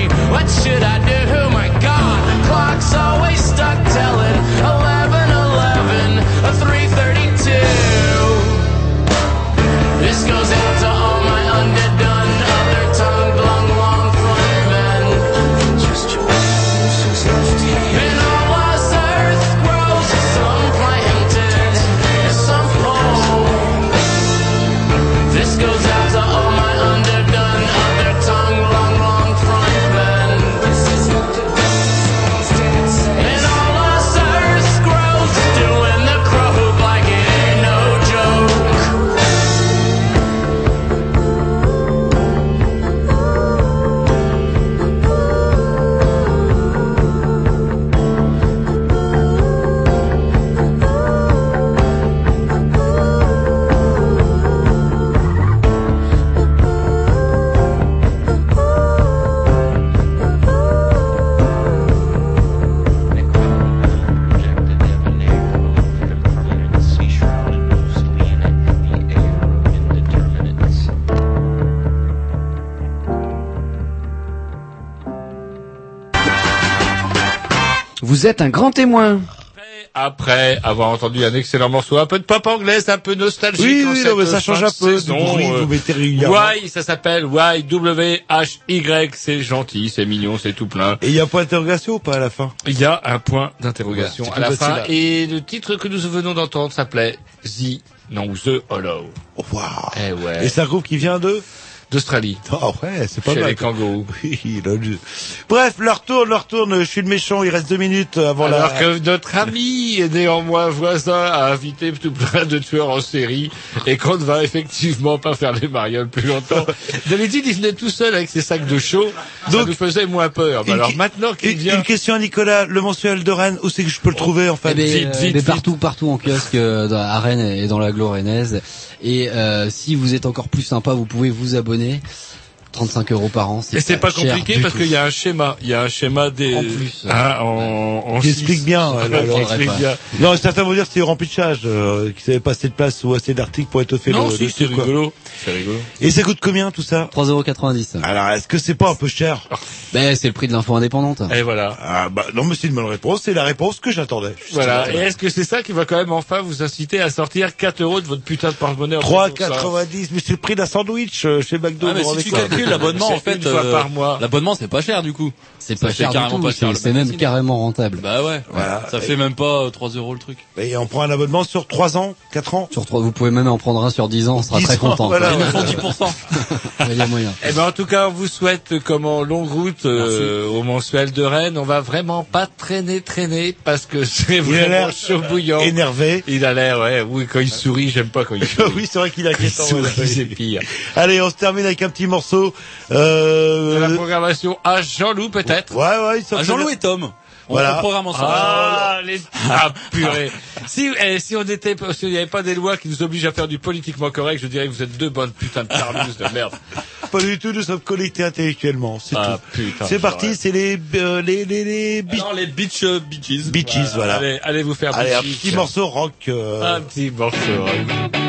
me, what should I do? My God, the clock's always stuck telling eleven eleven, a three thirty-two. This goes out to all my underdone, other tongue, long, long front men. Just your who's left here. In all us earth grows some planted, some pole. This goes out to all my underdone, other tongue, long, long front men. In all us earth grows doing the crow like it ain't no joke. Vous êtes un grand témoin. Après avoir entendu un excellent morceau, un peu de pop anglaise, un peu nostalgique. Oui, en oui, cette non, mais ça change un peu saison, du bruit, euh, vous mettez régulièrement. Y, ça s'appelle Y, W H Y, c'est gentil, c'est mignon, c'est tout plein. Et il y a un point d'interrogation ou pas à la fin? Il y a un point d'interrogation Ouais, à la fin. là. Et le titre que nous venons d'entendre s'appelait The, non, The Hollow. Oh, wow. Eh ouais. Et c'est un groupe qui vient de? D'Australie. Oh ouais, c'est pas Chez mal. les kangourous. Oui, là, je- Bref, leur tourne, leur tourne. Je suis le méchant. Il reste deux minutes avant Alors la. que notre ami et néanmoins voisin a invité tout plein de tueurs en série et qu'on ne va effectivement pas faire les marioles plus longtemps. D'habitude, il venait tout seul avec ses sacs de chaud. Ça Donc, nous faisait moins peur. Mais une alors qui- maintenant qu'il Une, vient... une question à Nicolas. Le mensuel de Rennes, où c'est que je peux le trouver en fait? Eh ben, Vite, euh, vite, mais vite. partout, partout en kiosque, euh, dans- à Rennes et dans l'agglo rennaise. Et euh, si vous êtes encore plus sympa, vous pouvez vous abonner. trente-cinq euros par an. Et c'est pas cher compliqué du parce tout. qu'il y a un schéma. Il y a un schéma des... En plus. Hein, en, en Qui six. explique bien. euh, là, Qui là. explique bien. Non, certains vont dire que c'est du remplissage, euh, qu'ils n'avaient pas assez de place ou assez d'articles pour étoffer Non, le, si, le c'est truc, quoi. rigolo. C'est rigolo. Et ça coûte combien tout ça? trois euros quatre-vingt-dix. Alors, est-ce que c'est pas un peu cher? Ben, c'est le prix de l'info indépendante. Et voilà. Ah bah non, mais c'est une bonne réponse. C'est la réponse que j'attendais. Voilà. Et est-ce que c'est ça qui va quand même enfin vous inciter à sortir quatre euros de votre putain de porte-monnaie en trois faisant ça quatre-vingt-dix, mais c'est le prix d'un sandwich euh, chez McDo. Ah, mais vous si rendez tu compte? calcules l'abonnement, en C'est fait, une fois euh, par mois. l'abonnement, c'est pas cher, du coup. C'est Ça pas fait cher du carrément tout. pas cher, C'est le c'est même magazine. carrément rentable. Bah ouais. Voilà. Ça fait même pas euh, trois euros le truc. Et on prend un abonnement sur trois ans, quatre ans. Sur trois, vous pouvez même en prendre un sur dix ans, on sera dix très ans, content. voilà. Ils nous font dix pour cent. Il y a moyen. Eh ben en tout cas, on vous souhaite comment longue route euh, au mensuel de Rennes. On va vraiment pas traîner, traîner parce que c'est Il a vraiment l'air chaud bouillant. énervé. Il a l'air, ouais. Oui, quand il sourit, j'aime pas quand il sourit. Oui, c'est vrai qu'il a Quand il inquiétant. sourit, ouais. c'est pire. Allez, on se termine avec un petit morceau. De la Euh... programmation à Jean-Loup peut-être. Ouais, ouais, il Ah, s'en Jean-Loup et Tom. On Voilà. fait le programme ensemble. Ah, les ah, purée. Si, eh, si on était, si il n'y avait pas des lois qui nous obligent à faire du politiquement correct, je dirais que vous êtes deux bonnes putains de tarlousses de merde. Pas du tout, nous sommes connectés intellectuellement, c'est Ah, tout. putain, C'est parti, j'aurais- c'est les, euh, les, les, les Ah beach, non, les beach, euh, beaches. beaches, voilà. Allez, allez vous faire Allez, un bitchy. petit morceau rock, euh, Un petit morceau. ouais.